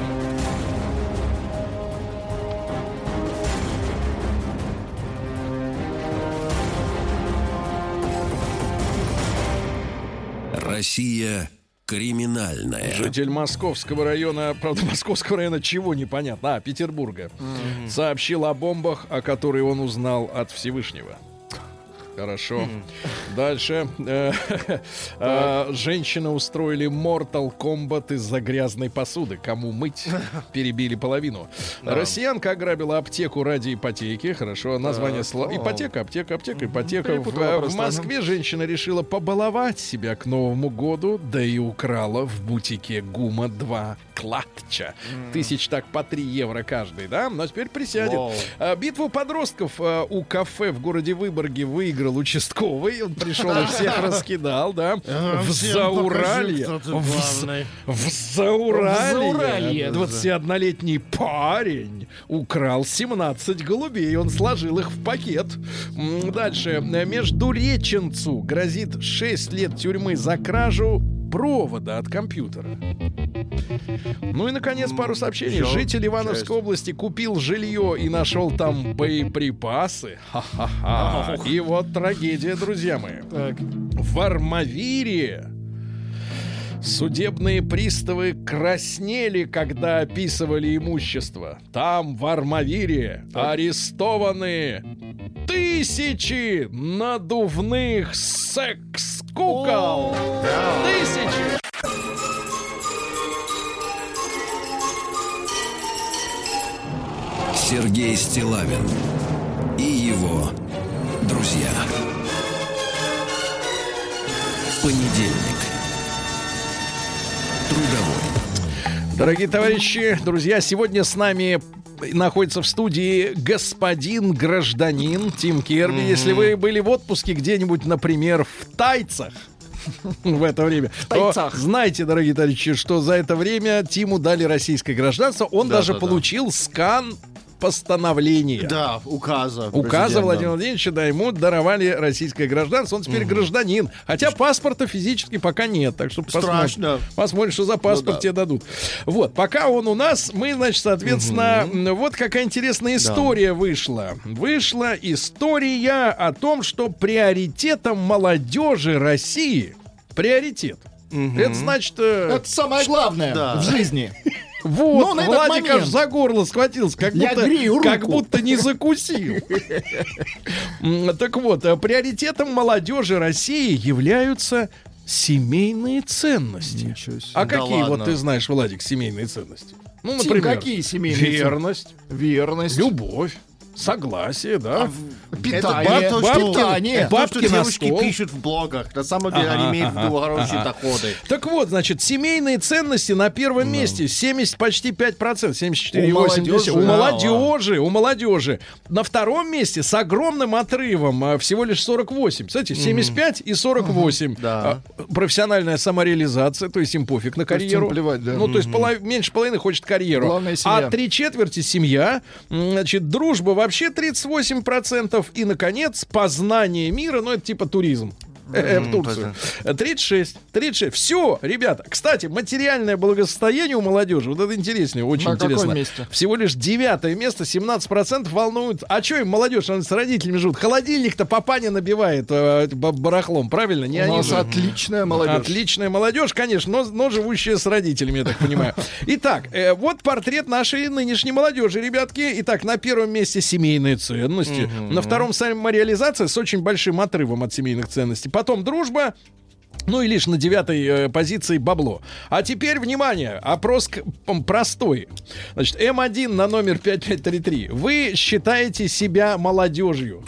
[SPEAKER 1] Россия криминальная.
[SPEAKER 2] Житель Московского района, правда, Московского района чего непонятно, а, Петербурга, mm-hmm. сообщил о бомбах, о которых он узнал от Всевышнего. Хорошо. Mm-hmm. Дальше. Женщины устроили Mortal Kombat из-за грязной посуды. Кому мыть? Перебили половину. Россиянка ограбила аптеку ради ипотеки. Хорошо. Название слова. Ипотека, аптека, аптека, ипотека. В Москве женщина решила побаловать себя к Новому году, да и украла в бутике ГУМа два клатча. Тысяч так по три евро каждый, да? Но теперь присядет. Битву подростков у кафе в городе Выборге выиграл участковый. Он пришел и всех раскидал, да. В Зауралье. В Зауралье двадцатиоднолетний парень украл семнадцать голубей. Он сложил их в пакет. Дальше. Междуреченцу грозит шесть лет тюрьмы за кражу провода от компьютера. Ну и, наконец, пару сообщений.
[SPEAKER 4] Еще
[SPEAKER 2] Житель Ивановской
[SPEAKER 4] часть.
[SPEAKER 2] области купил жилье и нашел там боеприпасы. Ха-ха-ха. И вот трагедия, друзья мои.
[SPEAKER 3] Так.
[SPEAKER 2] В Армавире судебные приставы краснели, когда описывали имущество. Там, в Армавире, арестованы тысячи надувных секс-кукол. Тысячи.
[SPEAKER 1] Сергей Стиллавин и его друзья. Понедельник. Трудовой.
[SPEAKER 2] Дорогие товарищи, друзья, сегодня с нами находится в студии господин гражданин Тим Керби. Mm-hmm. Если вы были в отпуске где-нибудь, например, в Тайцах в это время, то знайте, дорогие товарищи, что за это время Тиму дали российское гражданство. Он
[SPEAKER 4] Да,
[SPEAKER 2] даже
[SPEAKER 4] да,
[SPEAKER 2] получил скан постановления.
[SPEAKER 4] Да, указа.
[SPEAKER 2] Указа Владимира Владимировича, да, ему даровали российское гражданство, он теперь угу. гражданин. Хотя паспорта физически пока нет, так что посмотрим, посмотрим, что за паспорт ну, да. тебе дадут. Вот, пока он у нас, мы, значит, соответственно, угу. вот какая интересная история да. вышла. Вышла история о том, что приоритетом молодежи России приоритет. Угу. Это значит...
[SPEAKER 3] Это самое главное да. в жизни.
[SPEAKER 2] Вот,
[SPEAKER 3] Но на этот
[SPEAKER 2] Владик аж
[SPEAKER 3] момент
[SPEAKER 2] за горло схватился, как
[SPEAKER 3] я
[SPEAKER 2] будто,
[SPEAKER 3] грею руку.
[SPEAKER 2] как будто не закусил. М, Так вот, э, приоритетом молодежи России являются семейные ценности.
[SPEAKER 3] Ничего себе.
[SPEAKER 2] А
[SPEAKER 4] Да
[SPEAKER 2] какие вот
[SPEAKER 4] ладно.
[SPEAKER 2] ты знаешь, Владик, семейные ценности? Ну,
[SPEAKER 3] Тим,
[SPEAKER 2] например,
[SPEAKER 3] какие семейные
[SPEAKER 2] верность,
[SPEAKER 3] Верность.
[SPEAKER 2] любовь, согласие, да.
[SPEAKER 3] Питание.
[SPEAKER 2] баб-
[SPEAKER 4] Это то,
[SPEAKER 2] бабки-
[SPEAKER 4] что,
[SPEAKER 3] питание.
[SPEAKER 4] это то,
[SPEAKER 2] бабки
[SPEAKER 4] что
[SPEAKER 2] на
[SPEAKER 4] девушки
[SPEAKER 2] стол.
[SPEAKER 4] пишут в блогах. На самом деле
[SPEAKER 2] Ага,
[SPEAKER 4] они имеют в виду
[SPEAKER 2] ага,
[SPEAKER 4] хорошие
[SPEAKER 2] ага.
[SPEAKER 4] доходы.
[SPEAKER 2] Так вот, значит, семейные ценности на первом месте семьдесят, почти пять процентов, семьдесят четыре и
[SPEAKER 3] У
[SPEAKER 2] восемь десятых. У
[SPEAKER 3] молодежи?
[SPEAKER 2] молодежи, у молодежи. На втором месте с огромным отрывом а, всего лишь сорок восемь. Кстати, семьдесят пять и сорок восемь.
[SPEAKER 4] Да.
[SPEAKER 2] А, профессиональная самореализация, то есть им пофиг на
[SPEAKER 3] То есть
[SPEAKER 2] карьеру.
[SPEAKER 3] им плевать, да.
[SPEAKER 2] Ну, то есть полов- меньше половины хочет карьеру.
[SPEAKER 3] Главное, семья.
[SPEAKER 2] А три четверти семья. М, Значит, дружба вообще тридцать восемь процентов. И, наконец, познание мира, ну, это типа туризм. Э, в Турцию. тридцать шесть. тридцать шесть. Все, ребята. Кстати, материальное благосостояние у молодежи, вот это интереснее, очень
[SPEAKER 3] На каком
[SPEAKER 2] интересно.
[SPEAKER 3] месте?
[SPEAKER 2] Всего лишь девятое место, семнадцать процентов волнуют. А что им молодежь, они с родителями живут? Холодильник-то папаня набивает э, б- барахлом, правильно? Не
[SPEAKER 3] У
[SPEAKER 2] они
[SPEAKER 3] нас
[SPEAKER 2] же.
[SPEAKER 3] отличная молодежь.
[SPEAKER 2] Отличная молодежь, конечно, но, но живущая с родителями, я так понимаю. Итак, э, вот портрет нашей нынешней молодежи, ребятки. Итак, на первом месте семейные ценности. На втором самореализация с очень большим отрывом от семейных ценностей. Потом дружба. Ну и лишь на девятой э, позиции бабло. А теперь, внимание, опрос к- м, простой. Значит, эм один на номер пять пять три три. Вы считаете себя молодежью?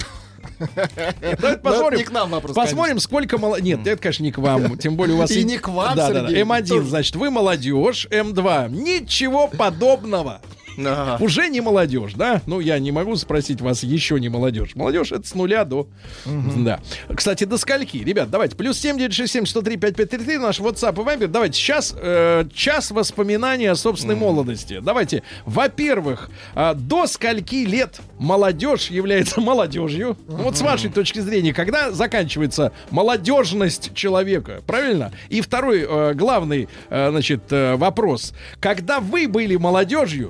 [SPEAKER 2] Давайте посмотрим.
[SPEAKER 3] не к нам вопрос,
[SPEAKER 2] Посмотрим, сколько молодежь. Нет, это, конечно, не к вам. Тем более у вас
[SPEAKER 3] И не к вам,
[SPEAKER 2] Да, да, да.
[SPEAKER 3] Сергей.
[SPEAKER 2] эм один,
[SPEAKER 3] Тоже.
[SPEAKER 2] значит, вы молодежь. эм два. Ничего подобного.
[SPEAKER 4] Ага.
[SPEAKER 2] Уже не молодежь, да? Ну, я не могу спросить вас, еще не молодежь. Молодежь это с нуля до... Да. Кстати, до скольки? Ребят, давайте. Плюс семь девять шесть семь сто три пять пять три три, наш WhatsApp и Viber. Давайте сейчас э, час воспоминаний о собственной молодости. Давайте. Во-первых, э, до скольки лет молодежь является молодежью? Ну, вот с вашей точки зрения, когда заканчивается молодежность человека? Правильно? И второй э, главный, э, значит, э, вопрос. Когда вы были молодежью,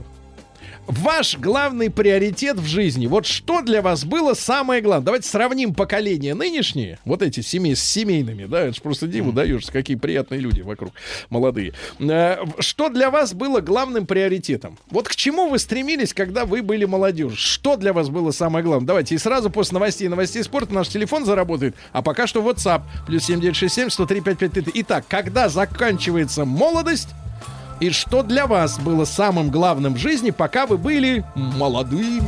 [SPEAKER 2] ваш главный приоритет в жизни, вот что для вас было самое главное? Давайте сравним поколения нынешние, вот эти семей с семейными, да, это же просто диву даешься, какие приятные люди вокруг, молодые. Э, Что для вас было главным приоритетом? Вот к чему вы стремились, когда вы были молодежью? Что для вас было самое главное? Давайте и сразу после новостей и новостей спорта наш телефон заработает, а пока что WhatsApp, плюс семь девять шесть семь сто три пять пять три. Итак, когда заканчивается молодость? И что для вас было самым главным в жизни, пока вы были молодыми?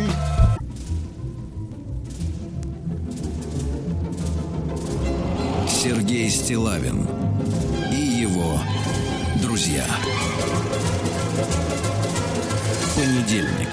[SPEAKER 1] Сергей Стиллавин и его друзья. Понедельник.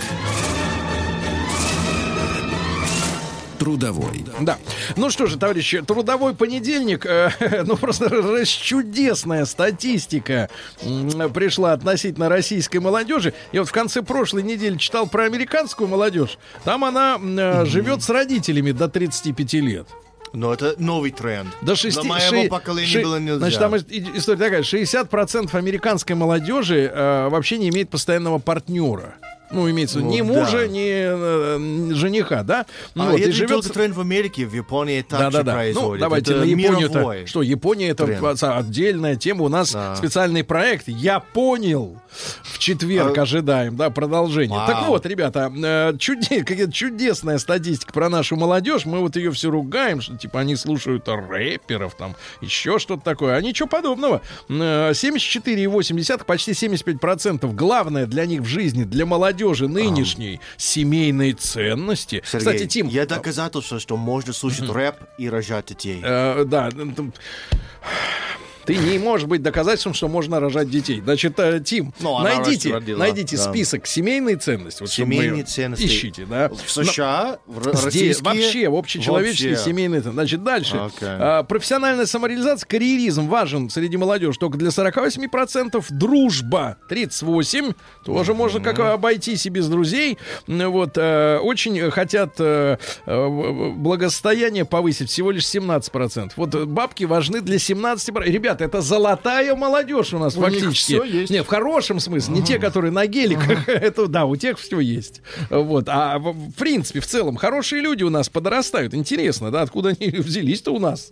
[SPEAKER 1] Трудовой.
[SPEAKER 2] Да. Ну что же, товарищи, трудовой понедельник. Э, ну просто чудесная статистика м, пришла относительно российской молодежи. Я вот в конце прошлой недели читал про американскую молодежь. Там она э, живет с родителями до тридцати пяти лет.
[SPEAKER 4] Но это новый тренд.
[SPEAKER 2] До шести,
[SPEAKER 4] До моего
[SPEAKER 2] ши-
[SPEAKER 4] поколения
[SPEAKER 2] ши-
[SPEAKER 4] было нельзя.
[SPEAKER 2] Значит, там и- история такая: шестьдесят процентов американской молодежи э, вообще не имеет постоянного партнера. Ну, имеется в виду,
[SPEAKER 4] Ну,
[SPEAKER 2] ни
[SPEAKER 4] да.
[SPEAKER 2] мужа, ни э, жениха, да? Ну,
[SPEAKER 4] А
[SPEAKER 2] вот, и
[SPEAKER 4] это не
[SPEAKER 2] живет
[SPEAKER 4] только
[SPEAKER 2] с-
[SPEAKER 4] тренд в Америке, в Японии так
[SPEAKER 2] да,
[SPEAKER 4] же
[SPEAKER 2] да, да.
[SPEAKER 4] происходит.
[SPEAKER 2] Ну, давайте
[SPEAKER 4] это
[SPEAKER 2] на Японию-то.
[SPEAKER 4] мировой.
[SPEAKER 2] Что, Япония это
[SPEAKER 4] тренд.
[SPEAKER 2] вот отдельная тема. У нас
[SPEAKER 4] Да.
[SPEAKER 2] специальный проект. Я понял. В четверг
[SPEAKER 4] А-
[SPEAKER 2] ожидаем, да, продолжение.
[SPEAKER 4] Вау.
[SPEAKER 2] Так вот, ребята, э, чуде- какая-то чудесная статистика про нашу молодежь. Мы вот ее все ругаем, что типа они слушают рэперов, там еще что-то такое. А ничего подобного. Э, семьдесят четыре и восемь десятых, почти семьдесят пять процентов. Главное для них в жизни, для молодежи нынешней, семейные ценности.
[SPEAKER 4] Сергей,
[SPEAKER 2] Кстати, Тим,
[SPEAKER 4] я доказательство, что можно слушать рэп и рожать детей.
[SPEAKER 2] Э, да, н- н- ты не можешь быть доказательством, что можно рожать детей. Значит, э, Тим,
[SPEAKER 4] Ну, она
[SPEAKER 2] найдите,
[SPEAKER 4] раз родила,
[SPEAKER 2] найдите
[SPEAKER 4] да.
[SPEAKER 2] список семейные ценности. Вот, чтобы
[SPEAKER 4] Семейные
[SPEAKER 2] мы-
[SPEAKER 4] ценности.
[SPEAKER 2] Ищите, да.
[SPEAKER 4] В США, в р-
[SPEAKER 2] Здесь
[SPEAKER 4] российские...
[SPEAKER 2] вообще общечеловеческие
[SPEAKER 4] вообще.
[SPEAKER 2] семейные ценности. Значит, дальше.
[SPEAKER 4] Окей.
[SPEAKER 2] А, профессиональная самореализация, карьеризм важен среди молодежи только для сорок восемь процентов. Дружба тридцать восемь процентов. Тоже можно как обойтись и без друзей. Ну, Вот, э, очень хотят э, э, благосостояние повысить всего лишь семнадцать процентов. Вот э, бабки важны для семнадцати процентов. Ребят, ребята, это золотая молодежь у нас
[SPEAKER 3] У них
[SPEAKER 2] фактически.
[SPEAKER 3] всё есть.
[SPEAKER 2] Не, в хорошем смысле, не те, которые на геликах. Это, да, у тех все есть. Вот. А в, в принципе, в целом, хорошие люди у нас подрастают. Интересно, да, откуда они взялись-то у нас?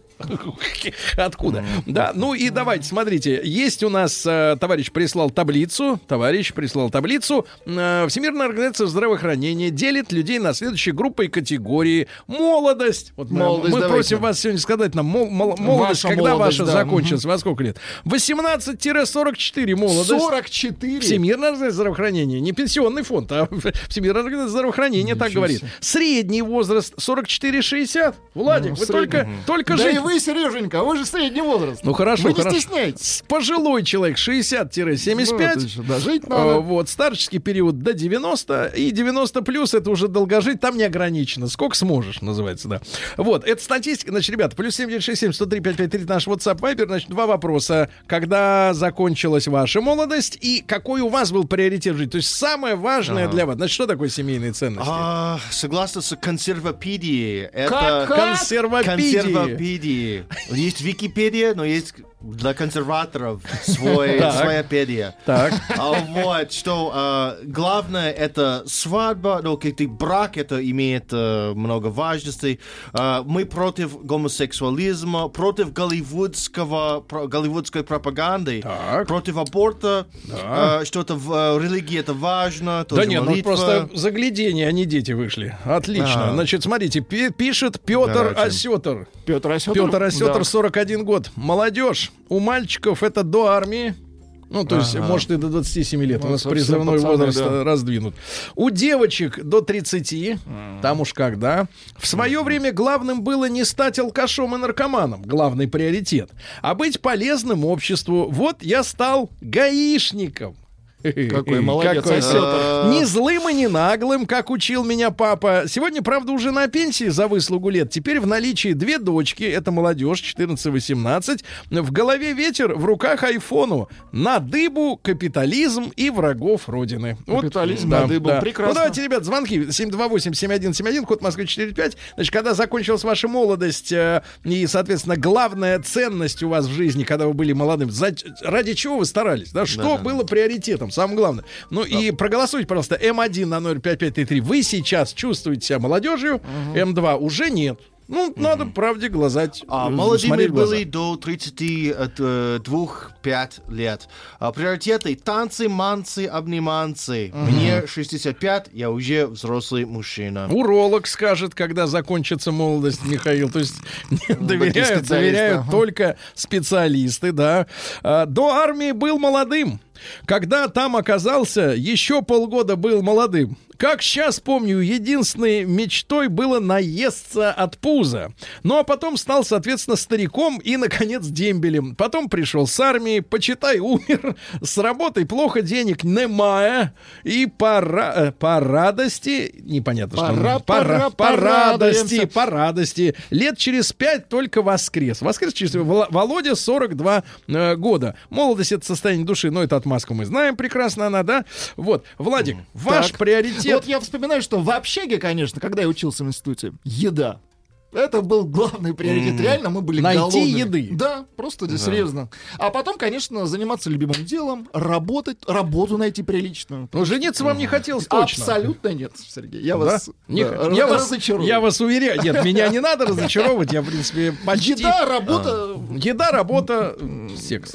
[SPEAKER 2] Откуда? Да, ну и давайте, смотрите, есть у нас, э, товарищ прислал таблицу, товарищ прислал таблицу. Э, Всемирная организация здравоохранения делит людей на следующие группы и категории. Молодость. Вот мы-
[SPEAKER 3] Молодость,
[SPEAKER 2] мы
[SPEAKER 3] давайте.
[SPEAKER 2] просим вас сегодня сказать нам, мол- мол- молодость,
[SPEAKER 3] Ваша
[SPEAKER 2] когда
[SPEAKER 3] молодость,
[SPEAKER 2] ваша
[SPEAKER 3] да.
[SPEAKER 2] закончилась, во сколько лет? восемнадцать-сорок четыре молодость.
[SPEAKER 3] сорок четыре.
[SPEAKER 2] Всемирная организация здравоохранения, не пенсионный фонд, а Всемирная организация здравоохранения так говорит. Средний возраст сорок четыре шестьдесят. Владик,
[SPEAKER 3] Ну,
[SPEAKER 2] вы
[SPEAKER 3] средний.
[SPEAKER 2] только, только
[SPEAKER 3] Да
[SPEAKER 2] жить.
[SPEAKER 3] и вы, Сереженька, вы же средний возраст.
[SPEAKER 2] Ну хорошо,
[SPEAKER 3] Вы не
[SPEAKER 2] хорошо.
[SPEAKER 3] стесняйтесь.
[SPEAKER 2] С- Пожилой человек шестьдесят-семьдесят пять.
[SPEAKER 3] Ну, это ещё, да, жить
[SPEAKER 2] Э,
[SPEAKER 3] надо.
[SPEAKER 2] Вот, старческий период до девяноста, и девяносто плюс это уже долгожить, там не ограничено. Сколько сможешь, называется, да. Вот, это статистика, значит, ребята, плюс семь девять шесть семь сто три пять пять три наш WhatsApp Viber, значит, два вопроса. Когда закончилась ваша молодость и какой у вас был приоритет в жизни? То есть самое важное для вас, значит, что такое семейные ценности?
[SPEAKER 4] А, согласно с консервопедией, это...
[SPEAKER 3] Как, как?
[SPEAKER 2] Консервопедия.
[SPEAKER 4] Консервопедия. Есть Википедия, но есть для консерваторов свой,
[SPEAKER 2] Так.
[SPEAKER 4] своя педия.
[SPEAKER 2] Так.
[SPEAKER 4] А вот, что а, главное, это свадьба, ну, как-то брак, это имеет а, много важности. А, мы против гомосексуализма, против голливудского, про- голливудской пропаганды,
[SPEAKER 2] Так.
[SPEAKER 4] против аборта, а, что-то в а, религии это важно, тоже
[SPEAKER 2] Да нет, ну
[SPEAKER 4] молитва.
[SPEAKER 2] просто заглядение, они дети вышли. Отлично.
[SPEAKER 4] А.
[SPEAKER 2] Значит, смотрите, пи- пишет Петр
[SPEAKER 4] Давайте.
[SPEAKER 2] Осетр.
[SPEAKER 3] Петр Осетр.
[SPEAKER 2] Петр Осетр,
[SPEAKER 3] Да.
[SPEAKER 2] сорок один год. Молодежь. У мальчиков это до армии. Ну, то есть, может, и до двадцати семи лет. У
[SPEAKER 3] Ну,
[SPEAKER 2] нас
[SPEAKER 3] совсем
[SPEAKER 2] призывной
[SPEAKER 3] пацаны,
[SPEAKER 2] возраст
[SPEAKER 3] да.
[SPEAKER 2] э, раздвинут. У девочек до тридцати. Там уж как, да. В свое время главным было не стать алкашом и наркоманом. Главный приоритет. А быть полезным обществу. Вот я стал гаишником.
[SPEAKER 3] Какой молодец,
[SPEAKER 2] Какой
[SPEAKER 3] Осетр.
[SPEAKER 2] Не злым и не наглым, как учил меня папа. Сегодня, правда, уже на пенсии за выслугу лет. Теперь в наличии две дочки. Это молодежь, четырнадцать-восемнадцать. В голове ветер, в руках айфону. На дыбу, капитализм и врагов Родины.
[SPEAKER 3] Капитализм на дыбу. Прекрасно.
[SPEAKER 2] Ну, давайте, ребят, звонки. семь два восемь семь один семь один, код Москвы четыре пять. Значит, когда закончилась ваша молодость э, и, соответственно, главная ценность у вас в жизни, когда вы были молодым, за- ради чего вы старались? Да? Что было приоритетом? Самое главное. Ну и проголосуйте, пожалуйста, эм один на ноль пять пять три три. Вы сейчас чувствуете себя молодежью, эм два уже нет. Ну, надо правде глазать.
[SPEAKER 4] А
[SPEAKER 2] э,
[SPEAKER 4] молодыми
[SPEAKER 2] смотреть в глаза.
[SPEAKER 4] были до тридцати двух-пяти лет. А, приоритеты танцы, манцы, обниманцы. Мне шестьдесят пять, я уже взрослый мужчина.
[SPEAKER 2] Уролог скажет, когда закончится молодость, Михаил. То есть доверяют,
[SPEAKER 3] специалисты,
[SPEAKER 2] доверяют
[SPEAKER 3] ага.
[SPEAKER 2] только специалисты, да. А, До армии был молодым. Когда там оказался, еще полгода был молодым. Как сейчас помню, единственной мечтой было наесться от пуза. Ну, а потом стал, соответственно, стариком и, наконец, дембелем. Потом пришел с армии, почитай, умер. С работой плохо, денег немає. И по, ра- по радости, непонятно, что...
[SPEAKER 3] Пора,
[SPEAKER 2] по,
[SPEAKER 3] пора,
[SPEAKER 2] ра- по радости,
[SPEAKER 3] порадуемся.
[SPEAKER 2] по радости. Лет через пять только воскрес. Воскрес через... Вол- Володя, сорок два э, года. Молодость — это состояние души, но это отмазку мы знаем прекрасно, она, да? Вот, Владик, ваш
[SPEAKER 3] Так.
[SPEAKER 2] приоритет...
[SPEAKER 3] Вот я вспоминаю, что в общаге, конечно, когда я учился в институте, еда. Это был главный приоритет. Реально, мы были
[SPEAKER 2] Найти
[SPEAKER 3] голодными.
[SPEAKER 2] еды.
[SPEAKER 3] Да, просто да. серьезно. А потом, конечно, заниматься любимым делом, работать, работу найти приличную.
[SPEAKER 2] Ну, жениться вам не хотелось точно.
[SPEAKER 3] Абсолютно нет, Сергей. Я
[SPEAKER 2] Да?
[SPEAKER 3] вас
[SPEAKER 2] Не
[SPEAKER 3] да,
[SPEAKER 2] х- я, вас,
[SPEAKER 3] разочарую.
[SPEAKER 2] я вас уверяю. Нет, меня не надо разочаровывать. Я, в принципе, почти...
[SPEAKER 3] Еда, работа.
[SPEAKER 2] Еда, работа, м, секс.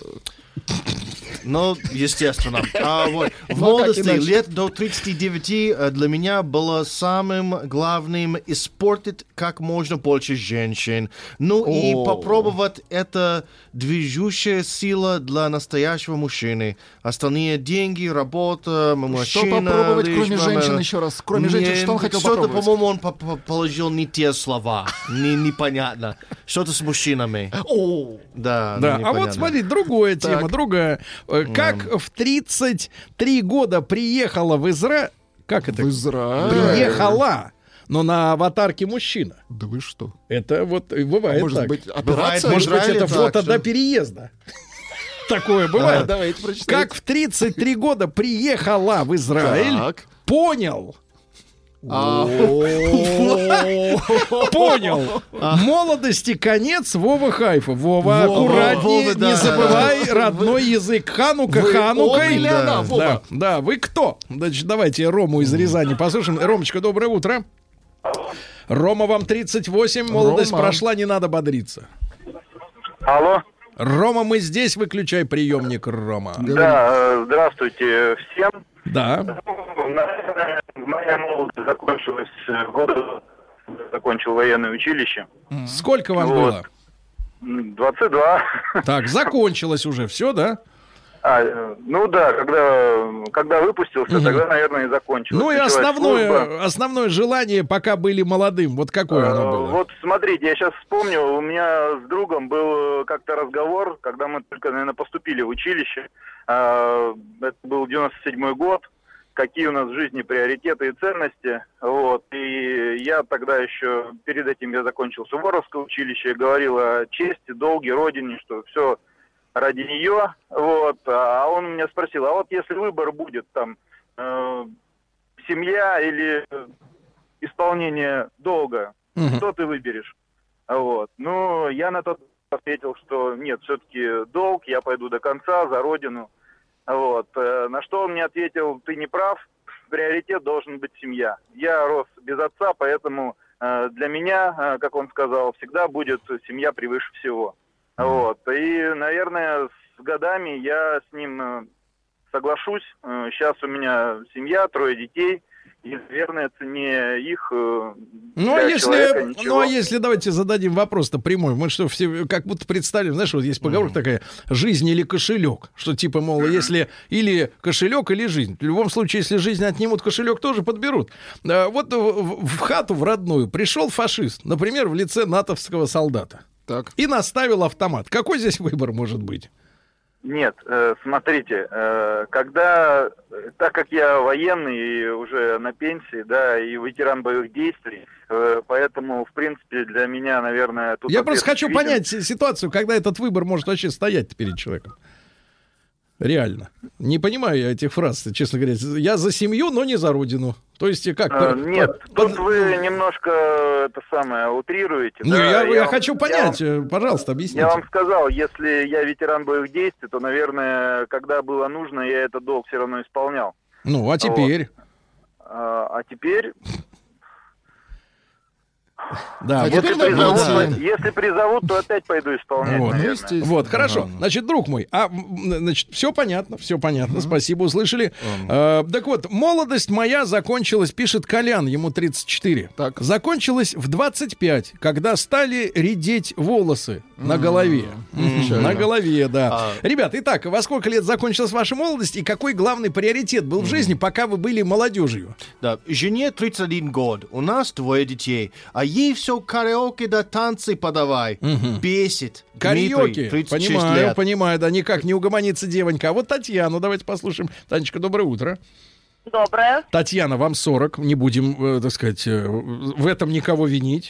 [SPEAKER 4] Ну, естественно. А вот в
[SPEAKER 3] Ну, а как
[SPEAKER 4] молодости
[SPEAKER 3] иначе?
[SPEAKER 4] лет до тридцати девяти э, для меня было самым главным испортить как можно больше женщин. Ну и
[SPEAKER 3] О.
[SPEAKER 4] попробовать это движущая сила для настоящего мужчины. Остальные деньги, работа, мужчина.
[SPEAKER 3] Что попробовать, кроме
[SPEAKER 4] лишь,
[SPEAKER 3] женщин,
[SPEAKER 4] мама,
[SPEAKER 3] еще раз? Кроме женщин,
[SPEAKER 4] не,
[SPEAKER 3] что он хотел
[SPEAKER 4] Что-то,
[SPEAKER 3] попробовать?
[SPEAKER 4] по-моему, он по- по- положил не те слова. Не, непонятно. Что-то с мужчинами.
[SPEAKER 3] О,
[SPEAKER 4] Да,
[SPEAKER 2] Да, а
[SPEAKER 4] непонятно.
[SPEAKER 2] вот смотри, другая тема,
[SPEAKER 3] Так.
[SPEAKER 2] другая. Э, Как в тридцать три года приехала в Израиль... Как это?
[SPEAKER 3] в Израиль.
[SPEAKER 2] Приехала, но на аватарке мужчина.
[SPEAKER 3] Да вы что?
[SPEAKER 2] Это вот и бывает
[SPEAKER 3] Может
[SPEAKER 2] так.
[SPEAKER 3] быть,
[SPEAKER 4] Бывает,
[SPEAKER 3] операция?
[SPEAKER 2] Может быть,
[SPEAKER 4] Израиле
[SPEAKER 2] это
[SPEAKER 4] так,
[SPEAKER 2] фото
[SPEAKER 4] что-
[SPEAKER 2] до переезда. Такое
[SPEAKER 3] Да,
[SPEAKER 2] бывает.
[SPEAKER 3] давайте прочитайте.
[SPEAKER 2] Как в тридцать три года приехала в Израиль,
[SPEAKER 3] Так.
[SPEAKER 2] понял, Понял. Молодости конец, Вова Хайфа. Вова, аккуратнее, не забывай родной язык. Ханука, Ханукой. Да, да, вы кто? Значит, давайте Рому из Рязани послушаем. Ромочка, доброе утро. Рома, вам тридцать восемь, молодость прошла, не надо бодриться.
[SPEAKER 6] Алло.
[SPEAKER 2] Рома, мы здесь, выключай приемник, Рома.
[SPEAKER 6] Да, здравствуйте всем.
[SPEAKER 2] Да.
[SPEAKER 6] Наверное, моя молодость закончилась года, закончил военное училище.
[SPEAKER 2] Сколько вам
[SPEAKER 6] вот.
[SPEAKER 2] было?
[SPEAKER 6] двадцать два.
[SPEAKER 2] Так, закончилось уже все, да?
[SPEAKER 6] А, ну да, когда, когда выпустился, угу. тогда, наверное, и закончилось.
[SPEAKER 2] Ну и основное, основное желание, пока были молодым, вот какое оно было?
[SPEAKER 6] Вот смотрите, я сейчас вспомню, у меня с другом был как-то разговор, когда мы только, наверное, поступили в училище. Это был девяносто седьмой год, какие у нас в жизни приоритеты и ценности. Вот. И я тогда еще, перед этим я закончил Суворовское училище, говорил о чести, долге, родине, что все ради нее. Вот. А он меня спросил, а вот если выбор будет там э, семья или исполнение долга, угу. что ты выберешь? Вот. Ну, я на тот ответил, что нет, все-таки долг, я пойду до конца за родину. Вот. На что он мне ответил, ты не прав, приоритет должен быть семья. Я рос без отца, поэтому э, для меня, э, как он сказал, всегда будет семья превыше всего. Вот. И, наверное, с годами я с ним э, соглашусь. Э, сейчас у меня семья, трое детей. И, наверное, цене их э,
[SPEAKER 2] ну, а если, ну, а если, давайте зададим вопрос-то прямой. Мы что, все как будто представим, знаешь, вот есть поговорка mm-hmm. такая, жизнь или кошелек. Что типа, мол, mm-hmm. если или кошелек, или жизнь. В любом случае, если жизнь отнимут, кошелек тоже подберут. А, вот в, в хату, в родную, пришел фашист, например, в лице натовского солдата. Так. И наставил автомат. Какой здесь выбор может быть?
[SPEAKER 6] Нет, э, смотрите, э, когда, так как я военный и уже на пенсии, да, и ветеран боевых действий, э, поэтому, в принципе, для меня, наверное, тут...
[SPEAKER 2] Я просто хочу виден. понять ситуацию, когда этот выбор может вообще стоять перед человеком. Реально. Не понимаю я этих фраз, честно говоря. Я за семью, но не за родину. То есть как?
[SPEAKER 6] А, нет, под... тут вы немножко это самое утрируете.
[SPEAKER 2] Ну,
[SPEAKER 6] да?
[SPEAKER 2] я, я,
[SPEAKER 6] я
[SPEAKER 2] хочу
[SPEAKER 6] вам,
[SPEAKER 2] понять,
[SPEAKER 6] я вам,
[SPEAKER 2] пожалуйста, объясните.
[SPEAKER 6] Я вам сказал, если я ветеран боевых действий, то, наверное, когда было нужно, я этот долг все равно исполнял.
[SPEAKER 2] Ну, а теперь?
[SPEAKER 6] Вот. А, а теперь...
[SPEAKER 2] Да,
[SPEAKER 6] а
[SPEAKER 2] вот
[SPEAKER 6] если, призовут, да. если призовут, то опять пойду исполнять.
[SPEAKER 2] Вот,
[SPEAKER 6] ну,
[SPEAKER 2] вот хорошо. Ага. Значит, друг мой, а значит, все понятно, все понятно. Угу. Спасибо, услышали. Угу. А, так вот, молодость моя закончилась, пишет Колян, ему тридцать четыре. Так. Закончилась в двадцать пять, когда стали редеть волосы угу. на голове. Угу. На голове, да. А... Ребят, итак, во сколько лет закончилась ваша молодость и какой главный приоритет был угу. в жизни, пока вы были молодежью?
[SPEAKER 4] Да, жене тридцать один год, у нас двое детей, а ей все караоке да танцы подавай. Угу. Бесит.
[SPEAKER 2] Караоке, понимаю, лет. понимаю, да, никак не угомонится девонька. А вот Татьяну давайте послушаем. Танечка, доброе утро.
[SPEAKER 7] Доброе.
[SPEAKER 2] Татьяна, вам сорок, не будем, э, так сказать, э, в этом никого винить.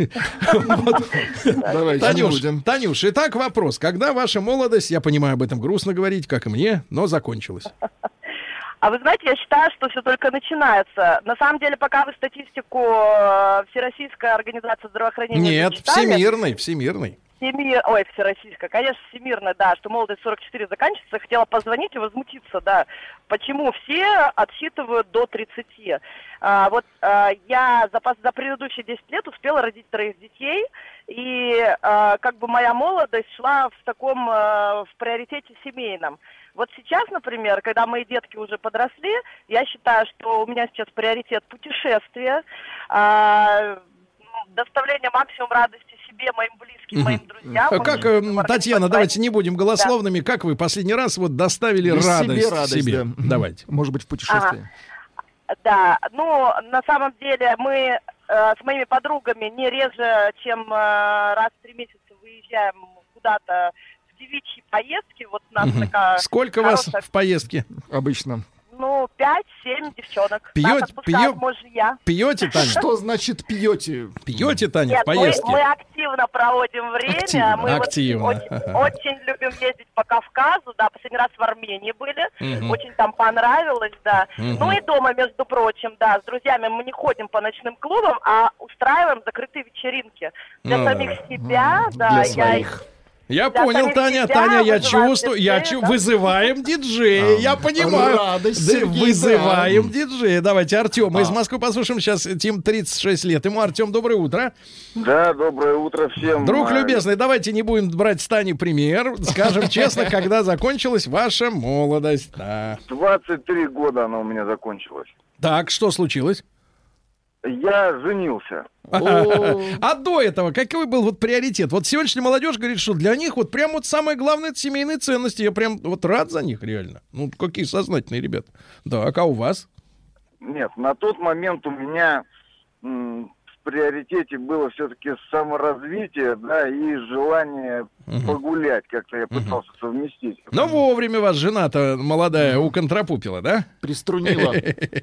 [SPEAKER 2] Танюш, итак вопрос. Когда ваша молодость, я понимаю, об этом грустно говорить, как и мне, но закончилась?
[SPEAKER 7] А вы знаете, я считаю, что все только начинается. На самом деле, пока вы статистику Всероссийской организации здравоохранения
[SPEAKER 2] Нет, читали, всемирной, всемирной.
[SPEAKER 7] Всемир... Ой, всероссийская, конечно, всемирная, да, что молодость сорок четыре заканчивается. Хотела позвонить и возмутиться, да. Почему все отсчитывают до тридцати? А, вот а, я за, за предыдущие десять лет успела родить троих детей, и а, как бы моя молодость шла в таком, а, в приоритете семейном. Вот сейчас, например, когда мои детки уже подросли, я считаю, что у меня сейчас приоритет путешествия, э, доставление максимум радости себе, моим близким, угу. моим друзьям.
[SPEAKER 2] А как, э, Татьяна, давайте не будем голословными. Да. Как вы последний раз вот доставили Без радость себе? Радость, себе? Да. Давайте.
[SPEAKER 3] Может быть, в путешествии.
[SPEAKER 7] Ага. Да, ну, на самом деле мы э, с моими подругами не реже, чем э, раз в три месяца выезжаем куда-то девичьи поездки. Вот у нас
[SPEAKER 2] угу.
[SPEAKER 7] такая
[SPEAKER 2] Сколько
[SPEAKER 7] хорошая...
[SPEAKER 2] вас в поездке обычно?
[SPEAKER 7] Ну, пять-семь девчонок.
[SPEAKER 2] Пьете,
[SPEAKER 7] Нас отпускают
[SPEAKER 2] пьё-
[SPEAKER 7] мужья.
[SPEAKER 2] Пьете, Таня?
[SPEAKER 3] Что значит пьете?
[SPEAKER 2] Пьете, Таня,
[SPEAKER 7] Нет,
[SPEAKER 2] в поездке?
[SPEAKER 7] Мы, мы активно проводим время.
[SPEAKER 3] Активно.
[SPEAKER 7] Мы вот
[SPEAKER 2] Активно.
[SPEAKER 7] очень, очень любим ездить по Кавказу. Да, последний раз в Армении были.
[SPEAKER 2] Мгм.
[SPEAKER 7] Очень там понравилось, да.
[SPEAKER 2] Мгм.
[SPEAKER 7] Ну и дома, между прочим, да, с друзьями мы не ходим по ночным клубам, а устраиваем закрытые вечеринки для
[SPEAKER 2] Ну,
[SPEAKER 7] самих себя. Да,
[SPEAKER 3] Для
[SPEAKER 7] я
[SPEAKER 3] своих.
[SPEAKER 2] Я
[SPEAKER 7] Для
[SPEAKER 2] понял,
[SPEAKER 7] самих
[SPEAKER 2] Таня,
[SPEAKER 7] себя
[SPEAKER 2] Таня, я
[SPEAKER 7] вызываем
[SPEAKER 2] чувствую, я
[SPEAKER 7] диджея,
[SPEAKER 2] чу-
[SPEAKER 7] да?
[SPEAKER 2] вызываем диджея, я понимаю.
[SPEAKER 3] Радость,
[SPEAKER 2] Да,
[SPEAKER 3] Сергей,
[SPEAKER 2] вызываем
[SPEAKER 3] да.
[SPEAKER 2] диджея. Давайте Артема из
[SPEAKER 3] А.
[SPEAKER 2] Москвы послушаем. Сейчас Тим тридцать шесть лет. Ему, Артем, доброе утро.
[SPEAKER 6] Да, доброе утро всем.
[SPEAKER 2] Друг
[SPEAKER 6] А,
[SPEAKER 2] любезный, давайте не будем брать с Тани пример. Скажем честно, когда закончилась ваша молодость. Да.
[SPEAKER 6] двадцать три года она у меня закончилась.
[SPEAKER 2] Так, что случилось?
[SPEAKER 6] Я женился.
[SPEAKER 2] А до этого какой был вот приоритет? Вот сегодняшняя молодежь говорит, что для них вот прям вот самое главное — это семейные ценности. Я прям вот рад за них реально. Ну, какие сознательные ребята. Так, а у вас?
[SPEAKER 6] Нет, на тот момент у меня м, в приоритете было все-таки саморазвитие, да, и желание погулять, как-то я пытался совместить.
[SPEAKER 2] Но вовремя вас жена-то молодая уконтрапупила, да?
[SPEAKER 3] Приструнила.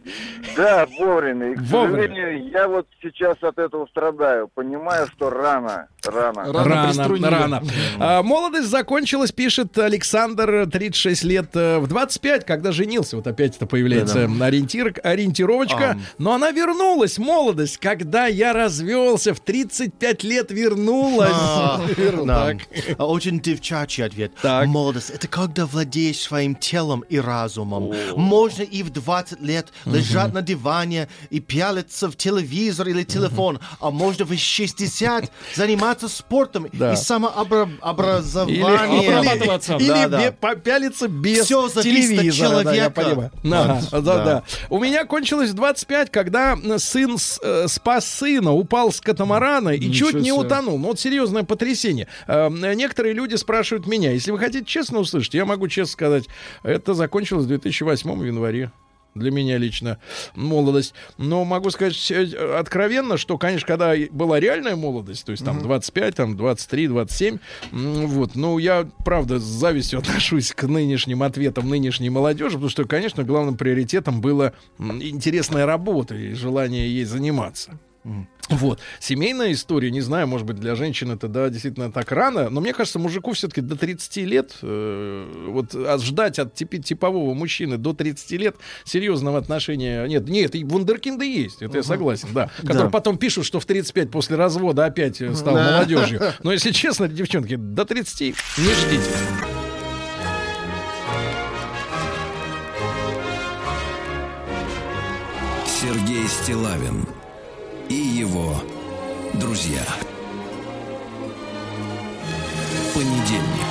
[SPEAKER 6] Да, вовремя. И, к
[SPEAKER 2] Вовремя.
[SPEAKER 6] сожалению, я вот сейчас от этого страдаю, понимаю, что рано, рано.
[SPEAKER 3] Рано
[SPEAKER 2] Рано,
[SPEAKER 3] приструнили.
[SPEAKER 2] рано. А, молодость закончилась, пишет Александр, тридцать шесть лет, э, в двадцать пять, когда женился. Вот опять это появляется ориентир, ориентировочка.
[SPEAKER 4] Ам.
[SPEAKER 2] Но она вернулась, молодость, когда я развелся, в тридцать пять лет вернулась.
[SPEAKER 4] А,
[SPEAKER 2] Верну-
[SPEAKER 4] да.
[SPEAKER 2] так.
[SPEAKER 4] А, Очень девчачий ответ.
[SPEAKER 2] Так.
[SPEAKER 4] Молодость — это когда владеешь своим телом и разумом. Можно и в двадцать лет лежать на диване и пялиться в телевизор или телефон, а можно в шестьдесят заниматься спортом
[SPEAKER 2] Да.
[SPEAKER 4] и самообразованием.
[SPEAKER 3] Обрабатываться.
[SPEAKER 2] Или
[SPEAKER 4] Да, да.
[SPEAKER 2] бе- попялиться без
[SPEAKER 4] Всё зависит от
[SPEAKER 2] телевизора. Да, я
[SPEAKER 4] человека.
[SPEAKER 2] понимаю. Ага, да,
[SPEAKER 4] Да.
[SPEAKER 2] да. У меня кончилось в двадцать пять, когда сын с- э, спас сына, упал с катамарана и
[SPEAKER 3] Ничего
[SPEAKER 2] чуть не
[SPEAKER 3] себе.
[SPEAKER 2] утонул. Ну, вот серьезное потрясение. Э, Некоторые люди спрашивают меня, если вы хотите честно услышать, я могу честно сказать, это закончилось в две тысячи восьмом в январе. Для меня лично молодость. Но могу сказать э, откровенно, что, конечно, когда была реальная молодость, то есть там двадцать пять, там двадцать три, двадцать семь, м, вот, ну, я, правда, с завистью отношусь к нынешним ответам нынешней молодежи, потому что, конечно, главным приоритетом было м, интересная работа и желание ей заниматься. Вот. Семейная история, не знаю, может быть, для женщин это, да, действительно так рано, но мне кажется, мужику все-таки до тридцати лет, э, вот а ждать от типи- типового мужчины до тридцати лет серьезного отношения, нет, нет, и вундеркинды есть, это я согласен, да, которые
[SPEAKER 4] Да.
[SPEAKER 2] потом пишут, что в тридцать пять после развода опять э, стал
[SPEAKER 4] Да.
[SPEAKER 2] молодежью. Но если честно, девчонки, до тридцати не ждите.
[SPEAKER 1] Сергей Стиллавин и его друзья. Понедельник.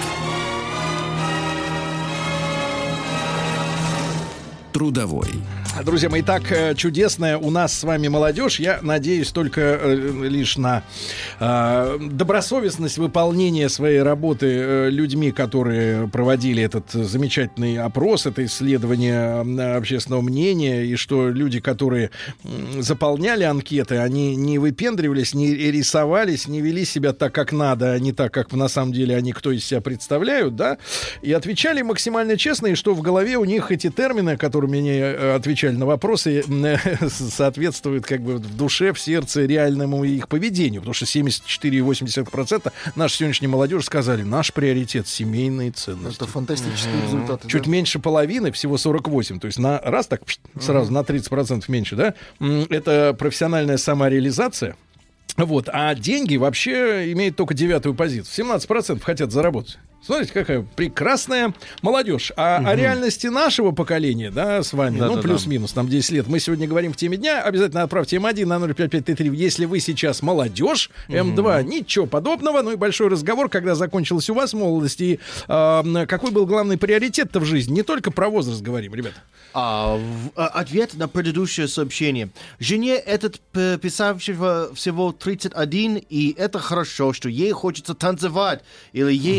[SPEAKER 1] Трудовой.
[SPEAKER 2] Друзья мои, так э, чудесная у нас с вами молодежь. Я надеюсь только э, лишь на э, добросовестность выполнения своей работы э, людьми, которые проводили этот замечательный опрос, это исследование э, общественного мнения, и что люди, которые м, заполняли анкеты, они не выпендривались, не рисовались, не вели себя так, как надо, а не так, как на самом деле они кто из себя представляют, да, и отвечали максимально честно, и что в голове у них эти термины, которыми они э, отвечали на вопросы, соответствуют как бы в душе, в сердце реальному их поведению. Потому что семьдесят четыре целых восемь десятых процента нашей сегодняшней молодежи сказали, наш приоритет — семейные ценности.
[SPEAKER 3] Это фантастические результаты.
[SPEAKER 2] Чуть
[SPEAKER 3] да.
[SPEAKER 2] меньше половины, всего сорок восемь. То есть на раз так пш, сразу на тридцать процентов меньше, да? М, Это профессиональная самореализация. Вот. А деньги вообще имеют только девятую позицию. семнадцать процентов хотят заработать. Смотрите, какая прекрасная молодежь. А о реальности нашего поколения, да, с вами,
[SPEAKER 4] Да,
[SPEAKER 2] ну,
[SPEAKER 4] да,
[SPEAKER 2] плюс-минус, там десять лет. Мы сегодня говорим в теме дня. Обязательно отправьте эм один на ноль пять пять три три. Если вы сейчас молодежь, эм два, ничего подобного. Ну и большой разговор, когда закончилась у вас молодость. И э, какой был главный приоритет-то в жизни? Не только про возраст говорим, ребята.
[SPEAKER 4] А, в- а, ответ на предыдущее сообщение. Жене этот п- писавшего всего тридцать один, и это хорошо, что ей хочется танцевать, или ей, наде-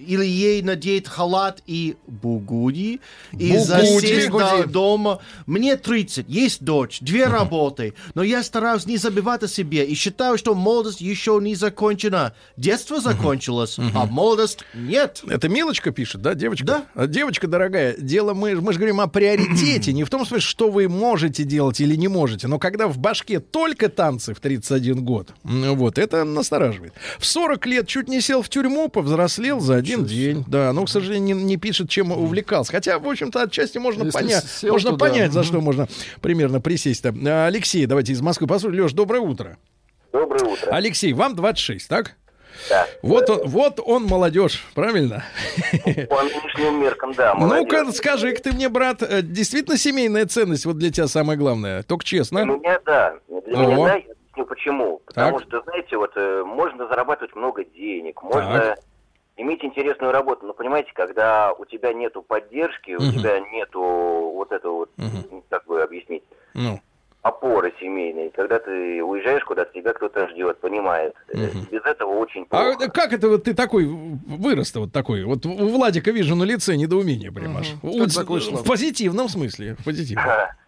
[SPEAKER 4] или ей надеть халат и бугуди, и
[SPEAKER 2] Бугуди.
[SPEAKER 4] засесть до дома. Мне тридцать, есть дочь, две работы, но я стараюсь не забывать о себе и считаю, что молодость еще не закончена. Детство закончилось, а молодость нет.
[SPEAKER 2] Это Милочка пишет, да, девочка?
[SPEAKER 4] Да.
[SPEAKER 2] А, девочка дорогая, дело мы, мы же говорим о приоритете, не в том смысле, что вы можете делать или не можете, но когда в башке только танцы в тридцать один год, м, вот, это настораживает. В сорок лет чуть не сел в тюрьму, повзрослел за один день, да, но, к сожалению, не, не пишет, чем увлекался. Хотя, в общем-то, отчасти можно,
[SPEAKER 3] Если
[SPEAKER 2] поня-
[SPEAKER 3] сел,
[SPEAKER 2] можно
[SPEAKER 3] то
[SPEAKER 2] понять,
[SPEAKER 3] да.
[SPEAKER 2] за что можно примерно присесть-то. А, Алексей, давайте из Москвы послушаем. Леш, доброе утро.
[SPEAKER 8] Доброе утро.
[SPEAKER 2] Алексей, вам двадцать шесть, так?
[SPEAKER 8] Да.
[SPEAKER 2] Вот он, вот он молодежь, правильно?
[SPEAKER 8] По нынешним меркам, да. молодец.
[SPEAKER 2] Ну-ка, скажи-ка ты мне, брат, э, действительно семейная ценность вот для тебя самая главная? Только
[SPEAKER 8] Для
[SPEAKER 2] честно.
[SPEAKER 8] меня, да. Для
[SPEAKER 2] О.
[SPEAKER 8] меня, да, я объясню почему. Потому
[SPEAKER 2] Так.
[SPEAKER 8] что, знаете, вот э, можно зарабатывать много денег, можно иметь интересную работу, но, понимаете, когда у тебя нету поддержки, у
[SPEAKER 2] Мгм.
[SPEAKER 8] тебя нету вот этого вот,
[SPEAKER 2] Мгм.
[SPEAKER 8] как бы объяснить,
[SPEAKER 2] Ну,
[SPEAKER 8] опоры семейной, когда ты уезжаешь куда-то, тебя кто-то ждет, понимает. Э,
[SPEAKER 2] Мгм.
[SPEAKER 8] Без этого очень
[SPEAKER 2] а
[SPEAKER 8] плохо.
[SPEAKER 2] как это вот ты такой вырос-то вот такой? Вот у Владика вижу на лице недоумение прям аж.
[SPEAKER 3] Мгм.
[SPEAKER 2] У-
[SPEAKER 3] Как так вышло?
[SPEAKER 2] В позитивном смысле, в позитивном.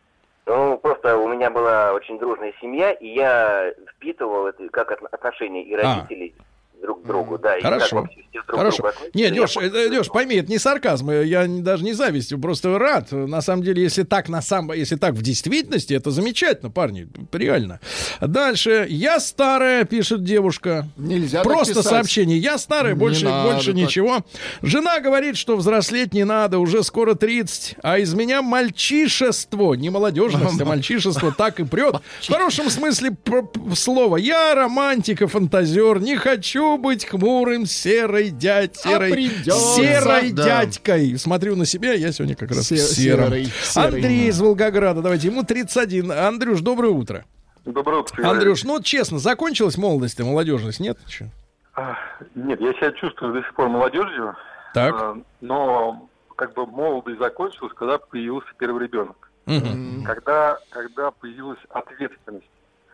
[SPEAKER 8] Ну, просто у меня была очень дружная семья, и я впитывал это как от- отношения и
[SPEAKER 2] А.
[SPEAKER 8] родителей друг к другу, да, и
[SPEAKER 2] Хорошо.
[SPEAKER 8] как вообще все друг к
[SPEAKER 2] Хорошо.
[SPEAKER 8] другу относятся.
[SPEAKER 2] Не,
[SPEAKER 8] Я
[SPEAKER 2] Леш,
[SPEAKER 8] просто-
[SPEAKER 2] Леш, пойми, это не сарказм, я не- даже не зависть, просто рад. На самом деле, если так на самом, если так в действительности, это замечательно, парни, реально. Дальше. Я старая, пишет девушка.
[SPEAKER 3] Нельзя так
[SPEAKER 2] Просто
[SPEAKER 3] писать.
[SPEAKER 2] сообщение. Я старая,
[SPEAKER 3] Не
[SPEAKER 2] больше,
[SPEAKER 3] надо
[SPEAKER 2] больше
[SPEAKER 3] так.
[SPEAKER 2] ничего. Жена говорит, что взрослеть не надо, уже скоро тридцать, а из меня мальчишество, не молодежность, а мальчишество так и прет. В хорошем смысле п- п- слова. Я романтик и фантазер, не хочу быть хмурым серой дядь, серой,
[SPEAKER 3] придется,
[SPEAKER 2] серой
[SPEAKER 4] да.
[SPEAKER 2] дядькой. Смотрю на себя, я сегодня как раз
[SPEAKER 3] Се-
[SPEAKER 2] в сером.
[SPEAKER 3] серый, серый.
[SPEAKER 2] Андрей из Волгограда, давайте, ему тридцать один. Андрюш, доброе утро.
[SPEAKER 6] Доброе утро.
[SPEAKER 2] Андрюш, ну честно, закончилась молодость и молодежность, нет еще?
[SPEAKER 6] А, Нет, я себя чувствую до сих пор молодежью,
[SPEAKER 2] Так.
[SPEAKER 6] а, но как бы молодость закончилась, когда появился первый ребенок.
[SPEAKER 2] Мгм.
[SPEAKER 6] Когда, когда появилась ответственность.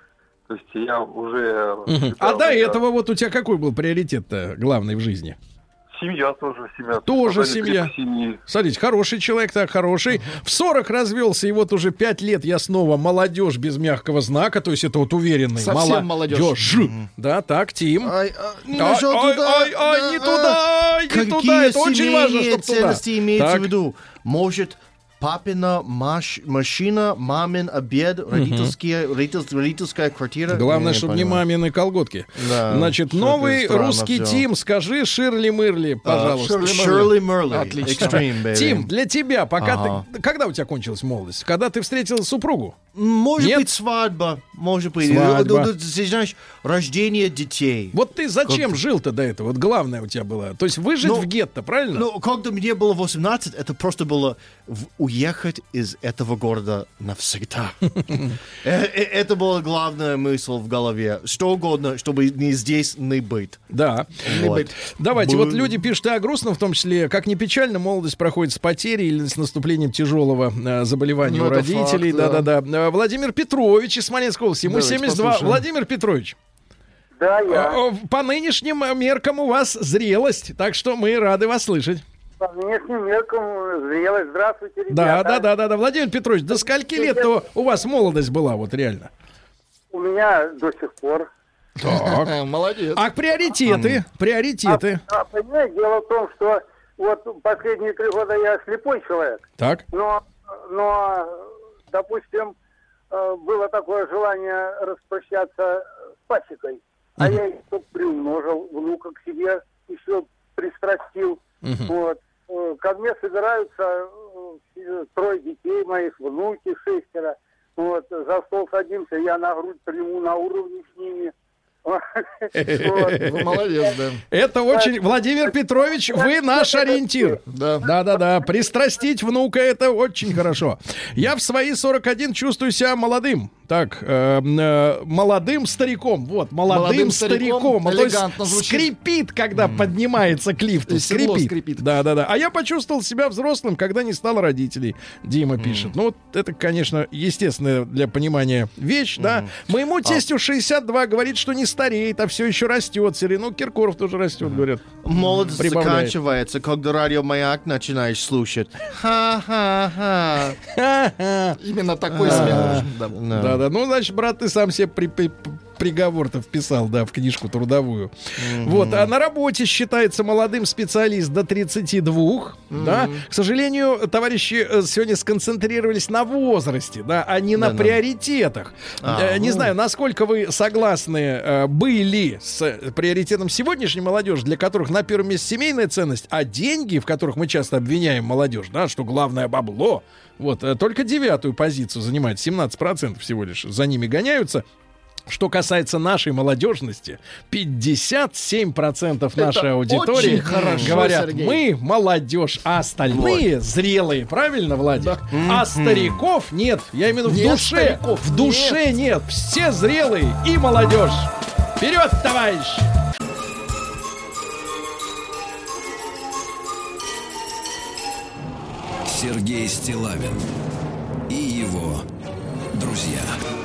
[SPEAKER 6] То есть я уже...
[SPEAKER 2] Мгм. А
[SPEAKER 6] считал,
[SPEAKER 2] до
[SPEAKER 6] я-
[SPEAKER 2] этого вот у тебя какой был приоритет-то главный в жизни?
[SPEAKER 6] Семья тоже, семья.
[SPEAKER 2] Тоже
[SPEAKER 6] Создание
[SPEAKER 2] семья.
[SPEAKER 6] крепкой семьи.
[SPEAKER 2] Смотрите, хороший человек, так хороший. В сорок развелся, и вот уже пять лет я снова молодежь без мягкого знака, то есть это вот уверенный.
[SPEAKER 3] Совсем молодежь.
[SPEAKER 2] молодежь. Да, так, Тим.
[SPEAKER 4] Ай, а, не
[SPEAKER 2] Ай,
[SPEAKER 4] нашел
[SPEAKER 2] ай,
[SPEAKER 4] туда,
[SPEAKER 2] ай, ай,
[SPEAKER 4] да,
[SPEAKER 2] не
[SPEAKER 4] а.
[SPEAKER 2] туда, не
[SPEAKER 4] Какие
[SPEAKER 2] туда. Это очень важно,
[SPEAKER 4] семейные
[SPEAKER 2] чтобы туда.
[SPEAKER 4] ценности имеется
[SPEAKER 2] Так.
[SPEAKER 4] в виду? Может, папина маш- машина, мамин обед, родительские, родитель- родительская квартира?
[SPEAKER 2] Главное,
[SPEAKER 4] Не
[SPEAKER 2] чтобы не
[SPEAKER 4] понимаю.
[SPEAKER 2] мамины колготки.
[SPEAKER 4] Да,
[SPEAKER 2] Значит,
[SPEAKER 4] что-то
[SPEAKER 2] новый
[SPEAKER 4] странно
[SPEAKER 2] русский
[SPEAKER 4] всё.
[SPEAKER 2] Тим, скажи Ширли Мырли, пожалуйста.
[SPEAKER 3] Ширли
[SPEAKER 4] Ширли Мерли.
[SPEAKER 3] Отлично.
[SPEAKER 4] Extreme, baby.
[SPEAKER 2] Тим, для тебя, пока
[SPEAKER 4] Ага.
[SPEAKER 2] ты... Когда у тебя кончилась молодость? Когда ты встретил супругу?
[SPEAKER 4] Может
[SPEAKER 2] Нет?
[SPEAKER 4] быть, свадьба. Может быть.
[SPEAKER 2] Свадьба.
[SPEAKER 4] Ну, Ты знаешь, рождение детей.
[SPEAKER 2] Вот ты зачем жил-то до этого? Вот главное у тебя было. То есть выжить
[SPEAKER 4] Ну,
[SPEAKER 2] в гетто, правильно?
[SPEAKER 4] Ну, когда мне было восемнадцать, это просто было в- уехать из этого города навсегда. Э, э, Это была главная мысль в голове. Что угодно, чтобы не здесь не быть.
[SPEAKER 2] Да.
[SPEAKER 4] Вот.
[SPEAKER 2] Давайте,
[SPEAKER 4] Бы-
[SPEAKER 2] вот люди пишут и о грустном, в том числе, как ни печально, молодость проходит с потерей или с наступлением тяжелого э, заболевания
[SPEAKER 3] Ну,
[SPEAKER 2] у
[SPEAKER 3] это
[SPEAKER 2] родителей.
[SPEAKER 3] факт, да.
[SPEAKER 2] Да-да-да. Э, Владимир Петрович из Смоленской области, ему
[SPEAKER 3] Давайте
[SPEAKER 2] семьдесят два.
[SPEAKER 3] послушаем.
[SPEAKER 2] Владимир Петрович,
[SPEAKER 5] Да, я.
[SPEAKER 2] э, э, по нынешним меркам у вас зрелость, так что мы рады вас слышать.
[SPEAKER 5] По внешним меркам зрелость. Здравствуйте, ребята.
[SPEAKER 2] Да, да, да, да, да. Владимир Петрович, до скольки лет-то у вас молодость была, вот реально?
[SPEAKER 5] У меня до сих пор.
[SPEAKER 2] Так.
[SPEAKER 3] Молодец.
[SPEAKER 2] А приоритеты, приоритеты.
[SPEAKER 5] А, понимаете, дело в том, что вот последние три года я слепой человек.
[SPEAKER 2] Так.
[SPEAKER 5] Но, но, допустим, э, было такое желание распрощаться с пасекой. А я еще приумножил, внука к себе еще пристрастил. Вот. Э, Ко мне собираются э, трое детей моих, внуки шестеро. Вот. За стол садимся, я на грудь приму на уровне с ними. Вот.
[SPEAKER 3] Вы молодец, да.
[SPEAKER 2] Это очень... Владимир Петрович, вы наш ориентир.
[SPEAKER 3] Да.
[SPEAKER 2] Да-да-да, пристрастить внука — это очень хорошо. Я в свои сорок один чувствую себя молодым. Так, э, э, молодым стариком. Вот, молодым, молодым стариком. стариком.
[SPEAKER 3] Элегантно
[SPEAKER 2] То есть
[SPEAKER 3] звучит.
[SPEAKER 2] Скрипит, когда mm. поднимается к лифту. Скрипит. скрипит. Да, да, да. А я почувствовал себя взрослым, когда не стало родителей. Дима mm. пишет. Ну, вот это, конечно, естественная для понимания вещь, mm. да. Моему тестю шестьдесят два, говорит, что не стареет, а все еще растет. Ну, Киркоров тоже растет, mm. говорят.
[SPEAKER 4] Молодость
[SPEAKER 2] Прибавляет.
[SPEAKER 4] заканчивается, когда радио «Маяк» начинаешь слушать. Ха-ха-ха.
[SPEAKER 3] Именно такой смех.
[SPEAKER 2] Да. Да, ну, значит, брат, ты сам себе при, при, приговор-то вписал, да, в книжку трудовую. Mm-hmm. Вот, а на работе считается молодым специалист до тридцати двух, mm-hmm. да. К сожалению, товарищи сегодня сконцентрировались на возрасте, да, а не на да, приоритетах. А, не ну. знаю, насколько вы согласны э, были с приоритетом сегодняшней молодежи, для которых на первом месте семейная ценность, а деньги, в которых мы часто обвиняем молодежь, да, что главное бабло, вот, только девятую позицию занимает, семнадцать процентов всего лишь за ними гоняются. Что касается нашей молодежности, пятьдесят семь процентов нашей аудитории хорошо, говорят, Сергей. Мы молодежь, а остальные вот. Зрелые, правильно, Владик? Да. А стариков нет, я имею в виду в душе, стариков, в душе нет. нет, все зрелые и молодежь. Вперед, товарищ!
[SPEAKER 1] Сергей Стиллавин и его друзья.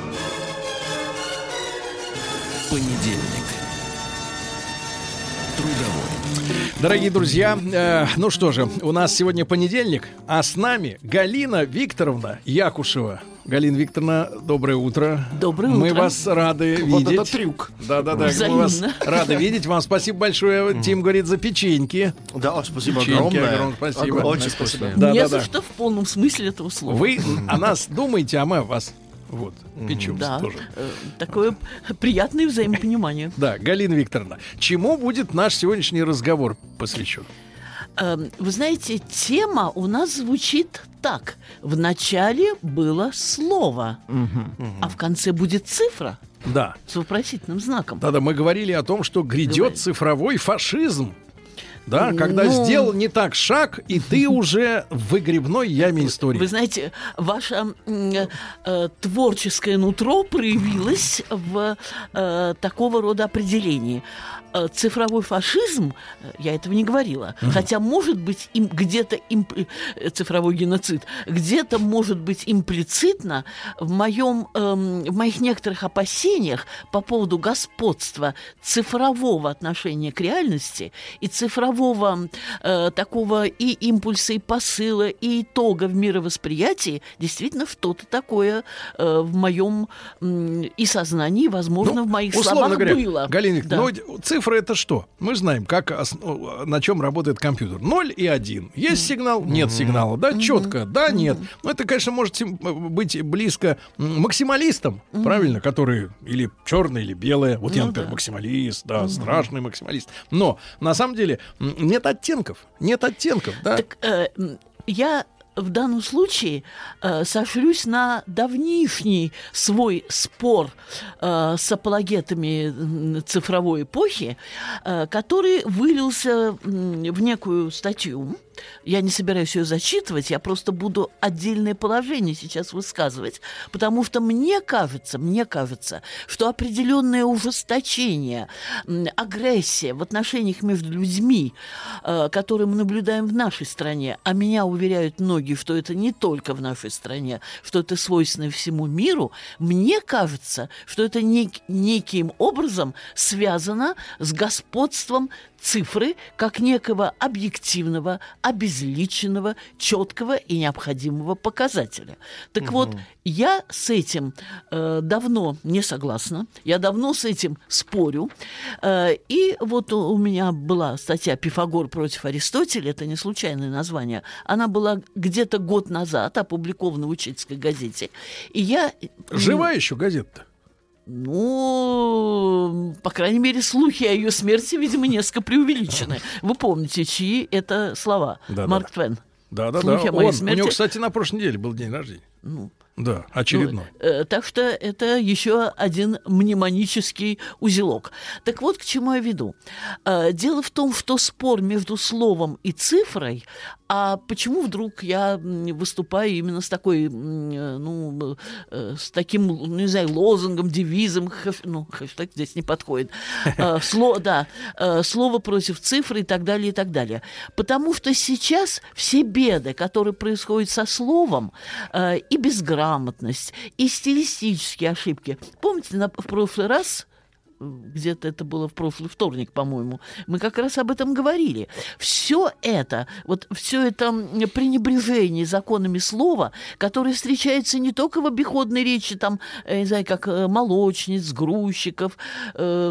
[SPEAKER 1] Понедельник. Трудовой.
[SPEAKER 2] Дорогие друзья, э, ну что же, у нас сегодня понедельник, а с нами Галина Викторовна Якушева. Галина Викторовна, доброе утро.
[SPEAKER 9] Доброе
[SPEAKER 2] мы
[SPEAKER 9] утро.
[SPEAKER 2] Мы вас рады
[SPEAKER 3] вот
[SPEAKER 2] видеть.
[SPEAKER 3] Это трюк.
[SPEAKER 2] Да-да-да, мы вас рады видеть. Вам спасибо большое. Тим говорит за печеньки.
[SPEAKER 4] Да, спасибо
[SPEAKER 2] печеньки,
[SPEAKER 4] огромное.
[SPEAKER 2] огромное спасибо.
[SPEAKER 4] Очень спасибо.
[SPEAKER 9] Да, Не да, за да. что в полном смысле этого слова.
[SPEAKER 2] Вы о нас думаете, а мы о вас. Вот, печемся
[SPEAKER 9] да,
[SPEAKER 2] тоже.
[SPEAKER 9] Э, такое приятное взаимопонимание.
[SPEAKER 2] Да, Галина Викторовна, чему будет наш сегодняшний разговор посвящен?
[SPEAKER 9] Э, вы знаете, тема у нас звучит так. В начале было слово, угу. а в конце будет цифра.
[SPEAKER 2] Да.
[SPEAKER 9] С вопросительным знаком.
[SPEAKER 2] Да-да, мы говорили о том, что грядет Говори. цифровой фашизм. Да, когда ну, сделал не так шаг, и ты уже в выгребной яме истории.
[SPEAKER 9] Вы знаете, ваше э, э, творческое нутро проявилось в э, такого рода определении. Э, цифровой фашизм, я этого не говорила, mm-hmm. хотя может быть им где-то имп... цифровой геноцид, где-то может быть имплицитно в моем, э, в моих некоторых опасениях по поводу господства цифрового отношения к реальности и цифрового Э, такого и импульса, и посыла, и итога в мировосприятии действительно что-то такое э, в моем э, и сознании, возможно, ну, в моих словах
[SPEAKER 2] говоря,
[SPEAKER 9] было.
[SPEAKER 2] Галина,
[SPEAKER 9] да.
[SPEAKER 2] ну, цифры это что? Мы знаем, как, на чем работает компьютер. Ноль и один. Есть mm-hmm. сигнал? Нет mm-hmm. сигнала. Да, mm-hmm. четко? Да, mm-hmm. нет. Ну, это, конечно, может быть близко максималистам, mm-hmm. правильно, которые или черное, или белое. Вот ну, я, например, да. максималист, да, mm-hmm. страшный максималист. Но, на самом деле, нет оттенков. Нет оттенков, да?
[SPEAKER 9] Так, э, я в данном случае э, сошлюсь на давнишний свой спор э, с апологетами цифровой эпохи, э, который вылился э, в некую статью. Я не собираюсь ее зачитывать, я просто буду отдельное положение сейчас высказывать, потому что мне кажется, мне кажется, что определенное ужесточение, агрессия в отношениях между людьми, которые мы наблюдаем в нашей стране, а меня уверяют многие, что это не только в нашей стране, что это свойственно всему миру, мне кажется, что это нек- неким образом связано с господством цифры как некого объективного, обезличенного, четкого и необходимого показателя. Так угу. вот, я с этим э, давно не согласна, я давно с этим спорю. Э, и вот у, у меня была статья «Пифагор против Аристотеля», это не случайное название, она была где-то год назад опубликована в учительской газете. И я...
[SPEAKER 2] Жива еще газета-то?
[SPEAKER 9] Ну, по крайней мере, слухи о ее смерти, видимо, несколько преувеличены. Вы помните, чьи это слова?
[SPEAKER 2] Да,
[SPEAKER 9] Марк
[SPEAKER 2] да.
[SPEAKER 9] Твен.
[SPEAKER 2] Да, да,
[SPEAKER 9] слухи
[SPEAKER 2] да.
[SPEAKER 9] О моей
[SPEAKER 2] Он,
[SPEAKER 9] смерти.
[SPEAKER 2] У него, кстати, на прошлой неделе был день рождения.
[SPEAKER 9] Ну,
[SPEAKER 2] Да, очередной.
[SPEAKER 9] Ну, э, так что это еще один мнемонический узелок. Так вот, к чему я веду. Э, дело в том, что спор между словом и цифрой, а почему вдруг я выступаю именно с такой, ну, э, с таким, ну, не знаю, лозунгом, девизом, хэш, ну, хэштег здесь не подходит, э, слово, да, э, слово против цифры и так далее, и так далее. Потому что сейчас все беды, которые происходят со словом, э, и безграмотность, и стилистические ошибки. Помните, на, в прошлый раз, где-то это было в прошлый вторник, по-моему, мы как раз об этом говорили. Все это, вот все это пренебрежение законами слова, которое встречается не только в обиходной речи, там, я не знаю, как молочниц, грузчиков, э,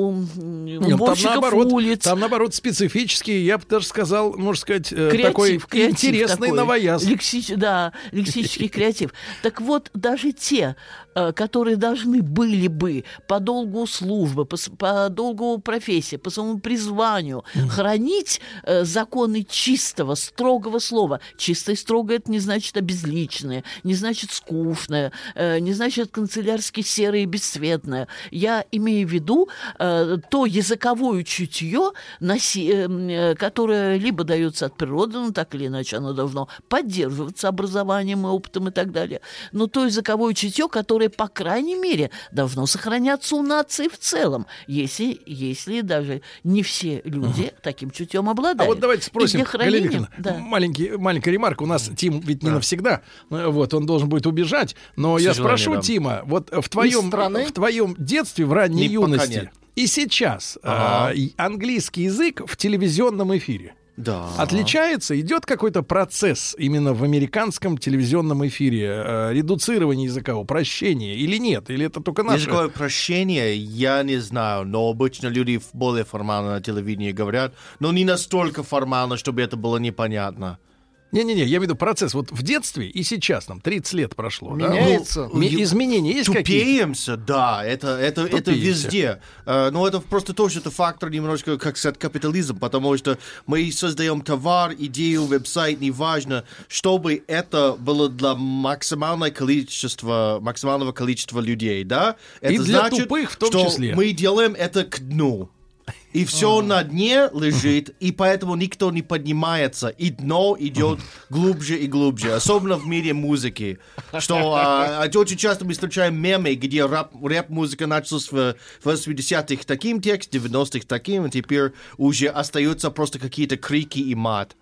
[SPEAKER 9] уборщиков
[SPEAKER 2] там наоборот,
[SPEAKER 9] улиц.
[SPEAKER 2] Там, наоборот, специфический, я бы даже сказал, можно сказать,
[SPEAKER 9] креатив,
[SPEAKER 2] такой
[SPEAKER 9] креатив
[SPEAKER 2] интересный
[SPEAKER 9] такой.
[SPEAKER 2] новояз.
[SPEAKER 9] Лексич, да, лексический креатив. Так вот, даже те, которые должны были бы по долгу службы, по, по долгу профессии, по своему призванию mm. хранить э, законы чистого, строгого слова. Чистое и строгое — это не значит обезличенное, не значит скучное, э, не значит канцелярски серое и бесцветное. Я имею в виду э, то языковое чутье, носи, э, которое либо дается от природы, ну так или иначе оно должно поддерживаться образованием и опытом и так далее, но то языковое чутье, которое, по крайней мере, должно сохраняться у нации в целом, если, если даже не все люди uh-huh. таким чутьем обладают.
[SPEAKER 2] А вот давайте спросим, Галина Викторовна,
[SPEAKER 9] да.
[SPEAKER 2] маленький, маленькая ремарка. У нас Тим ведь не да. навсегда, вот, он должен будет убежать, но я спрошу да. Тима, вот в твоем, в твоем детстве, в ранней не, юности и сейчас ага. э, английский язык в телевизионном эфире
[SPEAKER 4] да.
[SPEAKER 2] отличается? Идет какой-то процесс именно в американском телевизионном эфире э, редуцирования языка, упрощения или нет? Или это только наше?
[SPEAKER 4] Языковое прощение, я не знаю, но обычно люди более формально на телевидении говорят, но не настолько формально, чтобы это было непонятно.
[SPEAKER 2] Не-не-не, я имею в виду процесс вот в детстве и сейчас, там, тридцать лет прошло.
[SPEAKER 3] Меняется.
[SPEAKER 2] Да? Ну, изменения есть какие-то?
[SPEAKER 4] Тупеемся, да, это, это, это везде. Uh, но это просто тоже это фактор немножко, как сказать, капитализм, потому что мы создаем товар, идею, веб-сайт, неважно, чтобы это было для максимального количества, максимального количества людей, да? Это
[SPEAKER 2] и для
[SPEAKER 4] значит,
[SPEAKER 2] тупых в том
[SPEAKER 4] что
[SPEAKER 2] числе.
[SPEAKER 4] Мы делаем это к дну. И все а. на дне лежит, и поэтому никто не поднимается, и дно идет глубже и глубже, особенно в мире музыки. Что а, очень часто мы встречаем мемы, где рэп, рэп-музыка началась в восьмидесятых таким текстом, девяностых таким, и теперь уже остаются просто какие-то крики и мат.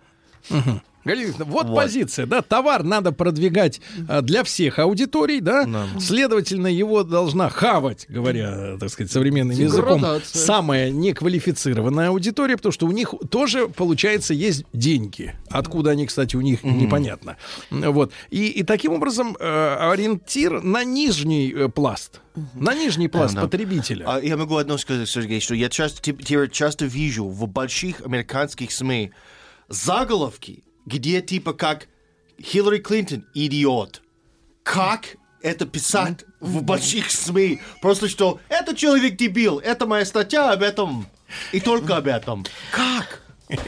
[SPEAKER 2] Галина, вот, вот позиция, да, товар надо продвигать а, для всех аудиторий, да, да, следовательно, его должна хавать, говоря, так сказать, современным языком, самая неквалифицированная аудитория, потому что у них тоже, получается, есть деньги, откуда они, кстати, у них mm-hmm. непонятно, вот, и, и таким образом э, ориентир на нижний э, пласт, mm-hmm. на нижний пласт yeah, потребителя.
[SPEAKER 4] Yeah. Я могу одно сказать, Сергей, что я часто, теперь часто вижу в больших американских СМИ заголовки, где типа как Хиллари Клинтон идиот. Как это писать в больших СМИ? Просто что это человек дебил, это моя статья об этом и только об этом. Как?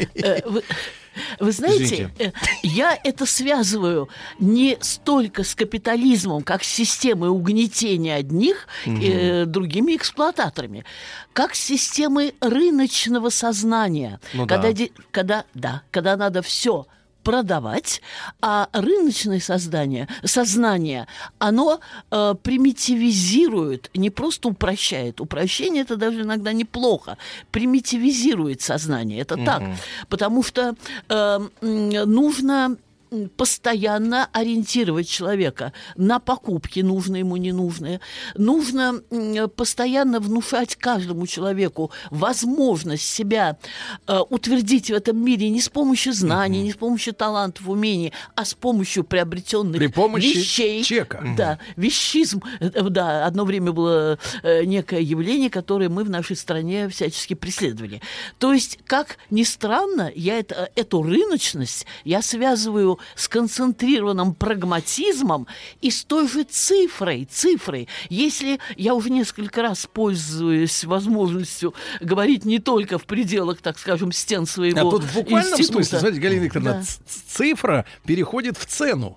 [SPEAKER 9] Вы знаете, Извините. я это связываю не столько с капитализмом, как с системой угнетения одних mm-hmm. э, другими эксплуататорами, как с системой рыночного сознания, ну, когда, да. Де, когда, да, когда надо все продавать, а рыночное создание, сознание, оно э, примитивизирует, не просто упрощает. Упрощение — это даже иногда неплохо. Примитивизирует сознание. Это mm-hmm. так. Потому что э, нужно постоянно ориентировать человека на покупки, нужные ему, ненужные. Нужно постоянно внушать каждому человеку возможность себя э, утвердить в этом мире не с помощью знаний, mm-hmm. не с помощью талантов, умений, а с помощью приобретенных
[SPEAKER 2] При помощи
[SPEAKER 9] вещей.
[SPEAKER 2] чека.
[SPEAKER 9] Да, вещизм. Да, одно время было э, некое явление, которое мы в нашей стране всячески преследовали. То есть, как ни странно, я это, эту рыночность я связываю с концентрированным прагматизмом и с той же цифрой, цифрой. Если я уже несколько раз пользуюсь возможностью говорить не только в пределах, так скажем, стен своего
[SPEAKER 2] института. А тут в буквальном
[SPEAKER 9] института.
[SPEAKER 2] смысле, смотрите, Галина Викторовна,
[SPEAKER 9] да.
[SPEAKER 2] цифра переходит в цену.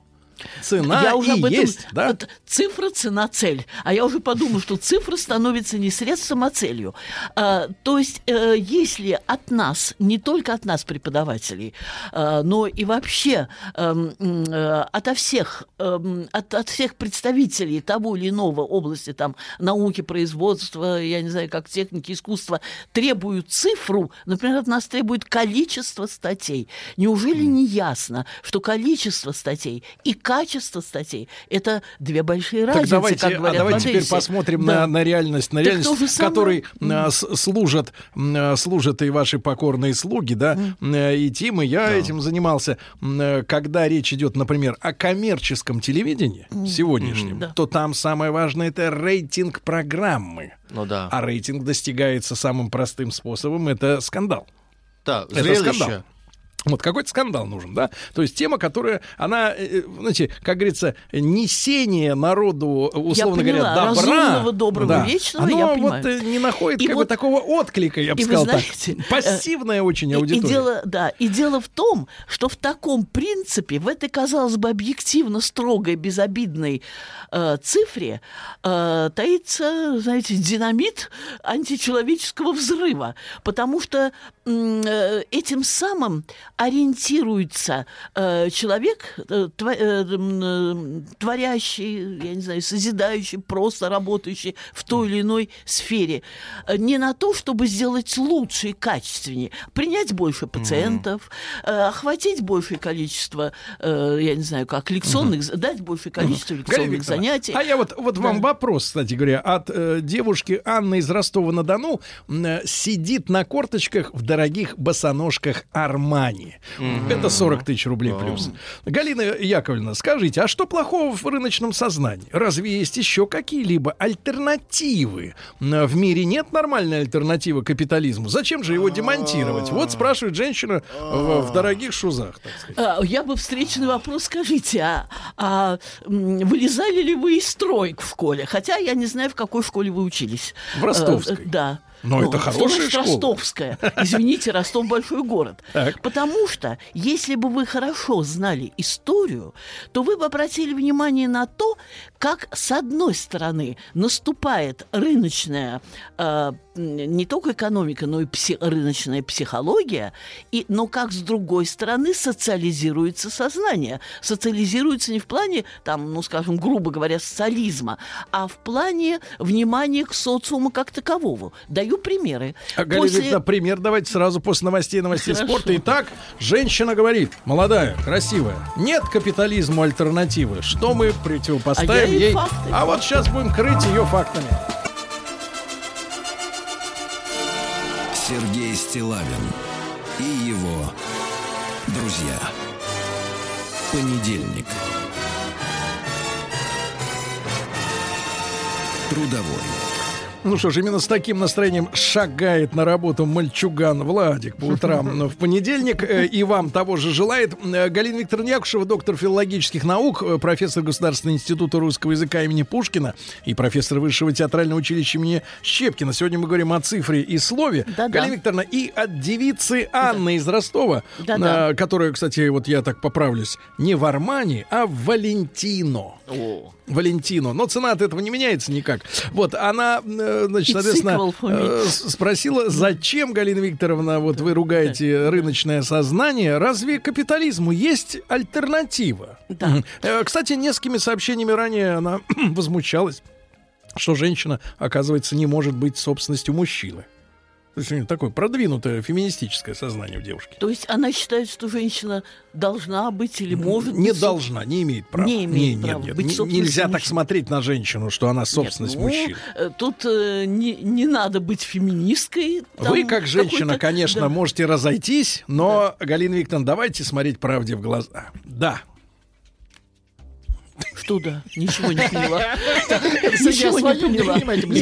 [SPEAKER 2] цена
[SPEAKER 9] я уже
[SPEAKER 2] и
[SPEAKER 9] об этом,
[SPEAKER 2] есть, да?
[SPEAKER 9] Вот, цифра, цена, цель. А я уже подумал, что цифра становится не средством, а целью. А, то есть, э, если от нас, не только от нас, преподавателей, э, но и вообще э, э, ото всех, э, от, от всех представителей того или иного области, там, науки, производства, я не знаю, как техники, искусства, требуют цифру, например, от нас требует количество статей. Неужели не ясно, что количество статей и качество статей – это две большие
[SPEAKER 2] так
[SPEAKER 9] разницы,
[SPEAKER 2] давайте,
[SPEAKER 9] как говорят
[SPEAKER 2] а давайте
[SPEAKER 9] в
[SPEAKER 2] теперь
[SPEAKER 9] Одессе.
[SPEAKER 2] посмотрим
[SPEAKER 9] Да.
[SPEAKER 2] на, на реальность, на
[SPEAKER 9] Так
[SPEAKER 2] реальность,
[SPEAKER 9] то же
[SPEAKER 2] в которой
[SPEAKER 9] самое.
[SPEAKER 2] а, с- служат, м, служат и ваши покорные слуги, да, mm. и Тим, и я этим занимался. М, Когда речь идет, например, о коммерческом телевидении
[SPEAKER 9] Mm.
[SPEAKER 2] сегодняшнем,
[SPEAKER 9] Mm. Да.
[SPEAKER 2] то там самое важное — это рейтинг программы.
[SPEAKER 4] Ну да.
[SPEAKER 2] А рейтинг достигается самым простым способом — это скандал.
[SPEAKER 4] Да,
[SPEAKER 2] Это
[SPEAKER 4] зрелище.
[SPEAKER 2] скандал. Вот какой-то скандал нужен, да? То есть тема, которая, она, э, знаете, как говорится, несение народу, условно
[SPEAKER 9] Я поняла,
[SPEAKER 2] говоря, добра.
[SPEAKER 9] разумного, доброго,
[SPEAKER 2] да,
[SPEAKER 9] вечного,
[SPEAKER 2] оно
[SPEAKER 9] я
[SPEAKER 2] вот
[SPEAKER 9] понимаю.
[SPEAKER 2] э, не находит
[SPEAKER 9] И
[SPEAKER 2] как бы
[SPEAKER 9] вот-
[SPEAKER 2] такого отклика, я бы
[SPEAKER 9] и вы
[SPEAKER 2] сказал
[SPEAKER 9] знаете,
[SPEAKER 2] так. Пассивная очень
[SPEAKER 9] И, и
[SPEAKER 2] аудитория.
[SPEAKER 9] дело, да, и дело в том, что в таком принципе, в этой, казалось бы, объективно строгой, безобидной э, цифре э, таится, знаете, динамит античеловеческого взрыва, потому что м, э, этим самым ориентируется э, человек, э, тва- э, м, э, творящий, я не знаю, созидающий, просто работающий в той или иной сфере, э, не на то, чтобы сделать лучше и качественнее, принять больше пациентов, э, охватить большее количество, э, я не знаю, как лекционных, mm-hmm. дать большее количество
[SPEAKER 2] Галина
[SPEAKER 9] лекционных
[SPEAKER 2] Викторовна,
[SPEAKER 9] занятий.
[SPEAKER 2] А я вот, вот
[SPEAKER 9] Да.
[SPEAKER 2] вам вопрос, кстати говоря, от э, девушки Анны из Ростова-на-Дону. Э, сидит на корточках в дорогих босоножках Армани. Mm-hmm. Это сорок тысяч рублей
[SPEAKER 4] Oh.
[SPEAKER 2] плюс. Галина Яковлевна, скажите, а что плохого в рыночном сознании? Разве есть еще какие-либо альтернативы? Э, В мире нет нормальной альтернативы капитализму. Зачем же его демонтировать? Вот спрашивает женщина в, в дорогих шузах, так сказать.
[SPEAKER 9] А, Я бы встречный вопрос, скажите, а, а м, вылезали ли вы из строек в школе? Хотя я не знаю, в какой школе вы учились.
[SPEAKER 2] В ростовской.
[SPEAKER 9] Э, Да.
[SPEAKER 2] Но это
[SPEAKER 9] что
[SPEAKER 2] хорошая
[SPEAKER 9] значит
[SPEAKER 2] школа.
[SPEAKER 9] Ростовская. Извините, Ростов большой город.
[SPEAKER 2] Так.
[SPEAKER 9] Потому что, если бы вы хорошо знали историю, то вы бы обратили внимание на то, как, с одной стороны, наступает рыночная э, не только экономика, но и пси- рыночная психология, и, но как, с другой стороны, социализируется сознание. Социализируется не в плане, там, ну, скажем, грубо говоря, социализма, а в плане внимания к социуму как таковому. Даю примеры.
[SPEAKER 2] А, Галина
[SPEAKER 9] После-
[SPEAKER 2] Викторовна, пример давайте сразу после новостей, новостей
[SPEAKER 9] Хорошо.
[SPEAKER 2] спорта. Итак, женщина говорит, молодая, красивая, нет капитализму альтернативы. Что мы противопоставим
[SPEAKER 9] А я ей
[SPEAKER 2] ей?
[SPEAKER 9] факты.
[SPEAKER 2] А вот сейчас будем крыть ее фактами.
[SPEAKER 1] Сергей Стиллавин и его друзья. Понедельник. Трудовой.
[SPEAKER 2] Ну что ж, именно с таким настроением шагает на работу мальчуган Владик по утрам в понедельник. Э, И вам того же желает. Э, Галина Викторовна Якушева, доктор филологических наук, э, профессор Государственного института русского языка имени Пушкина и профессор Высшего театрального училища имени Щепкина. Сегодня мы говорим о цифре и слове.
[SPEAKER 9] Да-да.
[SPEAKER 2] Галина Викторовна, и от девицы Анны из Ростова,
[SPEAKER 9] Да-да.
[SPEAKER 2] э, которая, кстати, вот я так поправлюсь, не в Армани, а в Валентино.
[SPEAKER 4] О.
[SPEAKER 2] Валентино. Но цена от этого не меняется никак. Вот, она, э, значит,
[SPEAKER 9] It's
[SPEAKER 2] соответственно,
[SPEAKER 9] equal for me.
[SPEAKER 2] э, с- спросила, зачем, Галина Викторовна, вот вы ругаете рыночное сознание, разве капитализму есть альтернатива?
[SPEAKER 9] Да.
[SPEAKER 2] Мгм. Э, Кстати, несколькими сообщениями ранее она возмущалась, что женщина, оказывается, не может быть собственностью мужчины. То есть у нее такое продвинутое феминистическое сознание в девушке.
[SPEAKER 9] То есть она считает, что женщина должна быть или может
[SPEAKER 2] Не
[SPEAKER 9] быть...
[SPEAKER 2] должна, не имеет права.
[SPEAKER 9] Не имеет
[SPEAKER 2] нет,
[SPEAKER 9] права
[SPEAKER 2] нет,
[SPEAKER 9] быть
[SPEAKER 2] не-
[SPEAKER 9] собственностью
[SPEAKER 2] нельзя так
[SPEAKER 9] мужчины.
[SPEAKER 2] смотреть на женщину, что она собственность
[SPEAKER 9] Нет, ну,
[SPEAKER 2] мужчин.
[SPEAKER 9] э, Тут э, не, не надо быть феминисткой. там
[SPEAKER 2] Вы, как женщина,
[SPEAKER 9] какой-то-
[SPEAKER 2] конечно,
[SPEAKER 9] да.
[SPEAKER 2] можете разойтись, но, Галина Викторовна, давайте смотреть правде в глаза. Да.
[SPEAKER 9] Что да? Ничего не поняла.
[SPEAKER 3] Ничего
[SPEAKER 9] не поняла.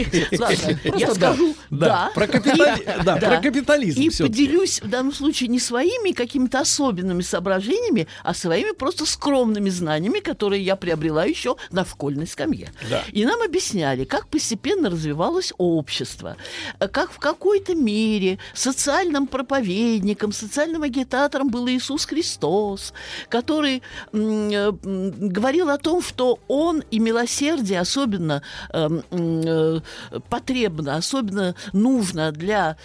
[SPEAKER 9] Я скажу
[SPEAKER 2] Да,
[SPEAKER 9] да.
[SPEAKER 2] про капитали- да, про капитализм
[SPEAKER 9] И
[SPEAKER 2] всё-таки.
[SPEAKER 9] поделюсь в данном случае не своими какими-то особенными соображениями, а своими просто скромными знаниями, которые я приобрела еще на школьной скамье.
[SPEAKER 2] Да.
[SPEAKER 9] И нам объясняли, как постепенно развивалось общество, как в какой-то мере социальным проповедником, социальным агитатором был Иисус Христос, который м, м, говорил о том, что Он и милосердие особенно э, э, потребно, особенно нужно для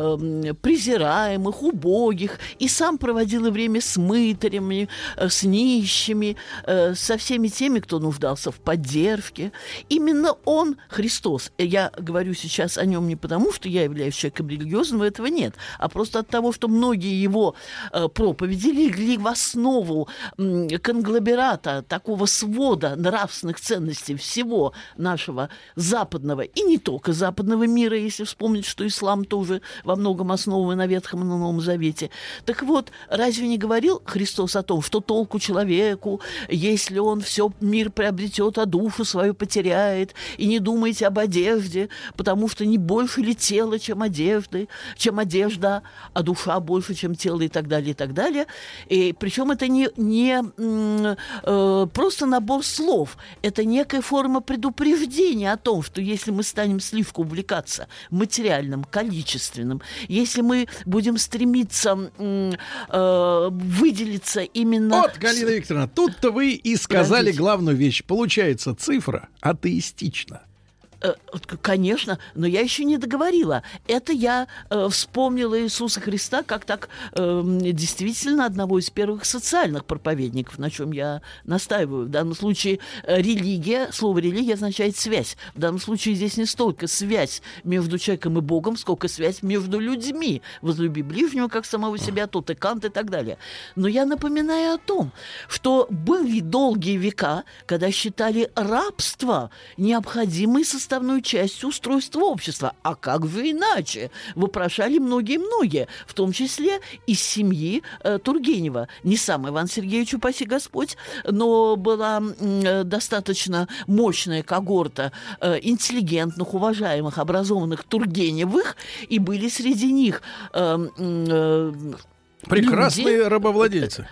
[SPEAKER 9] э, презираемых, убогих, и сам проводил и время с мытарями, э, с нищими, э, со всеми теми, кто нуждался в поддержке. Именно Он, Христос, я говорю сейчас о Нем не потому, что я являюсь человеком религиозным, этого нет, а просто от того, что многие Его э, проповеди легли в основу м, конгломерата, такого свода нравственных ценностей всего нашего западного, и не только западного мира, если вспомнить, что ислам тоже во многом основан на Ветхом и на Новом Завете. Так вот, разве не говорил Христос о том, что толку человеку, если он все мир приобретет, а душу свою потеряет, и не думайте об одежде, потому что не больше ли тело, чем одежды, чем одежда, а душа больше, чем тело, и так далее, и так далее. И причем это не, не м, э, просто набор слов, это некая форма предупреждения о том, что если мы станем слишком увлекаться материальным, количественным, если мы будем стремиться м, э, выделиться именно...
[SPEAKER 2] Вот, Галина Викторовна, тут-то вы и сказали
[SPEAKER 9] Подождите.
[SPEAKER 2] главную вещь. Получается, цифра атеистична.
[SPEAKER 9] Э, Конечно, но я еще не договорила. Это я э, вспомнила Иисуса Христа как так э, действительно одного из первых социальных проповедников, на чем я настаиваю. В данном случае э, религия, слово религия означает связь. В данном случае здесь не столько связь между человеком и Богом, сколько связь между людьми. Возлюби ближнего, как самого себя, тот и Кант и так далее. Но я напоминаю о том, что были долгие века, когда считали рабство необходимой составной частью устройства общества. А как же иначе? Вопрошали многие-многие, в том числе из семьи э, Тургенева. Не сам Иван Сергеевич, упаси Господь, но была э, достаточно мощная когорта э, интеллигентных, уважаемых, образованных Тургеневых, и были среди них э, э,
[SPEAKER 2] Прекрасные
[SPEAKER 9] люди,
[SPEAKER 2] рабовладельцы.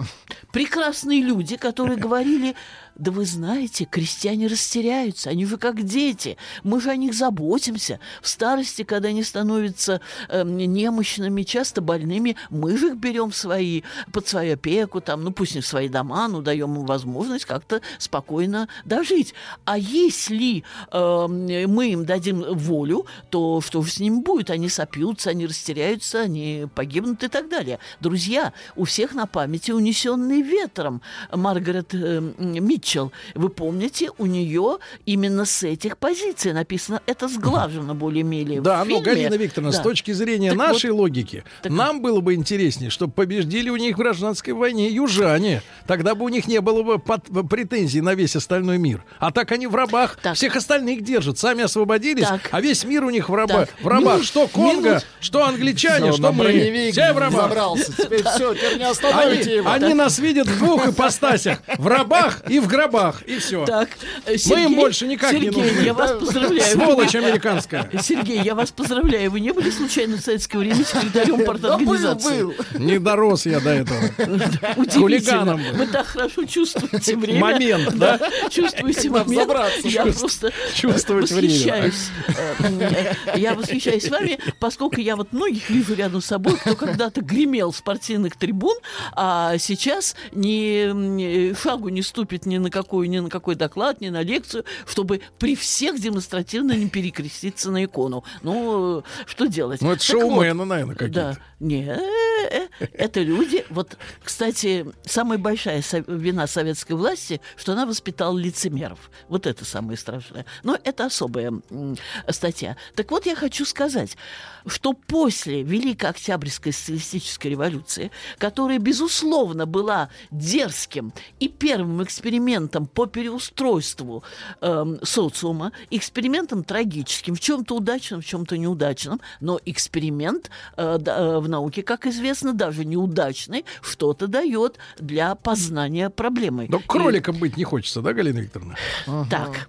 [SPEAKER 9] прекрасные люди, которые говорили: да вы знаете, крестьяне растеряются, они же как дети, мы же о них заботимся. В старости, когда они становятся э, немощными, часто больными, мы же их берем в свои, под свою опеку, там, ну пусть не в свои дома, но даем им возможность как-то спокойно дожить. А если э, мы им дадим волю, то что же с ними будет? Они сопьются, они растеряются, они погибнут и так далее. Друзья, у всех на памяти «Унесенные ветром» Маргарет э, Митчелл. Вы помните, у нее именно с этих позиций написано, это сглажено более-менее
[SPEAKER 2] Да,
[SPEAKER 9] в
[SPEAKER 2] но,
[SPEAKER 9] фильме.
[SPEAKER 2] Галина Викторовна,
[SPEAKER 9] Да.
[SPEAKER 2] с точки зрения
[SPEAKER 9] Так
[SPEAKER 2] нашей
[SPEAKER 9] вот,
[SPEAKER 2] логики,
[SPEAKER 9] так
[SPEAKER 2] нам было бы интереснее, чтобы победили у них в гражданской войне южане. Тогда бы у них не было бы под- претензий на весь остальной мир. А так они в рабах
[SPEAKER 9] Так.
[SPEAKER 2] всех остальных держат. Сами освободились,
[SPEAKER 9] Так.
[SPEAKER 2] а весь мир у них в, раба-
[SPEAKER 9] Так.
[SPEAKER 2] в рабах.
[SPEAKER 9] Минут-
[SPEAKER 2] Что Конго,
[SPEAKER 9] минут.
[SPEAKER 2] что англичане,
[SPEAKER 3] Всё,
[SPEAKER 2] что
[SPEAKER 3] на
[SPEAKER 2] мы.
[SPEAKER 3] броневик
[SPEAKER 2] Все в рабах.
[SPEAKER 3] забрался. Теперь все, теперь не
[SPEAKER 2] Они,
[SPEAKER 3] остановите его.
[SPEAKER 2] они нас видят в двух ипостасях. В рабах и в гробах. И все.
[SPEAKER 9] Так, э,
[SPEAKER 2] Мы им больше никак не
[SPEAKER 9] Сергей,
[SPEAKER 2] нужны.
[SPEAKER 9] я вас поздравляю.
[SPEAKER 2] Сволочь американская.
[SPEAKER 9] Сергей, я вас поздравляю. Вы не были случайно в советское время секретарем парторганизации?
[SPEAKER 3] Был, был.
[SPEAKER 2] Не дорос я до этого.
[SPEAKER 9] Удивительно.
[SPEAKER 2] Хулиганом был.
[SPEAKER 9] Вы так хорошо чувствуете время.
[SPEAKER 2] Момент, да?
[SPEAKER 9] Чувствуете
[SPEAKER 3] Когда
[SPEAKER 9] момент.
[SPEAKER 3] взобраться.
[SPEAKER 9] Я
[SPEAKER 2] Чувств-
[SPEAKER 9] просто
[SPEAKER 2] чувствовать время.
[SPEAKER 9] восхищаюсь. э, э, Я восхищаюсь вами, поскольку я вот многих вижу рядом с собой, кто когда-то гремел с партийных трибун, а сейчас ни ни шагу не ступит ни на какой, ни на какой доклад, ни на лекцию, чтобы при всех демонстративно не перекреститься на икону. Ну, что делать?
[SPEAKER 2] Ну, это
[SPEAKER 9] Так вот,
[SPEAKER 2] шоумены, наверное, какие-то.
[SPEAKER 9] да, не, э, э, это люди. Вот, кстати, самая большая со- вина советской власти, что она воспитала лицемеров. Вот это самое страшное. Но это особая м, статья. Так вот, я хочу сказать, что после Великой Октябрьской социалистической революции, которая, безусловно, безусловно, была дерзким и первым экспериментом по переустройству э, социума, экспериментом трагическим, в чем-то удачным, в чем-то неудачным, но эксперимент э, да, в науке, как известно, даже неудачный, что-то дает для познания проблемы.
[SPEAKER 2] Но кроликом и... быть не хочется, да, Галина Викторовна?
[SPEAKER 9] Так.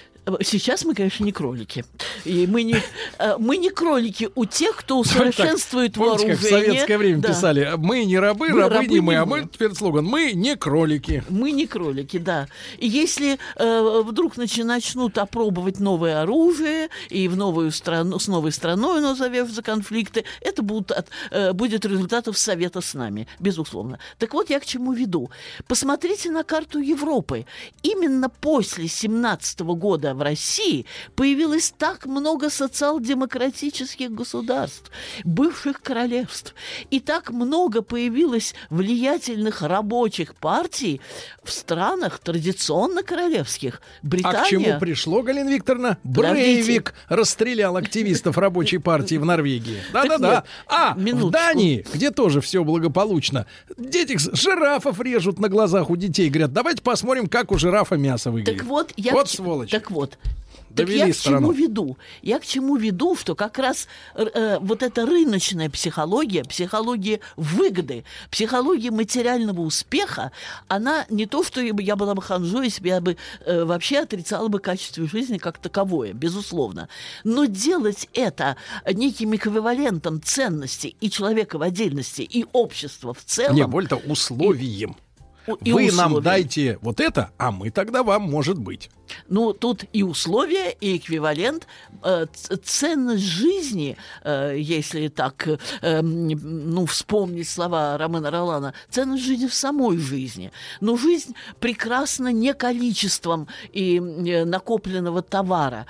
[SPEAKER 9] Сейчас мы, конечно, не кролики. И мы не, мы не кролики у тех, кто усовершенствует
[SPEAKER 2] так, помните,
[SPEAKER 9] вооружение.
[SPEAKER 2] Как в советское время
[SPEAKER 9] да.
[SPEAKER 2] писали: мы не рабы, мы рабы, рабы не мы, а мы, теперь слоган: мы не кролики.
[SPEAKER 9] Мы не кролики, да. И если э, вдруг начи- начнут опробовать новое оружие, и в новую страну, с новой страной назовешь конфликты, это будут от, э, будет результатом совета с нами, безусловно. Так вот, я к чему веду. Посмотрите на карту Европы. Именно после семнадцатого года в России появилось так много социал-демократических государств, бывших королевств, и так много появилось влиятельных рабочих партий в странах традиционно королевских. Британия...
[SPEAKER 2] А к чему пришло, Галина Викторовна? Брейвик расстрелял активистов рабочей партии в Норвегии. Да-да-да. А в Дании, где тоже все благополучно, детей жирафов режут на глазах у детей. Говорят, давайте посмотрим, как у жирафа мясо выглядит.
[SPEAKER 9] Так вот, я
[SPEAKER 2] вот
[SPEAKER 9] к...
[SPEAKER 2] сволочь.
[SPEAKER 9] Так вот.
[SPEAKER 2] Довели
[SPEAKER 9] так я
[SPEAKER 2] страну.
[SPEAKER 9] к чему веду? Я к чему веду, что как раз э, вот эта рыночная психология, психология выгоды, психология материального успеха, она не то, что я была бы ханжой, если бы я бы э, вообще отрицала бы качество жизни как таковое, безусловно. Но делать это неким эквивалентом ценностей и человека в отдельности, и общества в целом...
[SPEAKER 2] Не, более того, условием.
[SPEAKER 9] И
[SPEAKER 2] Вы
[SPEAKER 9] условия.
[SPEAKER 2] нам дайте вот это, а мы тогда вам, может быть.
[SPEAKER 9] Ну, тут и условия, и эквивалент. Э, ценность жизни, э, если так, э, ну, вспомнить слова Ромена Ролана, ценность жизни в самой жизни. Но жизнь прекрасна не количеством и э, накопленного товара,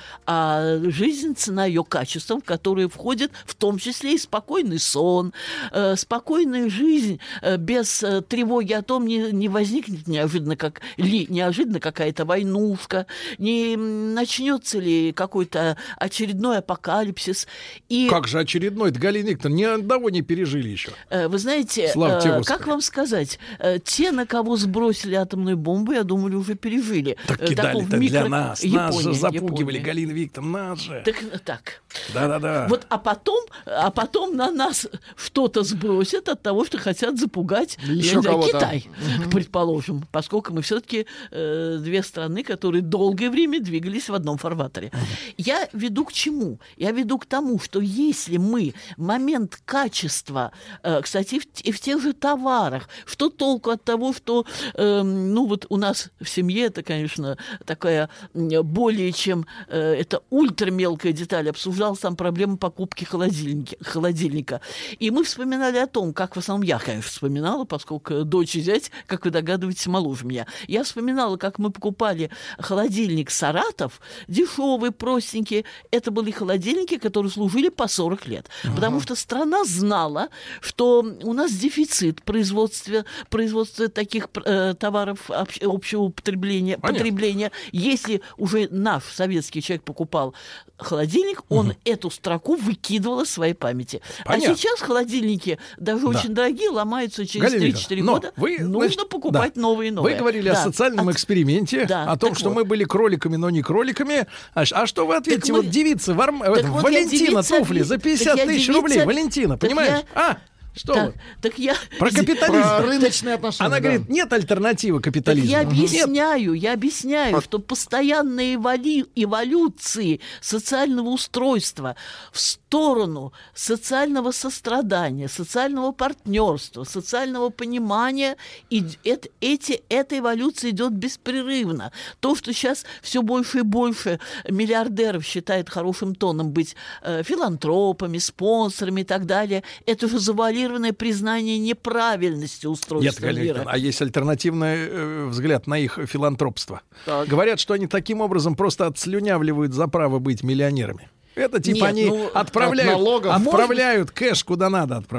[SPEAKER 9] а жизнь, цена ее качеством, в которую входит в том числе и спокойный сон, э, спокойная жизнь э, без э, тревоги о том, не, не возникнет неожиданно, как, ли, неожиданно какая-то войнушка, не начнется ли какой-то очередной апокалипсис. И...
[SPEAKER 2] Как же очередной? Галина Викторовна, ни одного не пережили еще.
[SPEAKER 9] Вы знаете,
[SPEAKER 2] Слава
[SPEAKER 9] как вам сказать, те, на кого сбросили атомную бомбу, я думаю, уже пережили.
[SPEAKER 2] Так кидали-то микро... для нас.
[SPEAKER 9] Япония,
[SPEAKER 2] нас же запугивали,
[SPEAKER 9] Япония.
[SPEAKER 2] Галина Викторовна, нас же.
[SPEAKER 9] Так, так.
[SPEAKER 2] Да-да-да.
[SPEAKER 9] Вот, а потом, а потом на нас что-то сбросят от того, что хотят запугать
[SPEAKER 3] Еще
[SPEAKER 9] знаю,
[SPEAKER 3] кого-то.
[SPEAKER 9] Китай, угу. предположим, поскольку мы все-таки э, две страны, которые долгое время двигались в одном фарватере. Угу. Я веду к чему? Я веду к тому, что если мы момент качества, э, кстати, в, и в тех же товарах, что толку от того, что, э, ну вот у нас в семье это, конечно, такая более чем, э, это ультрамелкая деталь, обсуждалась там проблема покупки холодильника, холодильника. И мы вспоминали о том, как в основном я, конечно, вспоминала, поскольку дочь и зять, как вы догадываетесь, моложе меня. Я вспоминала, как мы покупали холодильник «Саратов», дешевый, простенький. Это были холодильники, которые служили по сорок лет. Ага. Потому что страна знала, что у нас дефицит производства, производства таких э, товаров обще, общего употребления, потребления. Если уже наш советский человек покупал холодильник, он угу. эту строку выкидывал из своей памяти. Понятно. А сейчас холодильники, даже да. очень дорогие, ломаются через три-четыре года. Вы, Нужно значит, покупать да. новые и новые.
[SPEAKER 2] Вы говорили да. о социальном От... эксперименте, да. о том, так что вот. мы были кроликами, но не кроликами. А, а что вы ответите? Мы... Вот девица, варм... вот Валентина девица... туфли за пятьдесят тысяч девица... рублей. Валентина, так понимаешь? Я... А? Что
[SPEAKER 9] так,
[SPEAKER 2] вы?
[SPEAKER 9] Так я...
[SPEAKER 2] Про капитализм.
[SPEAKER 3] Про рыночные отношения.
[SPEAKER 2] Она да. говорит, нет альтернативы капитализму.
[SPEAKER 9] Так я объясняю, нет. я объясняю, а... что постоянные эволю... эволюции социального устройства в сторону социального сострадания, социального партнерства, социального понимания, и это, эти, эта эволюция идет беспрерывно. То, что сейчас все больше и больше миллиардеров считает хорошим тоном быть э, филантропами, спонсорами и так далее, это же завуалированное признание неправильности устройства
[SPEAKER 2] Нет,
[SPEAKER 9] мира.
[SPEAKER 2] А есть альтернативный э, взгляд на их филантропство. Так. Говорят, что они таким образом просто отслюнявливают за право быть миллионерами. Это типа Нет, они ну, отправляют, от отправляют кэш куда надо отправляют.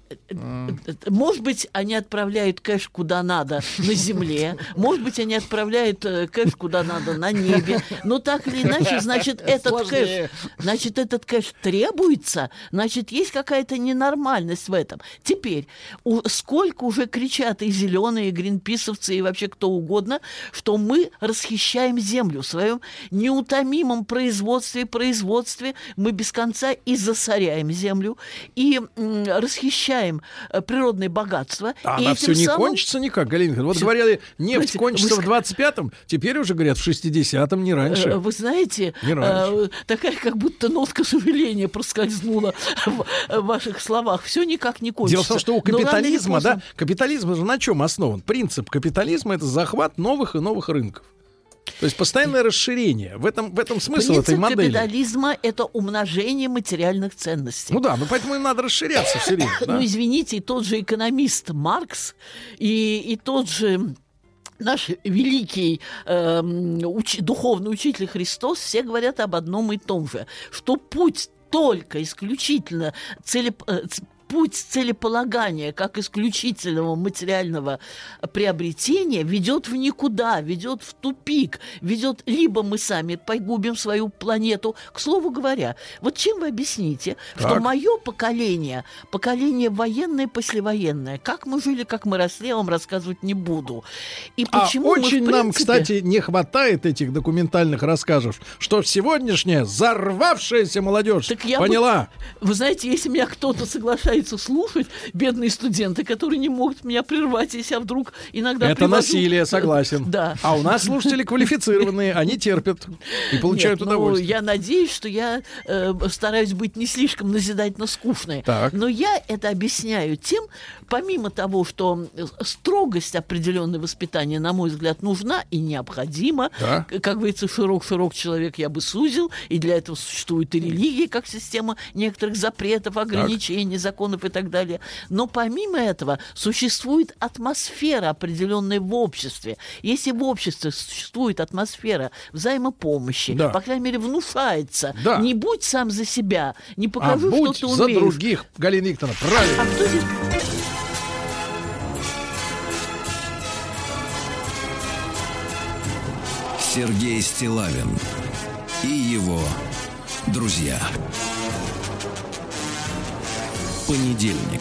[SPEAKER 9] Может быть, они отправляют кэш куда надо на земле, может быть, они отправляют кэш куда надо на небе, но так или иначе, значит, этот
[SPEAKER 3] Сложнее.
[SPEAKER 9] кэш, значит, этот кэш требуется, значит, есть какая-то ненормальность в этом. Теперь, у, сколько уже кричат и зеленые, и гринписовцы, и вообще кто угодно, что мы расхищаем землю в своем неутомимом производстве, производстве, мы без конца и засоряем землю, и м, расхищаем природные богатства.
[SPEAKER 2] А
[SPEAKER 9] и
[SPEAKER 2] она все не
[SPEAKER 9] самым...
[SPEAKER 2] кончится никак, Галина Михайловна. Вот говорили, нефть
[SPEAKER 9] Знаете,
[SPEAKER 2] кончится
[SPEAKER 9] вы...
[SPEAKER 2] в двадцать пятом, теперь уже говорят в шестидесятом, не раньше.
[SPEAKER 9] Вы знаете,
[SPEAKER 2] Не раньше.
[SPEAKER 9] такая как будто нотка сожаления проскользнула в ваших словах. Все никак не кончится.
[SPEAKER 2] Дело в том, что у
[SPEAKER 9] Но рано или
[SPEAKER 2] капитализма,
[SPEAKER 9] поздно-
[SPEAKER 2] да, капитализм же на чем основан? Принцип капитализма — это захват новых и новых рынков. То есть постоянное расширение. В этом, в этом смысл
[SPEAKER 9] Принцип
[SPEAKER 2] этой модели.
[SPEAKER 9] капитализма — это умножение материальных ценностей.
[SPEAKER 2] Ну да, ну поэтому им надо расширяться все время. Да?
[SPEAKER 9] Ну, извините, и тот же экономист Маркс, и, и тот же наш великий э, уч- духовный учитель Христос, все говорят об одном и том же, что путь только исключительно целеп... э, ц- путь целеполагания как исключительного материального приобретения ведет в никуда, ведет в тупик, ведет либо мы сами погубим свою планету. К слову говоря, вот чем вы объясните,
[SPEAKER 2] Так.
[SPEAKER 9] что мое поколение, поколение военное, послевоенное, как мы жили, как мы росли, я вам рассказывать не буду. И
[SPEAKER 2] А
[SPEAKER 9] почему мы, в
[SPEAKER 2] очень нам,
[SPEAKER 9] принципе-
[SPEAKER 2] кстати, не хватает этих документальных рассказов, что сегодняшняя взорвавшаяся молодежь
[SPEAKER 9] Так я бы-
[SPEAKER 2] поняла.
[SPEAKER 9] Вы знаете, если меня кто-то соглашается слушать, бедные студенты, которые не могут меня прервать, если я вдруг иногда
[SPEAKER 2] Это
[SPEAKER 9] привожу-
[SPEAKER 2] насилие, согласен.
[SPEAKER 9] Да.
[SPEAKER 2] А у нас слушатели квалифицированные, они терпят и получают
[SPEAKER 9] Нет, ну,
[SPEAKER 2] удовольствие.
[SPEAKER 9] я надеюсь, что я э, стараюсь быть не слишком назидательно скучной.
[SPEAKER 2] Так.
[SPEAKER 9] Но я это объясняю тем, помимо того, что строгость определенной воспитания, на мой взгляд, нужна и необходима.
[SPEAKER 2] Да.
[SPEAKER 9] К- Как говорится, широк-широк человек я бы сузил, и для этого существует и религия, как система некоторых запретов, ограничений, законов и так далее. Но помимо этого существует атмосфера определенная в обществе. Если в обществе существует атмосфера взаимопомощи,
[SPEAKER 2] Да.
[SPEAKER 9] по крайней мере, внушается,
[SPEAKER 2] Да.
[SPEAKER 9] не будь сам за себя, не
[SPEAKER 2] А
[SPEAKER 9] покажу,
[SPEAKER 2] будь
[SPEAKER 9] что ты
[SPEAKER 2] за
[SPEAKER 9] умеешь.
[SPEAKER 2] других, Галина Викторовна, правильно.
[SPEAKER 9] А кто здесь...
[SPEAKER 1] Сергей Стиллавин и его друзья. Понедельник.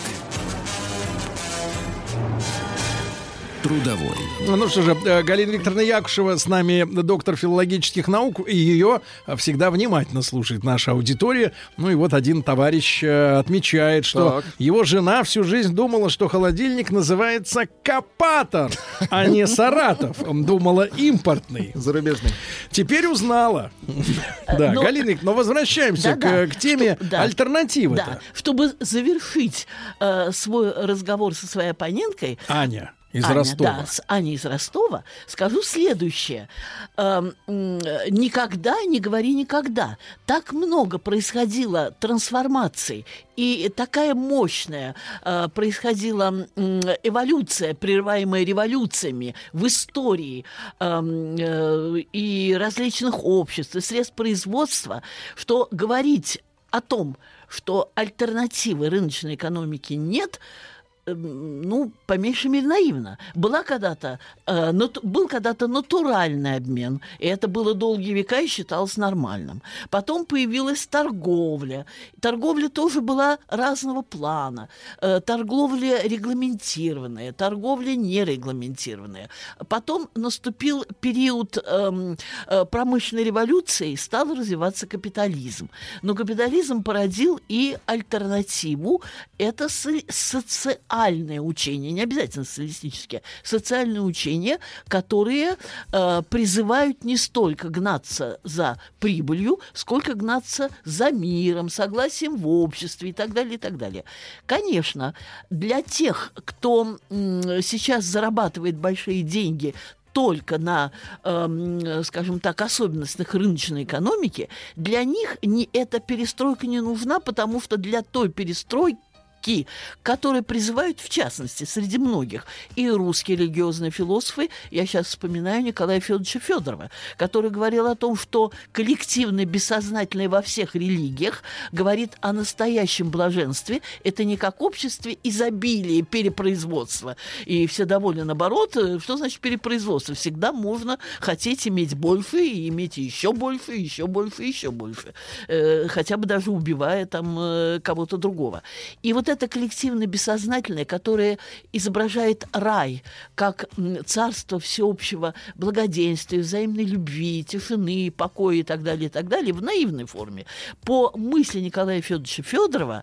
[SPEAKER 1] Трудовой.
[SPEAKER 2] Ну что же, э, Галина Викторовна Якушева с нами, доктор филологических наук, и ее всегда внимательно слушает наша аудитория. Ну и вот один товарищ э, отмечает, что
[SPEAKER 3] Так.
[SPEAKER 2] его жена всю жизнь думала, что холодильник называется Копатор, а не Саратов. Он думала импортный.
[SPEAKER 3] Зарубежный.
[SPEAKER 2] Теперь узнала. Да,
[SPEAKER 9] но-
[SPEAKER 2] Галина Викторовна, но возвращаемся
[SPEAKER 9] Да-да,
[SPEAKER 2] к, к теме
[SPEAKER 9] что- да.
[SPEAKER 2] альтернативы-то.
[SPEAKER 9] Да, чтобы завершить э, свой разговор со своей оппоненткой,
[SPEAKER 2] Аня из
[SPEAKER 9] Аня,
[SPEAKER 2] Ростова.
[SPEAKER 9] Да, с Аней из Ростова скажу следующее. Эм, м, никогда не говори никогда. Так много происходило трансформаций, и такая мощная э, происходила м, эволюция, прерываемая революциями в истории эм, э, и различных обществ, и средств производства, что говорить о том, что альтернативы рыночной экономики нет, ну, по меньшей мере, наивно. Была когда-то, э, нат- был когда-то натуральный обмен, и это было долгие века и считалось нормальным. Потом появилась торговля. Торговля тоже была разного плана. Э, торговля регламентированная, торговля нерегламентированная. Потом наступил период эм, э, промышленной революции, и стал развиваться капитализм. Но капитализм породил и альтернативу. Это со- социальное учение, не обязательно социалистические, социальные учения, которые э, призывают не столько гнаться за прибылью, сколько гнаться за миром, согласием в обществе и так далее, и так далее. Конечно, для тех, кто м, сейчас зарабатывает большие деньги только на, эм, скажем так, особенностях рыночной экономики, для них не, эта перестройка не нужна, потому что для той перестройки ошибки, которые призывают, в частности, среди многих, и русские религиозные философы, я сейчас вспоминаю Николая Федоровича Федорова, который говорил о том, что коллективное бессознательное во всех религиях говорит о настоящем блаженстве. Это не как обществе изобилия, перепроизводства. И все довольны, наоборот. Что значит перепроизводство? Всегда можно хотеть иметь больше, и иметь еще больше, еще больше, еще больше. Э, хотя бы даже убивая там э, кого-то другого. И вот это коллективное бессознательное, которое изображает рай как царство всеобщего благоденствия, взаимной любви, тишины, покоя и так далее, и так далее, в наивной форме. По мысли Николая Федоровича Федорова,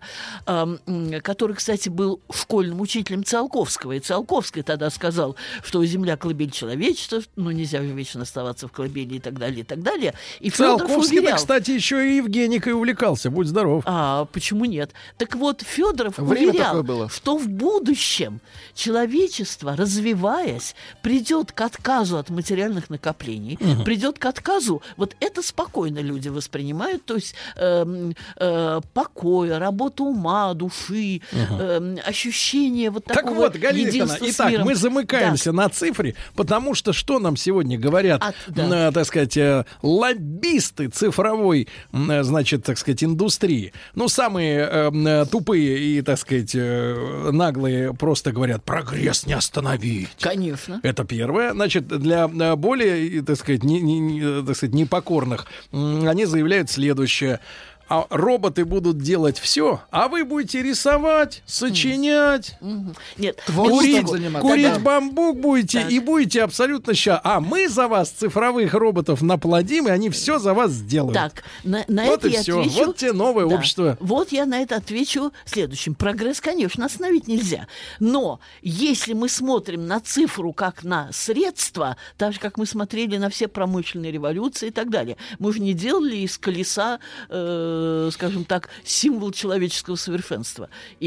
[SPEAKER 9] э, который, кстати, был школьным учителем Циолковского, и Циолковский тогда сказал, что земля — колыбель человечества, ну, нельзя же вечно оставаться в колыбели и так далее, и так далее. И
[SPEAKER 2] Циолковский-то, кстати, еще и Евгеникой увлекался, будь здоров.
[SPEAKER 9] А почему нет? Так вот, Федоров
[SPEAKER 3] Время
[SPEAKER 9] уверял, что в будущем человечество, развиваясь, придет к отказу от материальных накоплений, угу. придет к отказу, вот это спокойно люди воспринимают, то есть э, э, покоя, работа ума, души, угу. э, ощущение вот такого
[SPEAKER 2] так вот, Галина
[SPEAKER 9] единства
[SPEAKER 2] Итак,
[SPEAKER 9] с миром.
[SPEAKER 2] Мы замыкаемся да. на цифре, потому что что нам сегодня говорят, От, да. э, так сказать, э, лоббисты цифровой, э, значит, так сказать, индустрии. Ну, самые э, тупые и, так сказать, э, наглые просто говорят, прогресс не остановить.
[SPEAKER 9] Конечно.
[SPEAKER 2] Это первое. Значит, для э, более, так сказать, не, не, не, так сказать, непокорных, э, они заявляют следующее. А роботы будут делать все, а вы будете рисовать, сочинять,
[SPEAKER 9] mm-hmm. Нет,
[SPEAKER 2] курить, курить
[SPEAKER 9] да.
[SPEAKER 2] бамбук будете так. и будете абсолютно счастливы. А мы за вас цифровых роботов наплодим, и они все за вас сделают.
[SPEAKER 9] Так, на, на
[SPEAKER 2] вот
[SPEAKER 9] это
[SPEAKER 2] и
[SPEAKER 9] я
[SPEAKER 2] все.
[SPEAKER 9] отвечу...
[SPEAKER 2] Вот тебе новое
[SPEAKER 9] да.
[SPEAKER 2] общество.
[SPEAKER 9] Вот я на это отвечу следующим. Прогресс, конечно, остановить нельзя. Но если мы смотрим на цифру как на средство, так же, как мы смотрели на все промышленные революции и так далее, мы же не делали из колеса... Э- скажем так, символ человеческого совершенства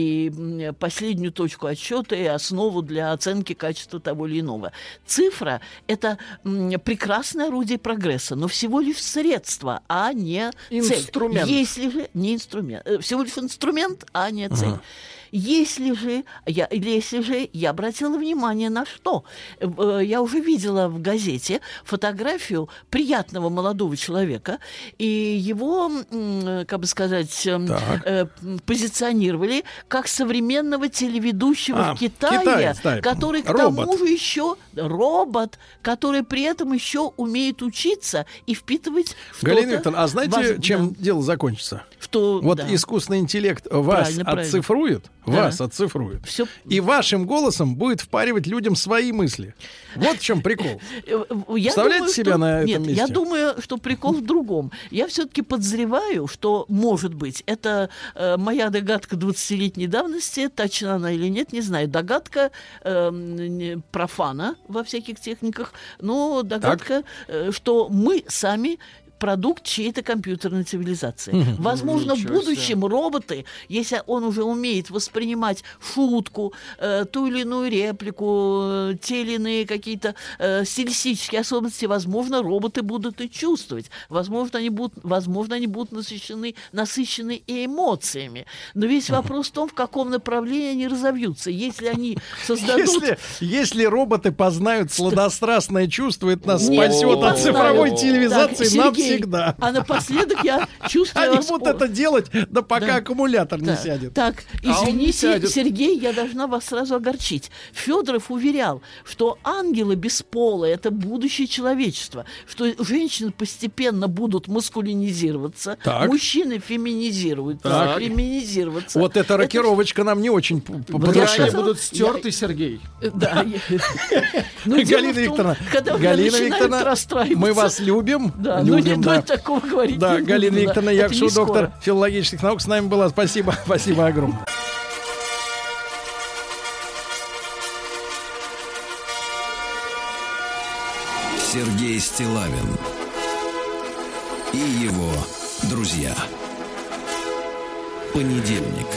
[SPEAKER 9] и последнюю точку отсчета и основу для оценки качества того или иного. Цифра — это прекрасное орудие прогресса, но всего лишь средство, а не
[SPEAKER 3] инструмент.
[SPEAKER 9] Цель. Если же не инструмент, всего лишь инструмент, а не цель. Ага. Если же, я, если же я обратила внимание на что? Я уже видела в газете фотографию приятного молодого человека, и его, как бы сказать, э, позиционировали как современного телеведущего
[SPEAKER 2] а,
[SPEAKER 9] в Китае,
[SPEAKER 2] Китай,
[SPEAKER 9] который к
[SPEAKER 2] робот.
[SPEAKER 9] тому же еще робот, который при этом еще умеет учиться и впитывать что-то.
[SPEAKER 2] Галина Викторовна, а знаете,
[SPEAKER 9] Воз...
[SPEAKER 2] чем
[SPEAKER 9] да.
[SPEAKER 2] дело закончится?
[SPEAKER 9] Что,
[SPEAKER 2] вот
[SPEAKER 9] да.
[SPEAKER 2] искусственный интеллект вас
[SPEAKER 9] правильно,
[SPEAKER 2] отцифрует,
[SPEAKER 9] правильно.
[SPEAKER 2] вас
[SPEAKER 9] да.
[SPEAKER 2] отцифрует,
[SPEAKER 9] Все...
[SPEAKER 2] и вашим голосом будет впаривать людям свои мысли. Вот в чем прикол.
[SPEAKER 9] Я
[SPEAKER 2] Представляете
[SPEAKER 9] думаю,
[SPEAKER 2] себя
[SPEAKER 9] что...
[SPEAKER 2] на этом
[SPEAKER 9] Нет,
[SPEAKER 2] месте?
[SPEAKER 9] я думаю, что прикол в другом. Я все-таки подозреваю, что, может быть, это э, моя догадка двадцатилетней давности, точна она или нет, не знаю. Догадка э, профана во всяких техниках, но догадка, э, что мы сами продукт чьей-то компьютерной цивилизации. Mm-hmm. Возможно, в будущем роботы, если он уже умеет воспринимать шутку, э, ту или иную реплику, э, те или иные какие-то э, стилистические особенности, возможно, роботы будут и чувствовать. Возможно, они будут, возможно, они будут насыщены, насыщены и эмоциями. Но весь mm-hmm. вопрос в том, в каком направлении они разовьются. Если они создадут...
[SPEAKER 2] Если, если роботы познают сладострастное чувство, это нас спасет от цифровой цивилизации навсегда. Всегда.
[SPEAKER 9] А напоследок я чувствую...
[SPEAKER 2] Они будут это делать, да пока да. аккумулятор
[SPEAKER 9] да.
[SPEAKER 2] не сядет.
[SPEAKER 9] Так, извините, а Сергей, я должна вас сразу огорчить. Федоров уверял, что ангелы бесполые — это будущее человечества, что женщины постепенно будут маскулинизироваться, так. мужчины феминизируются, так. феминизироваться.
[SPEAKER 2] Вот эта рокировочка это... нам не очень по
[SPEAKER 3] душе. Они будут стерты, я... Сергей.
[SPEAKER 9] Да.
[SPEAKER 2] Галина Викторовна, Галина Викторовна, мы вас любим.
[SPEAKER 9] Любим. Да. Такого говорить
[SPEAKER 2] да,
[SPEAKER 9] не
[SPEAKER 2] Галина
[SPEAKER 9] буду,
[SPEAKER 2] Викторовна
[SPEAKER 9] да.
[SPEAKER 2] Якшева, доктор филологических наук, с нами была. Спасибо, спасибо огромное.
[SPEAKER 1] Сергей Стиллавин и его друзья. Понедельник.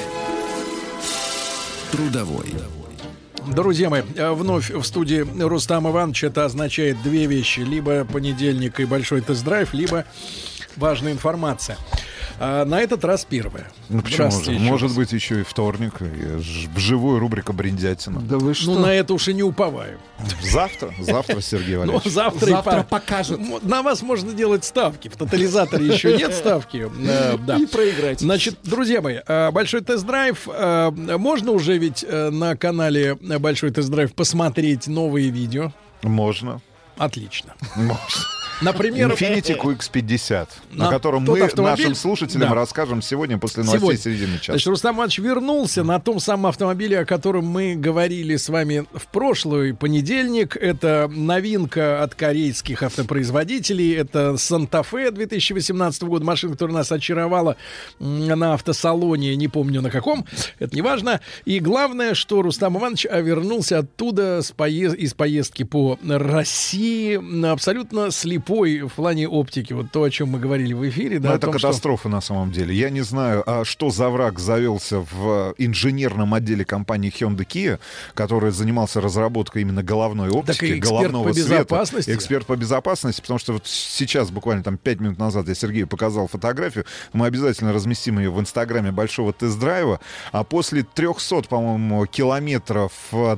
[SPEAKER 1] Трудовой.
[SPEAKER 2] Друзья мои, вновь в студии Рустам Иванович. Это означает две вещи: либо понедельник и большой тест-драйв, либо важная информация. А на этот раз первое.
[SPEAKER 10] Ну почему же? Может быть, еще и вторник, и ж- вживую рубрика «Бриндятина».
[SPEAKER 3] Да вы что?
[SPEAKER 2] Ну, на это уж и не уповаем.
[SPEAKER 10] Завтра? Завтра, Сергей
[SPEAKER 2] Ну,
[SPEAKER 10] Валерьевич.
[SPEAKER 2] завтра, и
[SPEAKER 3] Завтра
[SPEAKER 2] по-
[SPEAKER 3] покажет.
[SPEAKER 2] М, На вас можно делать ставки. В тотализаторе еще нет ставки. Э, да.
[SPEAKER 3] И проиграть.
[SPEAKER 2] Значит, друзья мои, э, большой тест-драйв. э, Можно уже ведь э, на канале Большой тест-драйв посмотреть новые видео?
[SPEAKER 10] Можно.
[SPEAKER 2] Отлично.
[SPEAKER 10] Можно.
[SPEAKER 2] Например,
[SPEAKER 10] Infiniti Q X пятьдесят, на,
[SPEAKER 2] На
[SPEAKER 10] котором
[SPEAKER 2] тот
[SPEAKER 10] мы
[SPEAKER 2] автомобиль,
[SPEAKER 10] нашим слушателям
[SPEAKER 2] да.
[SPEAKER 10] расскажем сегодня после новостей
[SPEAKER 2] Сегодня.
[SPEAKER 10] середины часа.
[SPEAKER 2] Значит, Рустам Иванович вернулся на том самом автомобиле, о котором мы говорили с вами в прошлый понедельник. Это новинка от корейских автопроизводителей. Это Санта-Фе две тысячи восемнадцатого года. Машина, которая нас очаровала м, на автосалоне, не помню на каком. Это не важно. И главное, что Рустам Иванович а, вернулся оттуда с пое- из поездки по России абсолютно слепой в плане оптики. Вот то, о чем мы говорили в эфире. Да,
[SPEAKER 10] Ну,
[SPEAKER 2] о
[SPEAKER 10] это
[SPEAKER 2] том, что-
[SPEAKER 10] катастрофа на самом деле. Я не знаю, а что за враг завелся в инженерном отделе компании Hyundai Kia, который занимался разработкой именно головной оптики,
[SPEAKER 2] Так и эксперт
[SPEAKER 10] головного
[SPEAKER 2] по
[SPEAKER 10] света.
[SPEAKER 2] безопасности.
[SPEAKER 10] Эксперт по безопасности, потому что вот сейчас, буквально там пять минут назад, я Сергею показал фотографию. Мы обязательно разместим ее в инстаграме большого тест-драйва. А после трехсот, по-моему, километров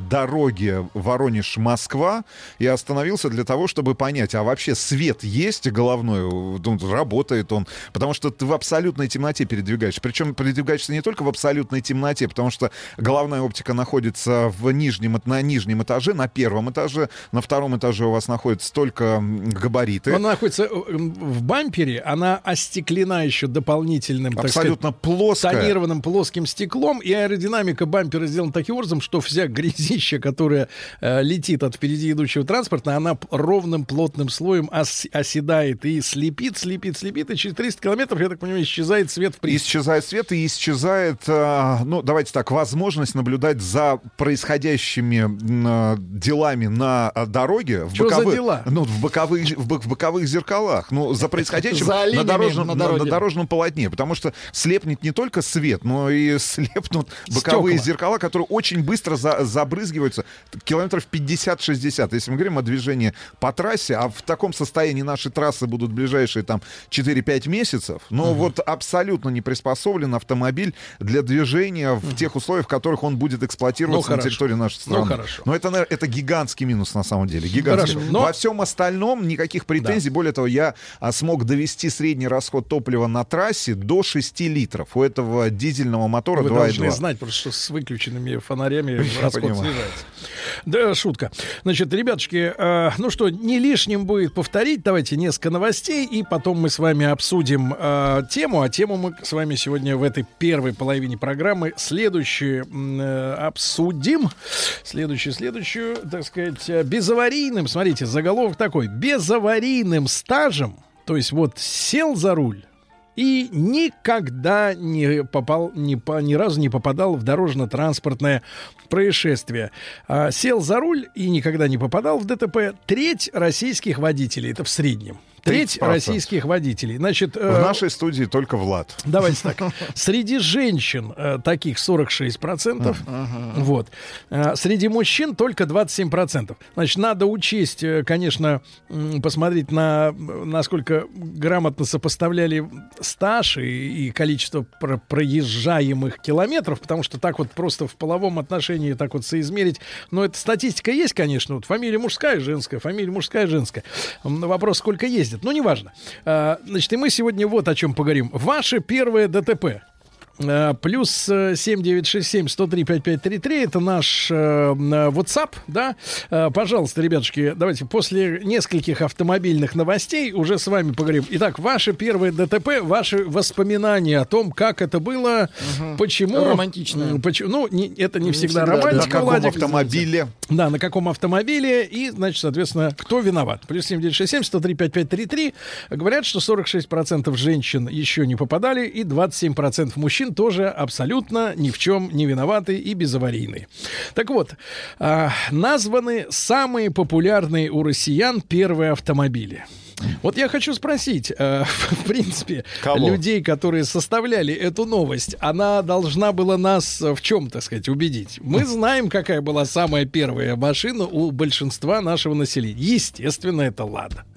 [SPEAKER 10] дороги Воронеж-Москва я остановился для того, чтобы понять, а вообще свет есть головной, он работает он, потому что ты в абсолютной темноте передвигаешься. Причем передвигаешься не только в абсолютной темноте, потому что головная оптика находится в нижнем, на нижнем этаже, на первом этаже, на втором этаже у вас находятся только м, габариты.
[SPEAKER 2] Она находится э, в бампере, она остеклена еще дополнительным, так
[SPEAKER 10] Абсолютно
[SPEAKER 2] сказать,
[SPEAKER 10] плоская.
[SPEAKER 2] тонированным плоским стеклом, и аэродинамика бампера сделана таким образом, что вся грязища, которая э, летит от впереди идущего транспорта, она п- ровным плотным слоем ос- оседает и слепит, слепит, слепит, и через триста километров, я так понимаю, исчезает свет в принципе.
[SPEAKER 10] Исчезает свет и исчезает, э, ну, давайте так, возможность наблюдать за происходящими м, э, делами на э, дороге. В
[SPEAKER 2] Чё за
[SPEAKER 10] боковых,
[SPEAKER 2] дела?
[SPEAKER 10] Ну, в боковых, в, бок- в боковых зеркалах. Ну, за происходящим
[SPEAKER 3] За
[SPEAKER 10] на,
[SPEAKER 3] оленями
[SPEAKER 10] дорожном,
[SPEAKER 3] на
[SPEAKER 10] на,
[SPEAKER 3] дороге.
[SPEAKER 10] на дорожном полотне. Потому что слепнет не только свет, но и слепнут боковые
[SPEAKER 2] Стекла.
[SPEAKER 10] зеркала, которые очень быстро за- забрызгиваются. Километров пятьдесят-шестьдесят. Если мы говорим о движении по трассе, а в таком состоянии наши трассы будут в ближайшие там четыре-пять месяцев, но вот абсолютно не приспособлен автомобиль для движения в тех условиях, в которых он будет эксплуатироваться
[SPEAKER 2] Ну,
[SPEAKER 10] на
[SPEAKER 2] хорошо.
[SPEAKER 10] территории нашей
[SPEAKER 2] Ну,
[SPEAKER 10] страны.
[SPEAKER 2] хорошо.
[SPEAKER 10] Но это, наверное, это гигантский минус на самом деле. Гигантский.
[SPEAKER 2] Хорошо, но-
[SPEAKER 10] Во всем остальном никаких претензий. Более того, я а, смог довести средний расход топлива на трассе до шести литров. У этого дизельного мотора
[SPEAKER 2] Вы
[SPEAKER 10] два и
[SPEAKER 2] должны
[SPEAKER 10] два.
[SPEAKER 2] знать, просто что с выключенными фонарями
[SPEAKER 10] Я
[SPEAKER 2] расход
[SPEAKER 10] понимаю.
[SPEAKER 2] снижается. Да, шутка. Значит, ребятушки, э, ну что, не лишним будет повторить. Давайте несколько новостей, и потом мы с вами обсудим э, тему. А тему мы с вами сегодня в этой первой половине программы следующую э, обсудим. Следующую, следующую, так сказать, э, безаварийным, смотрите, заголовок такой. Безаварийным стажем, то есть вот сел за руль, и никогда не попал, ни, по, ни разу не попадал в дорожно-транспортное происшествие. А, сел за руль и никогда не попадал в ДТП треть российских водителей. Это в среднем. Треть
[SPEAKER 10] тридцать процентов.
[SPEAKER 2] российских водителей. Значит,
[SPEAKER 10] В
[SPEAKER 2] э,
[SPEAKER 10] нашей студии только Влад.
[SPEAKER 2] давайте так. Среди женщин э, таких сорок шесть процентов. Вот. А, среди мужчин только двадцать семь процентов. Значит, надо учесть, э, конечно, м, посмотреть на э, насколько грамотно сопоставляли стаж и, и количество про- проезжаемых километров, потому что так вот просто в половом отношении так вот соизмерить. Но эта статистика есть, конечно. Вот фамилия мужская, женская, фамилия мужская, женская. М, Вопрос, сколько ездит. Ну, неважно. А, значит, и мы сегодня вот о чем поговорим. Ваше первое ДТП. А, плюс семь девять шесть семь сто три пять пять три три это наш э, WhatsApp, да? А, пожалуйста, ребятушки, давайте после нескольких автомобильных новостей уже с вами поговорим. Итак, ваше первое ДТП, ваши воспоминания о том, как это было, почему...
[SPEAKER 3] Романтично.
[SPEAKER 2] м, Почему, ну, не- это не,
[SPEAKER 3] Не
[SPEAKER 2] всегда,
[SPEAKER 3] всегда, да.
[SPEAKER 2] романтика,
[SPEAKER 10] На каком
[SPEAKER 2] Владик.
[SPEAKER 10] автомобиле?
[SPEAKER 2] Да, на каком автомобиле и, значит, соответственно, кто виноват. Плюс семь девять шесть семь сто три пять пять три три. Говорят, что сорок шесть процентов женщин еще не попадали, и двадцать семь процентов мужчин тоже абсолютно ни в чем не виноваты и безаварийные. Так вот, а, названы самые популярные у россиян первые автомобили. Вот я хочу спросить, э, в принципе,
[SPEAKER 10] Кого?
[SPEAKER 2] людей, которые составляли эту новость, она должна была нас в чем, так сказать, убедить. Мы знаем, какая была самая первая машина у большинства нашего населения. Естественно, это «Лада».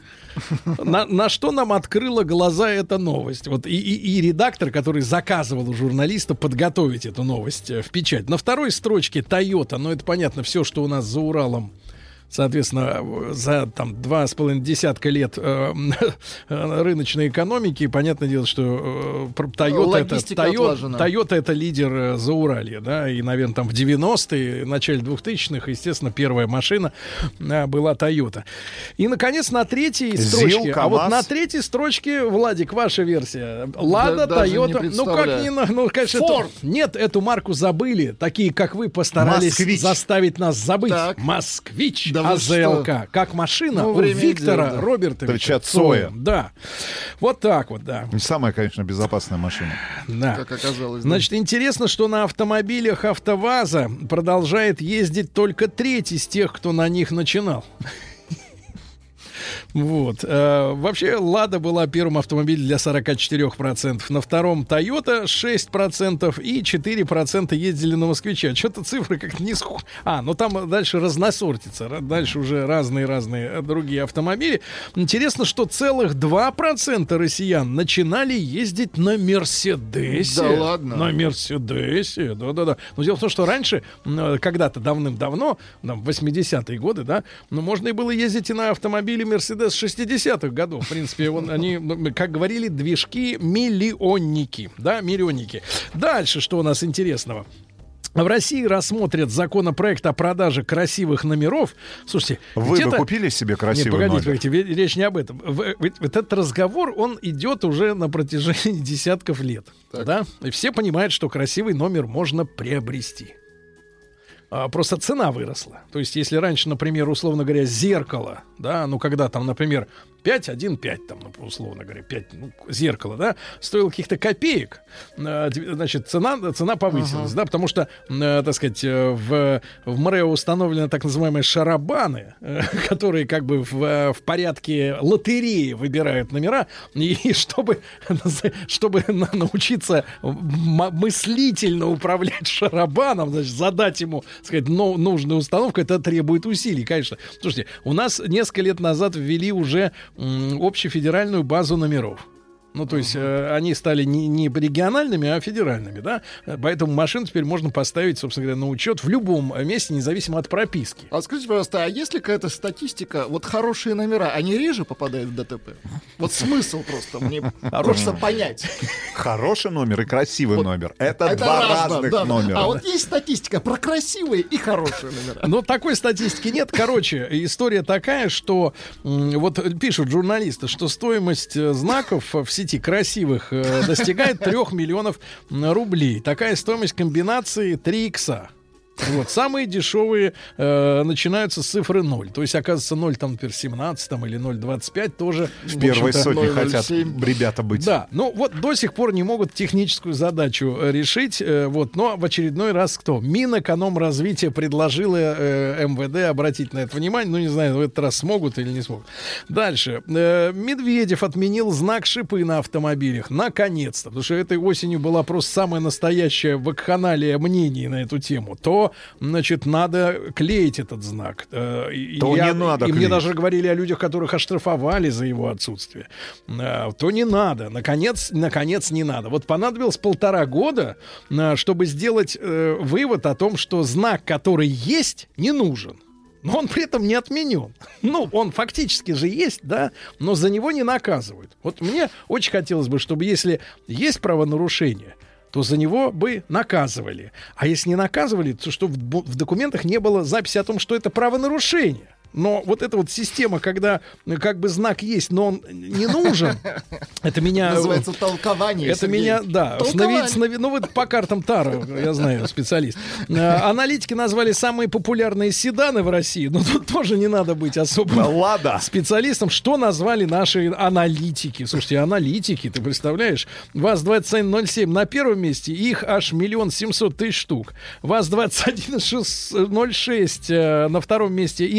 [SPEAKER 2] На, на что нам открыла глаза эта новость? Вот и, и, и редактор, который заказывал у журналиста подготовить эту новость в печать. На второй строчке Toyota, ну это понятно, все, что у нас за Уралом, соответственно, за там два с половиной десятка лет э, рыночной экономики, понятное дело, что э, Toyota, это, Toyota, Toyota это лидер э, Зауралья, да, и, наверное, там в девяностые, в начале двухтысячных, естественно, первая машина э, была Toyota. И, наконец, на третьей строчке, Зил, а вот на третьей строчке, Владик, ваша версия, Лада, да, Toyota, ну как не, ну, конечно, это, нет, эту марку забыли, такие, как вы, постарались Москвич. заставить нас забыть. Так. Москвич. Да. АЗЛК, как машина ну, у Виктора идет, да. Робертовича Цоя. Да. Вот так вот, да.
[SPEAKER 10] Не самая, конечно, безопасная машина.
[SPEAKER 2] Да.
[SPEAKER 3] Как оказалось.
[SPEAKER 2] Значит, да. интересно, что на автомобилях АвтоВАЗа продолжает ездить только треть из тех, кто на них начинал. Вот. А, вообще, Лада была первым автомобилем для сорок четыре процента. На втором Toyota шесть процентов и четыре процента ездили на Москвича. Что-то цифры как-то не сху... А, ну там дальше разносортится. Дальше уже разные-разные другие автомобили. Интересно, что целых два процента россиян начинали ездить на Мерседесе.
[SPEAKER 3] Да ладно?
[SPEAKER 2] На Мерседесе, да-да-да. Но дело в том, что раньше, когда-то давным-давно, там, в восьмидесятые годы, да, ну, можно и было ездить и на автомобиле Мерседес шестидесятых годов. В принципе, он, они, как говорили, движки миллионники. Да, миллионники. Дальше, что у нас интересного? В России рассмотрят законопроект о продаже красивых номеров. Слушайте,
[SPEAKER 10] вы бы купили себе красивый
[SPEAKER 2] Нет,
[SPEAKER 10] номер?
[SPEAKER 2] Погодите, погодите, речь не об этом. Вот этот разговор, он идет уже на протяжении десятков лет. Да? И все понимают, что красивый номер можно приобрести. Просто цена выросла. То есть, если раньше, например, условно говоря, зеркало, да, ну, когда там, например, пять, один, пять, там, ну, условно говоря, пять, ну, зеркало, да, стоило каких-то копеек, значит, цена, цена повысилась, uh-huh. да, потому что, так сказать, в, в МРЭО установлены так называемые шарабаны, которые как бы в, в порядке лотереи выбирают номера, и чтобы, чтобы научиться мыслительно управлять шарабаном, значит, задать ему, сказать, ну, нужную установку, это требует усилий, конечно. Слушайте, у нас несколько лет назад ввели уже м, общефедеральную базу номеров. Ну, то есть э, они стали не, не региональными, а федеральными, да? Поэтому машину теперь можно поставить, собственно говоря, на учет в любом месте, независимо от прописки.
[SPEAKER 3] А скажите, пожалуйста, а есть ли какая-то статистика, вот хорошие номера, они реже попадают в ДТП? Вот смысл просто, мне хочется понять.
[SPEAKER 10] Хороший номер и красивый номер. Это два разных номера.
[SPEAKER 3] А вот есть статистика про красивые и хорошие номера.
[SPEAKER 2] Ну, такой статистики нет. Короче, история такая, что вот пишут журналисты, что стоимость знаков в сети красивых э, достигает трех миллионов рублей. Такая стоимость комбинации три икса. Вот. Самые дешевые э, начинаются с цифры ноль. То есть, оказывается, ноль, там, например, семнадцать там, или ноль двадцать пять тоже.
[SPEAKER 10] В первой сотне хотят ребята быть.
[SPEAKER 2] Да, ну вот до сих пор не могут техническую задачу решить. Э, вот, но в очередной раз кто? Минэкономразвитие предложило э, МВД обратить на это внимание. Ну, не знаю, в этот раз смогут или не смогут. Дальше. Э, Медведев отменил знак шипы на автомобилях. Наконец-то. Потому что этой осенью была просто самая настоящая вакханалия мнений на эту тему. То значит, надо клеить этот знак.
[SPEAKER 10] То
[SPEAKER 2] я,
[SPEAKER 10] не надо
[SPEAKER 2] И
[SPEAKER 10] клеить.
[SPEAKER 2] мне даже говорили о людях, которых оштрафовали за его отсутствие. То не надо. Наконец, наконец не надо. Вот понадобилось полтора года, чтобы сделать э, вывод о том, что знак, который есть, не нужен. Но он при этом не отменен. Ну, он фактически же есть, да, но за него не наказывают. Вот мне очень хотелось бы, чтобы если есть правонарушение, то за него бы наказывали. А если не наказывали, то что в, в документах не было записи о том, что это правонарушение. Но вот эта вот система, когда как бы знак есть, но он не нужен, это меня...
[SPEAKER 3] Называется толкование,
[SPEAKER 2] Это
[SPEAKER 3] Сергей.
[SPEAKER 2] меня, да, снави, снави, ну вот по картам Таро, я знаю, специалист. Аналитики назвали самые популярные седаны в России, но тут тоже не надо быть особо
[SPEAKER 10] Лада.
[SPEAKER 2] специалистом. Что назвали наши аналитики? Слушайте, аналитики, ты представляешь? ВАЗ двадцать один ноль семь на первом месте, их аж миллион семьсот тысяч штук. ВАЗ двадцать один ноль шесть на втором месте, их полтора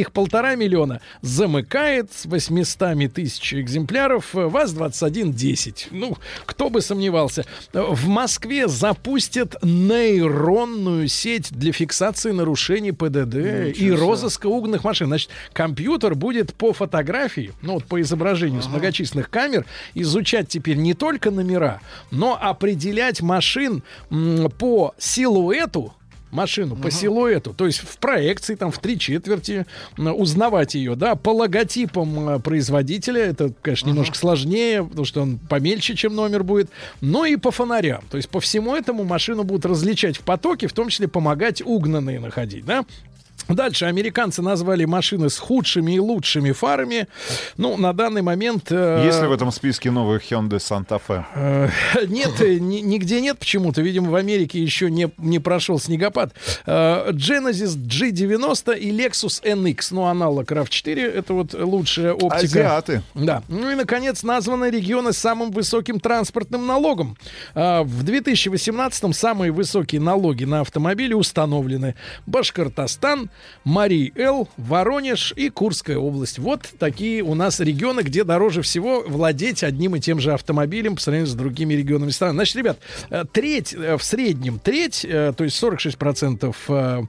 [SPEAKER 2] полтора миллиона. Замыкает с восьмистами тысяч экземпляров ВАЗ-двадцать один десять. Ну, кто бы сомневался. В Москве запустят нейронную сеть для фиксации нарушений ПДД и розыска угнанных машин. Значит, компьютер будет по фотографии, ну вот по изображению ага. с многочисленных камер, изучать теперь не только номера, но определять машин м, по силуэту, машину uh-huh. по силуэту, то есть в проекции, там, в три четверти, узнавать ее, да, по логотипам производителя, это, конечно, uh-huh. немножко сложнее, потому что он помельче, чем номер будет, но и по фонарям, то есть по всему этому машину будут различать в потоке, в том числе помогать угнанные находить, да. Дальше американцы назвали машины с худшими и лучшими фарами. Ну, на данный момент... Э,
[SPEAKER 10] Есть ли в этом списке новых Hyundai Santa Fe?
[SPEAKER 2] Э, нет, ни, нигде нет почему-то. Видимо, в Америке еще не, не прошел снегопад. Э, Genesis джи девяносто и Lexus эн икс. Ну, аналог рав четыре. Это вот лучшая оптика.
[SPEAKER 10] Азиаты.
[SPEAKER 2] Да. Ну и, наконец, названы регионы с самым высоким транспортным налогом. Э, в две тысячи восемнадцатом самые высокие налоги на автомобили установлены. Башкортостан, Марий-Эл, Воронеж и Курская область. Вот такие у нас регионы, где дороже всего владеть одним и тем же автомобилем по сравнению с другими регионами страны. Значит, ребят, треть, в среднем треть, то есть сорок шесть процентов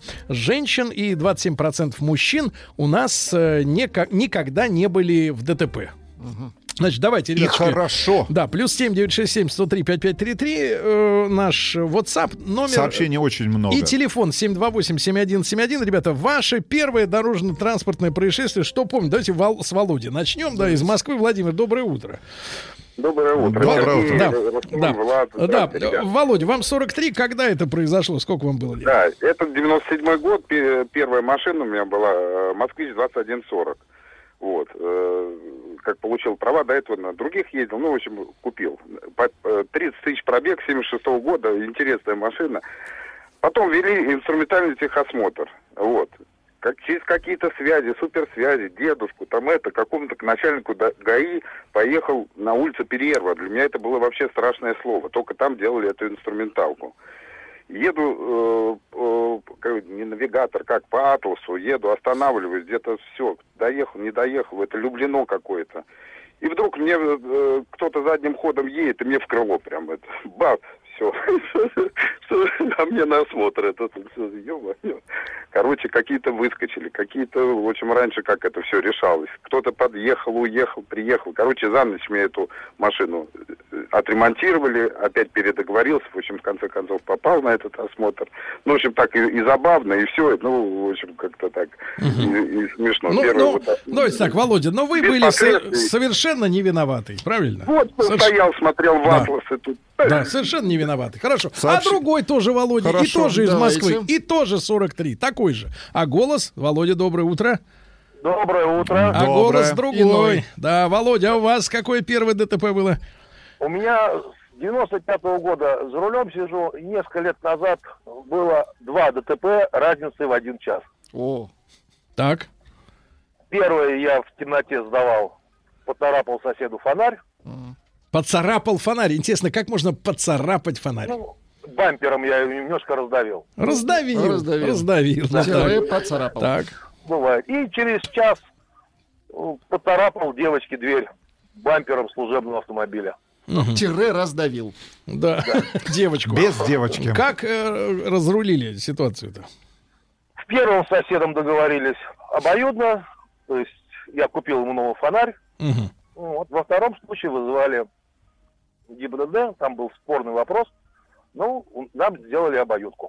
[SPEAKER 2] женщин и двадцать семь процентов мужчин у нас не, никогда не были в ДТП. Угу. Значит, давайте, ребятушки.
[SPEAKER 10] И хорошо.
[SPEAKER 2] Да, плюс семь девятьсот шестьдесят семь сто три пятьдесят пять тридцать три э, наш WhatsApp номер.
[SPEAKER 10] Сообщений очень много.
[SPEAKER 2] И телефон семь два восемь семь один семь один. Ребята, ваше первое дорожно-транспортное происшествие, что помните? Давайте Вол- с Володи начнем. Да, из Москвы. Владимир, доброе утро.
[SPEAKER 6] Доброе утро.
[SPEAKER 2] Доброе утро. Да, да,
[SPEAKER 6] Влад,
[SPEAKER 2] да. да. Володя, вам сорок три. Когда это произошло? Сколько вам было лет?
[SPEAKER 6] Да, это девяносто седьмой год. Первая машина у меня была Москвич двадцать один сорок. Вот. Как получил права, до этого на других ездил, ну, в общем, купил. тридцать тысяч пробег, семьдесят шестого года, интересная машина. Потом ввели инструментальный техосмотр. Вот. Как, через какие-то связи, суперсвязи, дедушку, там это, какому-то начальнику ГАИ поехал на улицу Перерва. Для меня это было вообще страшное слово. Только там делали эту инструменталку. Еду, э, э, не навигатор, как по атласу, еду, останавливаюсь, где-то все, доехал, не доехал, это Люблино какое-то. И вдруг мне э, кто-то задним ходом едет, и мне в крыло прям это, бац, все, а мне на осмотр это, ё-моё. Короче, какие-то выскочили, какие-то, в общем, раньше как это все решалось. Кто-то подъехал, уехал, приехал. Короче, за ночь мне эту машину отремонтировали, опять передоговорился, в общем, в конце концов попал на этот осмотр. Ну, в общем, так и, и забавно, и все, ну, в общем, как-то так угу. и, и смешно.
[SPEAKER 2] Ну,
[SPEAKER 6] Первый
[SPEAKER 2] ну,
[SPEAKER 6] вот так,
[SPEAKER 2] давайте так, Володя, но вы были со- совершенно не виноваты, правильно?
[SPEAKER 6] Вот, Соверш... стоял, смотрел в
[SPEAKER 2] да.
[SPEAKER 6] атласы тут.
[SPEAKER 2] Да, совершенно не виноваты. Хорошо.
[SPEAKER 10] Сообщ...
[SPEAKER 2] А другой тоже Володя,
[SPEAKER 10] Хорошо,
[SPEAKER 2] и тоже из
[SPEAKER 3] давайте.
[SPEAKER 2] Москвы, и тоже сорок три, такой же. А голос, Володя, доброе утро.
[SPEAKER 6] Доброе утро.
[SPEAKER 2] А
[SPEAKER 10] Доброе.
[SPEAKER 2] голос другой.
[SPEAKER 3] Иной.
[SPEAKER 2] Да, Володя, а у вас какое первое ДТП было?
[SPEAKER 11] У меня с девяносто пятого года за рулем сижу. Несколько лет назад было два ДТП разницей в один час.
[SPEAKER 3] О.
[SPEAKER 2] Так.
[SPEAKER 11] Первое я в темноте сдавал, поцарапал соседу фонарь.
[SPEAKER 2] Поцарапал фонарь. Интересно, как можно поцарапать фонарь?
[SPEAKER 11] Ну, бампером я ее немножко раздавил.
[SPEAKER 2] Раздавил.
[SPEAKER 3] Раздавил.
[SPEAKER 2] Раздавил. Да,
[SPEAKER 3] Тире
[SPEAKER 2] так.
[SPEAKER 3] поцарапал.
[SPEAKER 2] Так.
[SPEAKER 11] Бывает. И через час поцарапал девочке дверь бампером служебного автомобиля.
[SPEAKER 2] Угу.
[SPEAKER 3] Тире раздавил.
[SPEAKER 2] Да, девочку.
[SPEAKER 10] Без девочки.
[SPEAKER 2] Как э, разрулили ситуацию-то?
[SPEAKER 11] В первом с соседом договорились обоюдно. То есть я купил ему новый фонарь.
[SPEAKER 2] Угу.
[SPEAKER 11] Вот. Во втором случае вызывали ГИБДД. Там был спорный вопрос. Ну, нам сделали обоюдку.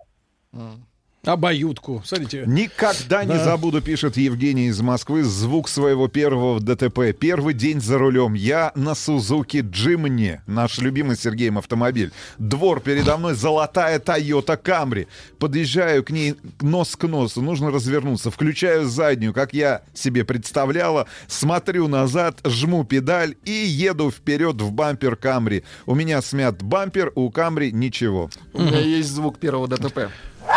[SPEAKER 2] Обоюдку. Смотрите.
[SPEAKER 10] Никогда не
[SPEAKER 2] Да.
[SPEAKER 10] забуду, пишет Евгений из Москвы, звук своего первого ДТП. Первый день за рулем. Я на Сузуки Джимни, наш любимый Сергеем автомобиль. Двор передо мной, золотая Тойота Камри. Подъезжаю к ней нос к носу, нужно развернуться. Включаю заднюю, как я себе представляла. Смотрю назад, жму педаль и еду вперед в бампер Камри. У меня смят бампер, у Камри ничего.
[SPEAKER 3] У меня есть звук первого ДТП.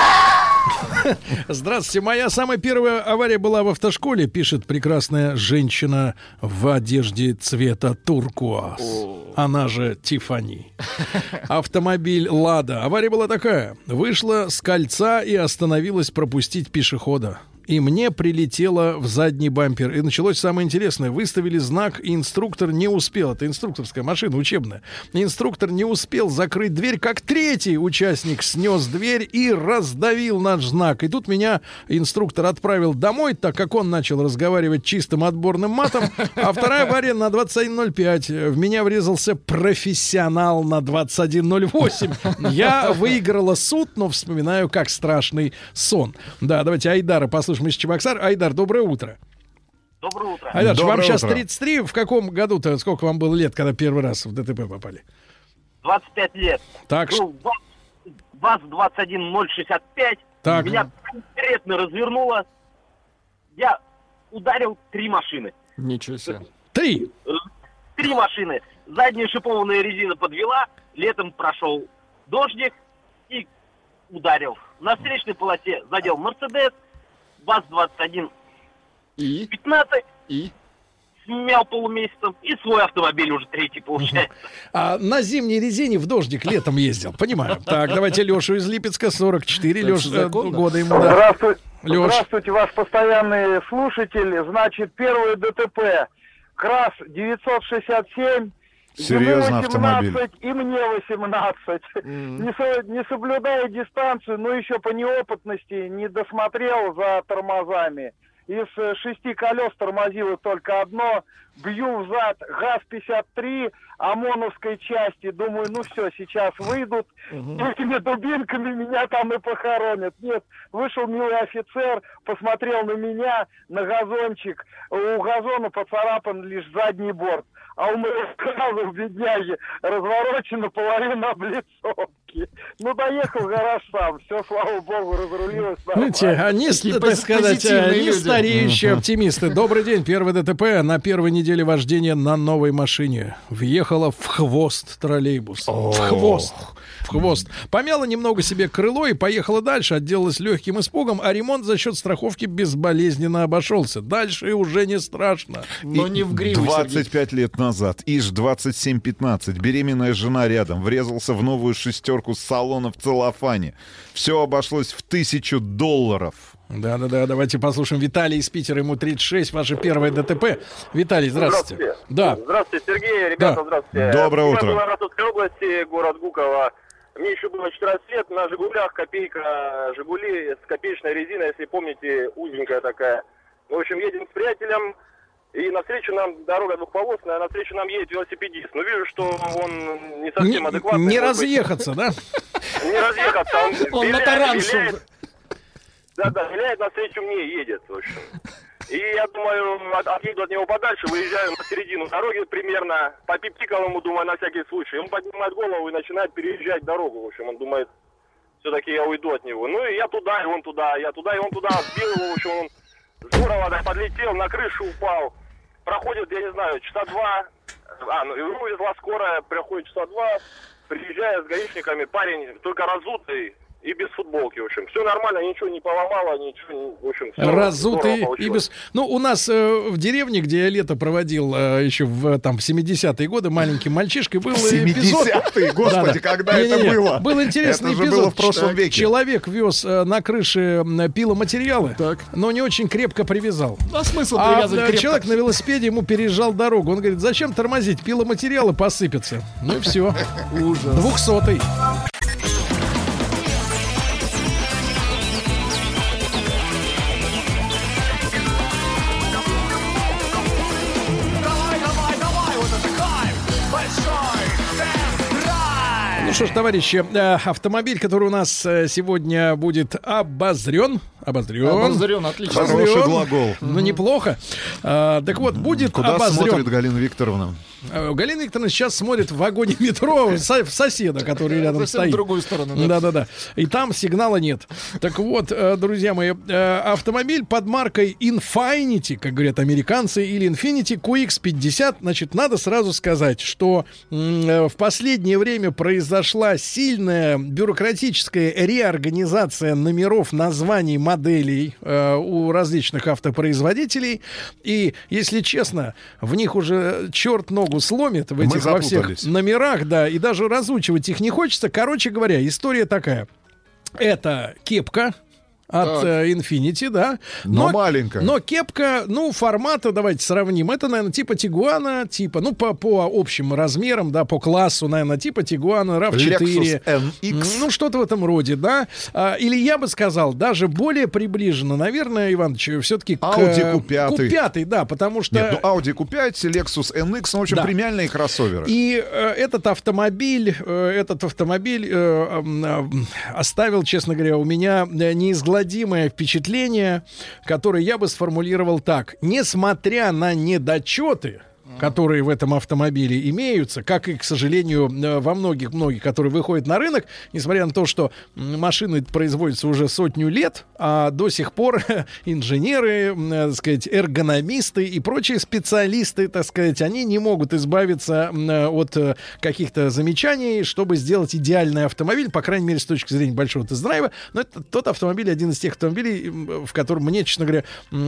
[SPEAKER 2] Здравствуйте. Моя самая первая авария была в автошколе, пишет прекрасная женщина в одежде цвета туркуаз. Она же Тиффани. Автомобиль «Лада». Авария была такая. Вышла с кольца и остановилась пропустить пешехода. и мне прилетело в задний бампер. И началось самое интересное. Выставили знак, и инструктор не успел. Это инструкторская машина учебная. Инструктор не успел закрыть дверь, как третий участник снес дверь и раздавил наш знак. И тут меня инструктор отправил домой, так как он начал разговаривать чистым отборным матом. А вторая авария на двадцать один ноль пять. В меня врезался профессионал на двадцать один ноль восемь. Я выиграла суд, но вспоминаю, как страшный сон. Да, давайте Айдара послушаем из Чебоксар. Айдар, доброе утро.
[SPEAKER 12] Доброе утро.
[SPEAKER 2] Айдар,
[SPEAKER 12] Доброе
[SPEAKER 2] вам сейчас
[SPEAKER 12] утро.
[SPEAKER 2] тридцать три. В каком году-то, сколько вам было лет, когда первый раз в ДТП попали?
[SPEAKER 12] двадцать пять лет.
[SPEAKER 2] Так.
[SPEAKER 12] Ну, ВАЗ двадцать один ноль шестьдесят пять.
[SPEAKER 2] Так.
[SPEAKER 12] Меня конкретно развернуло. Я ударил три машины.
[SPEAKER 3] Ничего себе.
[SPEAKER 2] Три?
[SPEAKER 12] Три машины. Задняя шипованная резина подвела. Летом прошел дождик и ударил. На встречной полосе задел Мерседес. ВАЗ двадцать один пятнадцать.
[SPEAKER 3] И?
[SPEAKER 12] Смял полумесяцем. И свой автомобиль уже третий получается.
[SPEAKER 2] А на зимней резине в дождик летом ездил. Понимаю. Так, давайте Лешу из Липецка, сорок четыре.
[SPEAKER 5] Это
[SPEAKER 2] Леша,
[SPEAKER 5] законно?
[SPEAKER 2] года ему. Да.
[SPEAKER 5] Здравствуйте,
[SPEAKER 2] Лёш.
[SPEAKER 5] здравствуйте, ваш постоянный слушатель. Значит, первое ДТП. КРАС девятьсот шестьдесят семь.
[SPEAKER 10] Серьезно,
[SPEAKER 5] ему
[SPEAKER 10] автомобиль.
[SPEAKER 5] восемнадцать, и мне восемнадцать.
[SPEAKER 10] Mm.
[SPEAKER 5] Не, со- не соблюдая дистанцию, но еще по неопытности не досмотрел за тормозами. Из э, шести колес тормозило только одно. Бью взад ГАЗ пятьдесят три ОМОНовской части. Думаю, ну все, сейчас выйдут. Этими дубинками меня там и похоронят. Нет, вышел милый офицер, посмотрел на меня, на газончик. У газона поцарапан лишь задний борт. А у моего КамАЗа, бедняги, разворочена половина облицовки. Ну, доехал в гараж сам. Все, слава богу, разрулилось.
[SPEAKER 2] Знаете, они,
[SPEAKER 3] Такие
[SPEAKER 2] так сказать,
[SPEAKER 3] позитивные
[SPEAKER 2] не
[SPEAKER 3] люди.
[SPEAKER 2] стареющие
[SPEAKER 10] Мгм.
[SPEAKER 2] оптимисты. Добрый день, первый ДТП на первой неделе вождения на новой машине. Въехала в хвост троллейбуса. В хвост. В хвост. Помяла немного себе крыло и поехала дальше. Отделалась легким испугом, а ремонт за счет страховки безболезненно обошелся. Дальше уже не страшно.
[SPEAKER 3] Но
[SPEAKER 10] И
[SPEAKER 3] не в гриву,
[SPEAKER 10] двадцать пять лет назад, ИЖ двадцать семь пятнадцать, беременная жена рядом, врезался в новую шестерку с салона в целлофане. Все обошлось в тысячу долларов.
[SPEAKER 2] Да-да-да, давайте послушаем Виталий из Питера, ему тридцать шесть, ваше первое ДТП. Виталий, здравствуйте. Да.
[SPEAKER 13] Здравствуйте, Сергей, ребята,
[SPEAKER 2] Да.
[SPEAKER 13] здравствуйте.
[SPEAKER 10] Доброе
[SPEAKER 13] Я
[SPEAKER 10] утро.
[SPEAKER 13] был в Ростовской области, город Гуково. Мне еще было четырнадцать лет, на «Жигулях» копейка, «Жигули» с копеечной резиной, если помните, узенькая такая. В общем, едем с приятелем, и навстречу нам, дорога двухполосная, а навстречу нам едет велосипедист. Но вижу, что он не совсем
[SPEAKER 2] Не,
[SPEAKER 13] адекватный.
[SPEAKER 2] не
[SPEAKER 13] может быть.
[SPEAKER 2] разъехаться, да?
[SPEAKER 13] Не разъехаться, он,
[SPEAKER 3] Он на
[SPEAKER 13] виляет,
[SPEAKER 3] тараншу.
[SPEAKER 13] виляет. Да-да, виляет навстречу мне, едет, в общем. И я думаю, от- отъеду от него подальше, выезжаю на середину дороги примерно, попиптикал ему, думаю, на всякий случай. Он поднимает голову и начинает переезжать дорогу, в общем, он думает, все-таки я уйду от него. Ну и я туда, и он туда, я туда, и он туда, сбил его, в общем, он здорово так подлетел, на крышу упал. Проходит, я не знаю, часа два, а, ну его везла скорая, проходит часа два, приезжает с гаишниками, парень только разутый и без футболки, в общем. Все нормально, ничего не поломало, ничего, не- в общем, все
[SPEAKER 2] Разутый и без... Ну, у нас э, в деревне, где я лето проводил э, еще в, там, в семидесятые годы, маленьким мальчишкой, был эпизод...
[SPEAKER 10] семидесятые, господи, когда это
[SPEAKER 2] Не-не-не,
[SPEAKER 10] было?
[SPEAKER 2] Был интересный
[SPEAKER 10] Это же
[SPEAKER 2] эпизод.
[SPEAKER 10] было в прошлом веке.
[SPEAKER 2] Человек вез э, на крыше м, пиломатериалы, но не очень крепко привязал.
[SPEAKER 3] А смысл
[SPEAKER 2] А
[SPEAKER 3] привязывать
[SPEAKER 2] э,
[SPEAKER 3] крепко?
[SPEAKER 2] человек на велосипеде ему переезжал дорогу. Он говорит, зачем тормозить? Пиломатериалы посыпятся. Ну и все.
[SPEAKER 3] Ужас.
[SPEAKER 2] Двухсотый. Ну что ж, товарищи, э, автомобиль, который у нас э, сегодня будет обозрен. Обозрен.
[SPEAKER 3] Обозрен, отлично.
[SPEAKER 10] Хороший глагол.
[SPEAKER 2] Ну, неплохо. А, так вот, будет
[SPEAKER 10] Куда
[SPEAKER 2] обозрен.
[SPEAKER 10] смотрит Галина Викторовна?
[SPEAKER 2] Э, Галина Викторовна сейчас смотрит в вагоне метро со- в соседа, который рядом
[SPEAKER 3] Совсем
[SPEAKER 2] стоит.
[SPEAKER 3] в другую сторону, да.
[SPEAKER 2] Да-да-да. И там сигнала нет. Так вот, э, друзья мои, э, автомобиль под маркой Infiniti, как говорят американцы, или Infiniti кью икс пятьдесят. Значит, надо сразу сказать, что м, э, в последнее время произошла сильная бюрократическая реорганизация номеров, названий, моделей э, у различных автопроизводителей. И, если честно, в них уже черт ногу сломит в
[SPEAKER 10] Мы
[SPEAKER 2] этих во всех
[SPEAKER 10] запутались.
[SPEAKER 2] номерах, да, и даже разучивать их не хочется. Короче говоря, история такая. Это кепка, от э, Infiniti, да.
[SPEAKER 10] Но, но маленькая.
[SPEAKER 2] Но кепка, ну, формата, давайте сравним. Это, наверное, типа Тигуана, типа, ну, по, по общим размерам, да, по классу, наверное, типа Тигуана, рав четыре.
[SPEAKER 10] Lexus эн икс.
[SPEAKER 2] Ну, что-то в этом роде, да. А, или я бы сказал, даже более приближенно, наверное, Иваныч, все-таки к...
[SPEAKER 10] Audi кью пять.
[SPEAKER 2] кью пять, да, потому что...
[SPEAKER 10] Нет, ну, Audi кью пять, Lexus эн икс, ну, в общем, да. премиальные кроссоверы.
[SPEAKER 2] И э, этот автомобиль, э, этот автомобиль э, э, оставил, честно говоря, у меня неизгладимое впечатление, которое я бы сформулировал так. Несмотря на недочеты, которые в этом автомобиле имеются, как и, к сожалению, во многих-многих, которые выходят на рынок, несмотря на то, что машины производятся уже сотню лет, а до сих пор инженеры, так сказать, эргономисты и прочие специалисты, так сказать, они не могут избавиться от каких-то замечаний, чтобы сделать идеальный автомобиль, по крайней мере, с точки зрения большого тест-драйва. Но это тот автомобиль, один из тех автомобилей, в котором мне, честно говоря,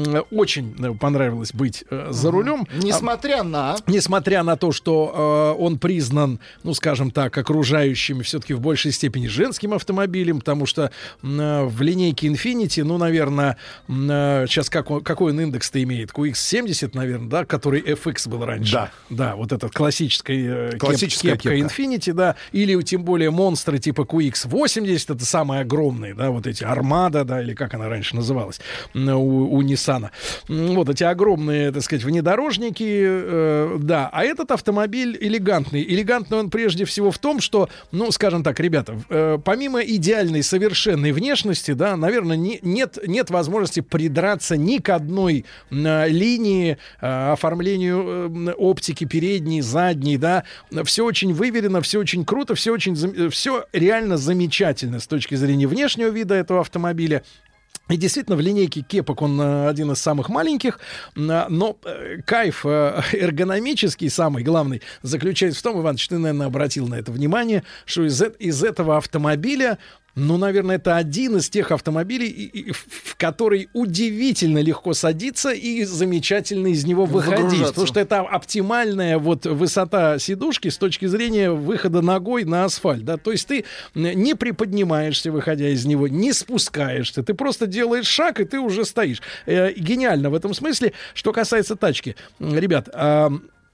[SPEAKER 2] очень понравилось быть за рулем.
[SPEAKER 3] Несмотря на
[SPEAKER 2] Несмотря на то, что э, он признан, ну, скажем так, окружающими все-таки в большей степени женским автомобилем, потому что э, в линейке Infiniti, ну, наверное, э, сейчас как он, какой он индекс-то имеет? кью икс семьдесят, наверное, да, который эф икс был раньше.
[SPEAKER 10] Да.
[SPEAKER 2] Да, вот этот классический э,
[SPEAKER 10] классическая
[SPEAKER 2] кеп, кепка, кепка Infiniti, да, или тем более монстры типа кью икс восемьдесят, это самые огромные, да, вот эти Армада, да, или как она раньше называлась у, у Nissan. Вот эти огромные, так сказать, внедорожники, э, да, а этот автомобиль элегантный. Элегантный он прежде всего в том, что, ну, скажем так, ребята, э, помимо идеальной, совершенной внешности, да, наверное, не, нет, нет возможности придраться ни к одной э, линии, э, оформлению э, оптики передней, задней, да. Все очень выверено, все очень круто, все очень, все реально замечательно с точки зрения внешнего вида этого автомобиля. И действительно, в линейке кепок он один из самых маленьких, но кайф эргономический, самый главный, заключается в том, Иваныч, ты, наверное, обратил на это внимание, что из, из этого автомобиля, ну, наверное, это один из тех автомобилей, в который удивительно легко садиться и замечательно из него выходить. Потому что это оптимальная вот высота сидушки с точки зрения выхода ногой на асфальт. Да? То есть ты не приподнимаешься, выходя из него, не спускаешься. Ты просто делаешь шаг, и ты уже стоишь. Э, гениально в этом смысле. Что касается тачки. Ребят... Э,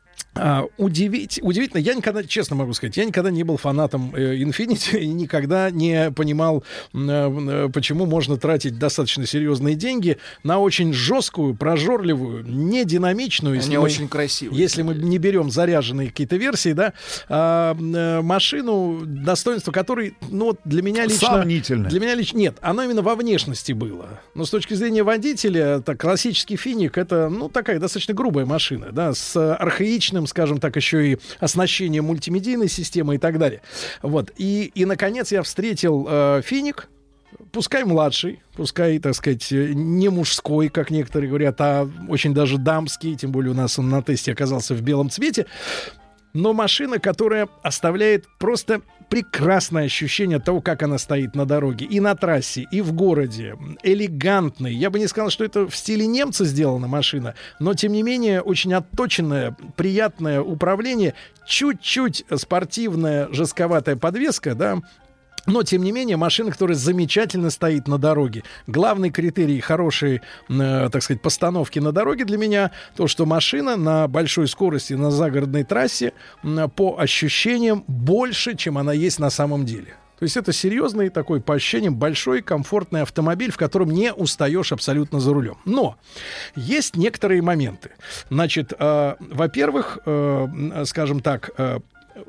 [SPEAKER 2] Uh, удивить, удивительно, я никогда, честно могу сказать, я никогда не был фанатом э, Infiniti и никогда не понимал, э, э, почему можно тратить достаточно серьезные деньги на очень жесткую, прожорливую, не динамичную, если
[SPEAKER 3] не
[SPEAKER 2] мы,
[SPEAKER 3] очень красивые,
[SPEAKER 2] если мы не берем заряженные какие-то версии, да, э, э, машину, достоинство которой, ну, для меня лично...
[SPEAKER 10] Сомнительно.
[SPEAKER 2] Для меня лично нет, оно именно во внешности было. Но с точки зрения водителя, так, классический Финик, это, ну, такая достаточно грубая машина, да, с архаичным, скажем так, еще и оснащение мультимедийной системы и так далее. Вот. И, и наконец, я встретил э, Финик, пускай младший, пускай, так сказать, не мужской, как некоторые говорят, а очень даже дамский, тем более у нас он на тесте оказался в белом цвете, но машина, которая оставляет просто прекрасное ощущение от того, как она стоит на дороге. И на трассе, и в городе. Элегантный. Я бы не сказал, что это в стиле немца сделана машина, но, тем не менее, очень отточенное, приятное управление. Чуть-чуть спортивная, жестковатая подвеска, да. Но, тем не менее, машина, которая замечательно стоит на дороге. Главный критерий хорошей, э, так сказать, постановки на дороге для меня то, что машина на большой скорости на загородной трассе э, по ощущениям больше, чем она есть на самом деле. То есть это серьезный такой, по ощущениям, большой комфортный автомобиль, в котором не устаешь абсолютно за рулем. Но есть некоторые моменты. Значит, э, во-первых, э, скажем так, э,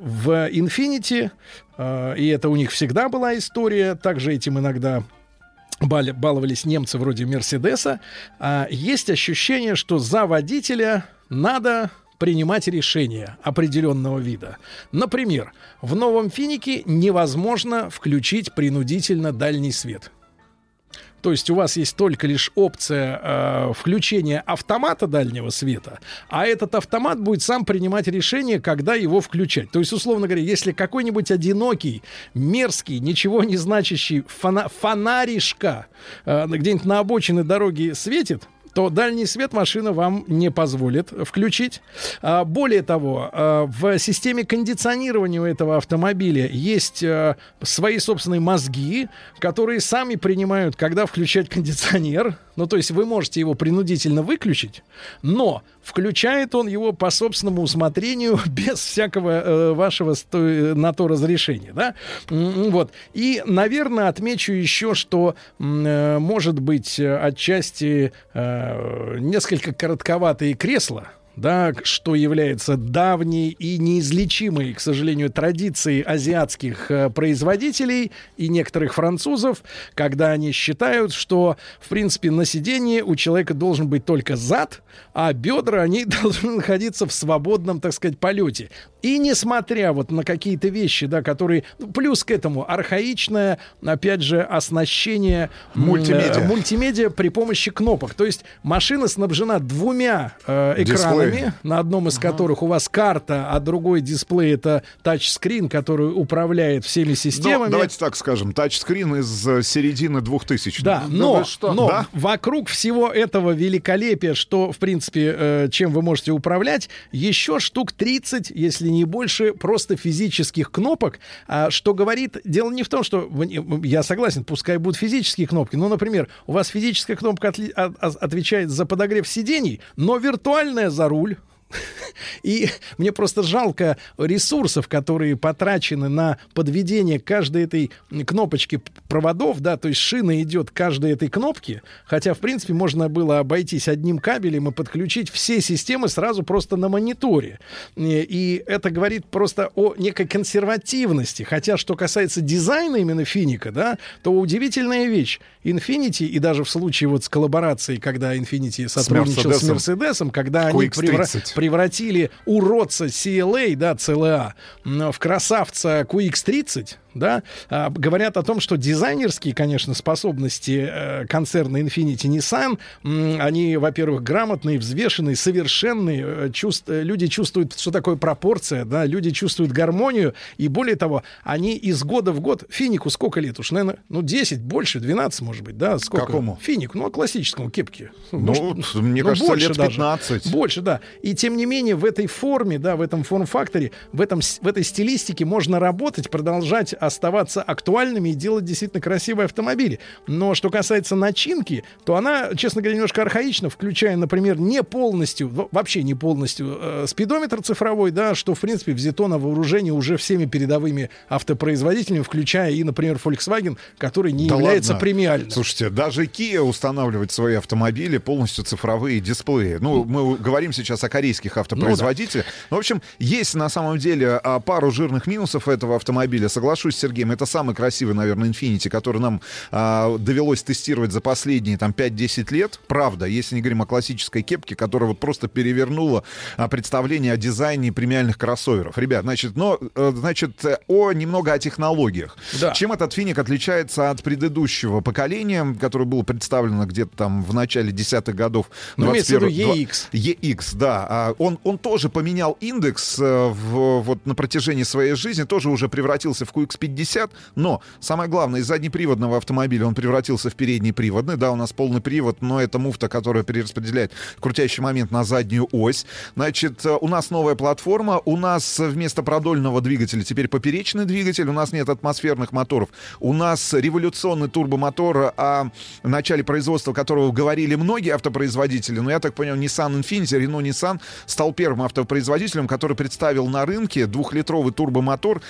[SPEAKER 2] в Infiniti, э, и это у них всегда была история, также этим иногда бал- баловались немцы вроде Мерседеса, э, есть ощущение, что за водителя надо принимать решения определенного вида. Например, в новом Финике невозможно включить принудительно дальний свет. То есть у вас есть только лишь опция э, включения автомата дальнего света, а этот автомат будет сам принимать решение, когда его включать. То есть, условно говоря, если какой-нибудь одинокий, мерзкий, ничего не значащий фана- фонаришка э, где-нибудь на обочине дороги светит, то дальний свет машина вам не позволит включить. А, более того, а, в системе кондиционирования у этого автомобиля есть а, свои собственные мозги, которые сами принимают, когда включать кондиционер. Ну, то есть вы можете его принудительно выключить, но включает он его по собственному усмотрению без всякого э, вашего сто... на то разрешения, да? Вот. И, наверное, отмечу еще, что э, может быть отчасти э, несколько коротковатые кресла, да, что является давней и неизлечимой, к сожалению, традицией азиатских э, производителей и некоторых французов, когда они считают, что, в принципе, на сидении у человека должен быть только зад, а бедра, они должны находиться в свободном, так сказать, полете. И несмотря вот на какие-то вещи, да, которые... Плюс к этому архаичное, опять же, оснащение
[SPEAKER 10] мультимедиа,
[SPEAKER 2] э, мультимедиа при помощи кнопок. То есть машина снабжена двумя э, экранами, Дисплей. на одном из uh-huh. которых у вас карта, а другой дисплей — это тачскрин, который управляет всеми системами.
[SPEAKER 10] Ну, давайте так скажем, тачскрин из середины двухтысячных.
[SPEAKER 2] Да, но,
[SPEAKER 10] что?
[SPEAKER 2] но
[SPEAKER 10] да?
[SPEAKER 2] вокруг всего этого великолепия, что, в принципе, э, чем вы можете управлять, еще штук тридцать, если не больше, просто физических кнопок, а, что говорит... Дело не в том, что... Я согласен, пускай будут физические кнопки, но, например, у вас физическая кнопка отли, от, отвечает за подогрев сидений, но виртуальная за руль. И мне просто жалко ресурсов, которые потрачены на подведение каждой этой кнопочки проводов, да, то есть шина идет к каждой этой кнопке, хотя, в принципе, можно было обойтись одним кабелем и подключить все системы сразу просто на мониторе. И это говорит просто о некой консервативности, хотя, что касается дизайна именно Финика, да, то удивительная вещь. Infiniti, и даже в случае вот с коллаборацией, когда Infiniti сотрудничал с Мерседесом, когда они превра- превратили уродца си эл эй, да, си эл эй, в красавца кью икс тридцать, да, а, говорят о том, что дизайнерские, конечно, способности э, концерна Infiniti Nissan, м, они, во-первых, грамотные, взвешенные, совершенные, э, чувств, э, люди чувствуют, что такое пропорция, да, люди чувствуют гармонию, и более того, они из года в год, Финику сколько лет уж, наверное, ну, десять, больше, двенадцать, может быть, да, сколько?
[SPEAKER 10] Какому?
[SPEAKER 2] Финику, ну, классическому, кепке.
[SPEAKER 10] Ну,
[SPEAKER 2] может,
[SPEAKER 10] мне
[SPEAKER 2] ну,
[SPEAKER 10] кажется,
[SPEAKER 2] больше
[SPEAKER 10] лет
[SPEAKER 2] даже.
[SPEAKER 10] пятнадцать.
[SPEAKER 2] Больше, да. И тем не менее, в этой форме, да, в этом форм-факторе, в, этом, в этой стилистике можно работать, продолжать оставаться актуальными и делать действительно красивые автомобили. Но что касается начинки, то она, честно говоря, немножко архаична, включая, например, не полностью, вообще не полностью э, спидометр цифровой, да, что, в принципе, взято на вооружение уже всеми передовыми автопроизводителями, включая и, например, Volkswagen, который не
[SPEAKER 10] да
[SPEAKER 2] является
[SPEAKER 10] ладно.
[SPEAKER 2] премиальным.
[SPEAKER 10] Слушайте, даже Kia устанавливает в свои автомобили полностью цифровые дисплеи. Ну, мы говорим сейчас о корейских автопроизводителях. Ну, да. ну, в общем, есть на самом деле пару жирных минусов этого автомобиля. Соглашусь с Сергеем, это самый красивый, наверное, Infiniti, который нам а, довелось тестировать за последние там пять-десять лет. Правда, если не говорим о классической кепке, которая вот просто перевернула а, представление о дизайне премиальных кроссоверов. Ребят, значит, но, значит, о, немного о технологиях. Да. Чем этот Финик отличается от предыдущего поколения, которое было представлено где-то там в начале десятых годов?
[SPEAKER 2] Ну, имеется в виду и икс.
[SPEAKER 10] и икс, да. Он, он тоже поменял индекс в, вот, на протяжении своей жизни, тоже уже превратился в кью икс пятьдесят, но самое главное, из заднеприводного автомобиля он превратился в переднеприводный. Да, у нас полный привод, но это муфта, которая перераспределяет крутящий момент на заднюю ось. Значит, у нас новая платформа, у нас вместо продольного двигателя теперь поперечный двигатель, у нас нет атмосферных моторов, у нас революционный турбомотор, о начале производства которого говорили многие автопроизводители, но я так понимаю, Nissan Infiniti, Renault Nissan стал первым автопроизводителем, который представил на рынке двухлитровый турбомотор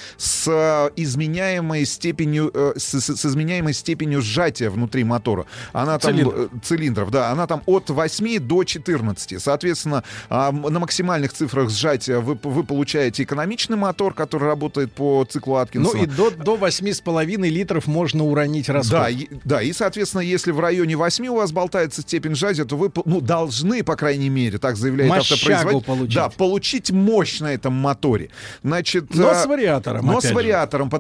[SPEAKER 10] с изменяемой степенью, э, с, с, с изменяемой степенью сжатия внутри мотора. Она там, Цилиндр. э, цилиндров, да, она там от восьми до четырнадцати. Соответственно, э, на максимальных цифрах сжатия вы, вы получаете экономичный мотор, который работает по циклу Аткинсона.
[SPEAKER 2] Ну и до, до восьми с половиной литров можно уронить расход.
[SPEAKER 10] Да, и, да, и, соответственно, если в районе восьми у вас болтается степень сжатия, то вы, ну, должны, по крайней мере, так заявляет автопроизводитель,
[SPEAKER 2] получить.
[SPEAKER 10] Да, получить мощь на этом моторе. Значит,
[SPEAKER 2] но с вариатором,
[SPEAKER 10] Но с вариатором,
[SPEAKER 2] же.
[SPEAKER 10] потому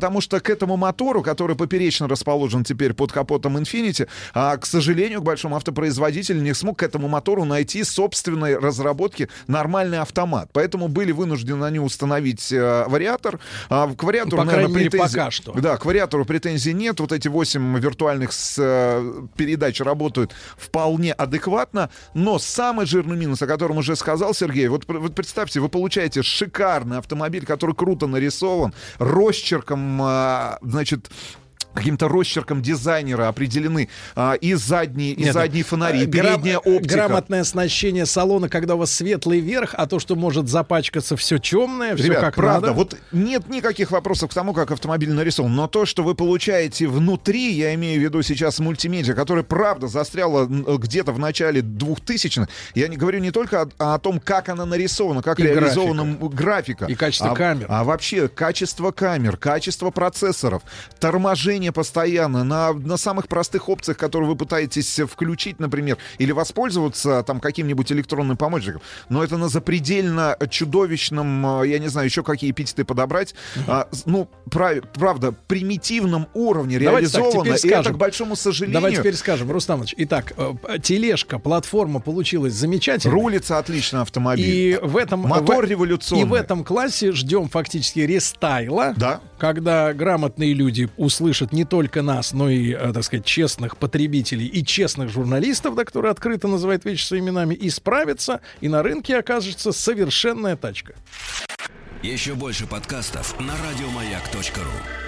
[SPEAKER 10] потому что к этому мотору, который поперечно расположен теперь под капотом Infiniti, а, к сожалению, к большому автопроизводителю не смог к этому мотору найти собственной разработки нормальный автомат. Поэтому были вынуждены они установить э, вариатор. А, к вариатору,
[SPEAKER 2] По
[SPEAKER 10] наверное,
[SPEAKER 2] крайней мере,
[SPEAKER 10] претензий...
[SPEAKER 2] пока что.
[SPEAKER 10] Да, к вариатору претензий нет. Вот эти восемь виртуальных с, э, передач работают вполне адекватно. Но самый жирный минус, о котором уже сказал Сергей, вот, вот представьте, вы получаете шикарный автомобиль, который круто нарисован, росчерком, э, значит, каким-то росчерком дизайнера определены а, и задние, и
[SPEAKER 2] Нет,
[SPEAKER 10] задние фонари, и
[SPEAKER 2] грам-
[SPEAKER 10] передняя оптика.
[SPEAKER 2] Грамотное оснащение салона, когда у вас светлый верх, а то, что может запачкаться все темное, все
[SPEAKER 10] Ребят,
[SPEAKER 2] как
[SPEAKER 10] правда,
[SPEAKER 2] надо.
[SPEAKER 10] вот нет никаких вопросов к тому, как автомобиль нарисован, но то, что вы получаете внутри, я имею в виду сейчас мультимедиа, которая, правда, застряла где-то в начале двухтысячных, я не говорю не только о, о том, как она нарисована, как
[SPEAKER 2] И
[SPEAKER 10] реализована
[SPEAKER 2] графика.
[SPEAKER 10] графика.
[SPEAKER 2] И качество
[SPEAKER 10] а,
[SPEAKER 2] камер.
[SPEAKER 10] А вообще качество камер, качество процессоров, торможение постоянно на, на самых простых опциях, которые вы пытаетесь включить, например, или воспользоваться там каким-нибудь электронным помощником, но это на запредельно чудовищном, я не знаю, еще какие эпитеты подобрать, uh-huh. а, ну, прав, правда, примитивном уровне
[SPEAKER 2] Давайте
[SPEAKER 10] реализовано,
[SPEAKER 2] так,
[SPEAKER 10] и это, к большому сожалению...
[SPEAKER 2] Давайте теперь скажем, Рустамович, итак, тележка, платформа получилась замечательной.
[SPEAKER 10] Рулится отлично автомобиль.
[SPEAKER 2] И в этом...
[SPEAKER 10] Мотор
[SPEAKER 2] в,
[SPEAKER 10] революционный.
[SPEAKER 2] И в этом классе ждем фактически рестайла,
[SPEAKER 10] да.
[SPEAKER 2] когда грамотные люди услышат не только нас, но и, так сказать, честных потребителей и честных журналистов, да, которые открыто называют вещи своими именами, и справятся, и на рынке окажется совершенная тачка.
[SPEAKER 1] Еще больше подкастов на радиомаяк точка ру.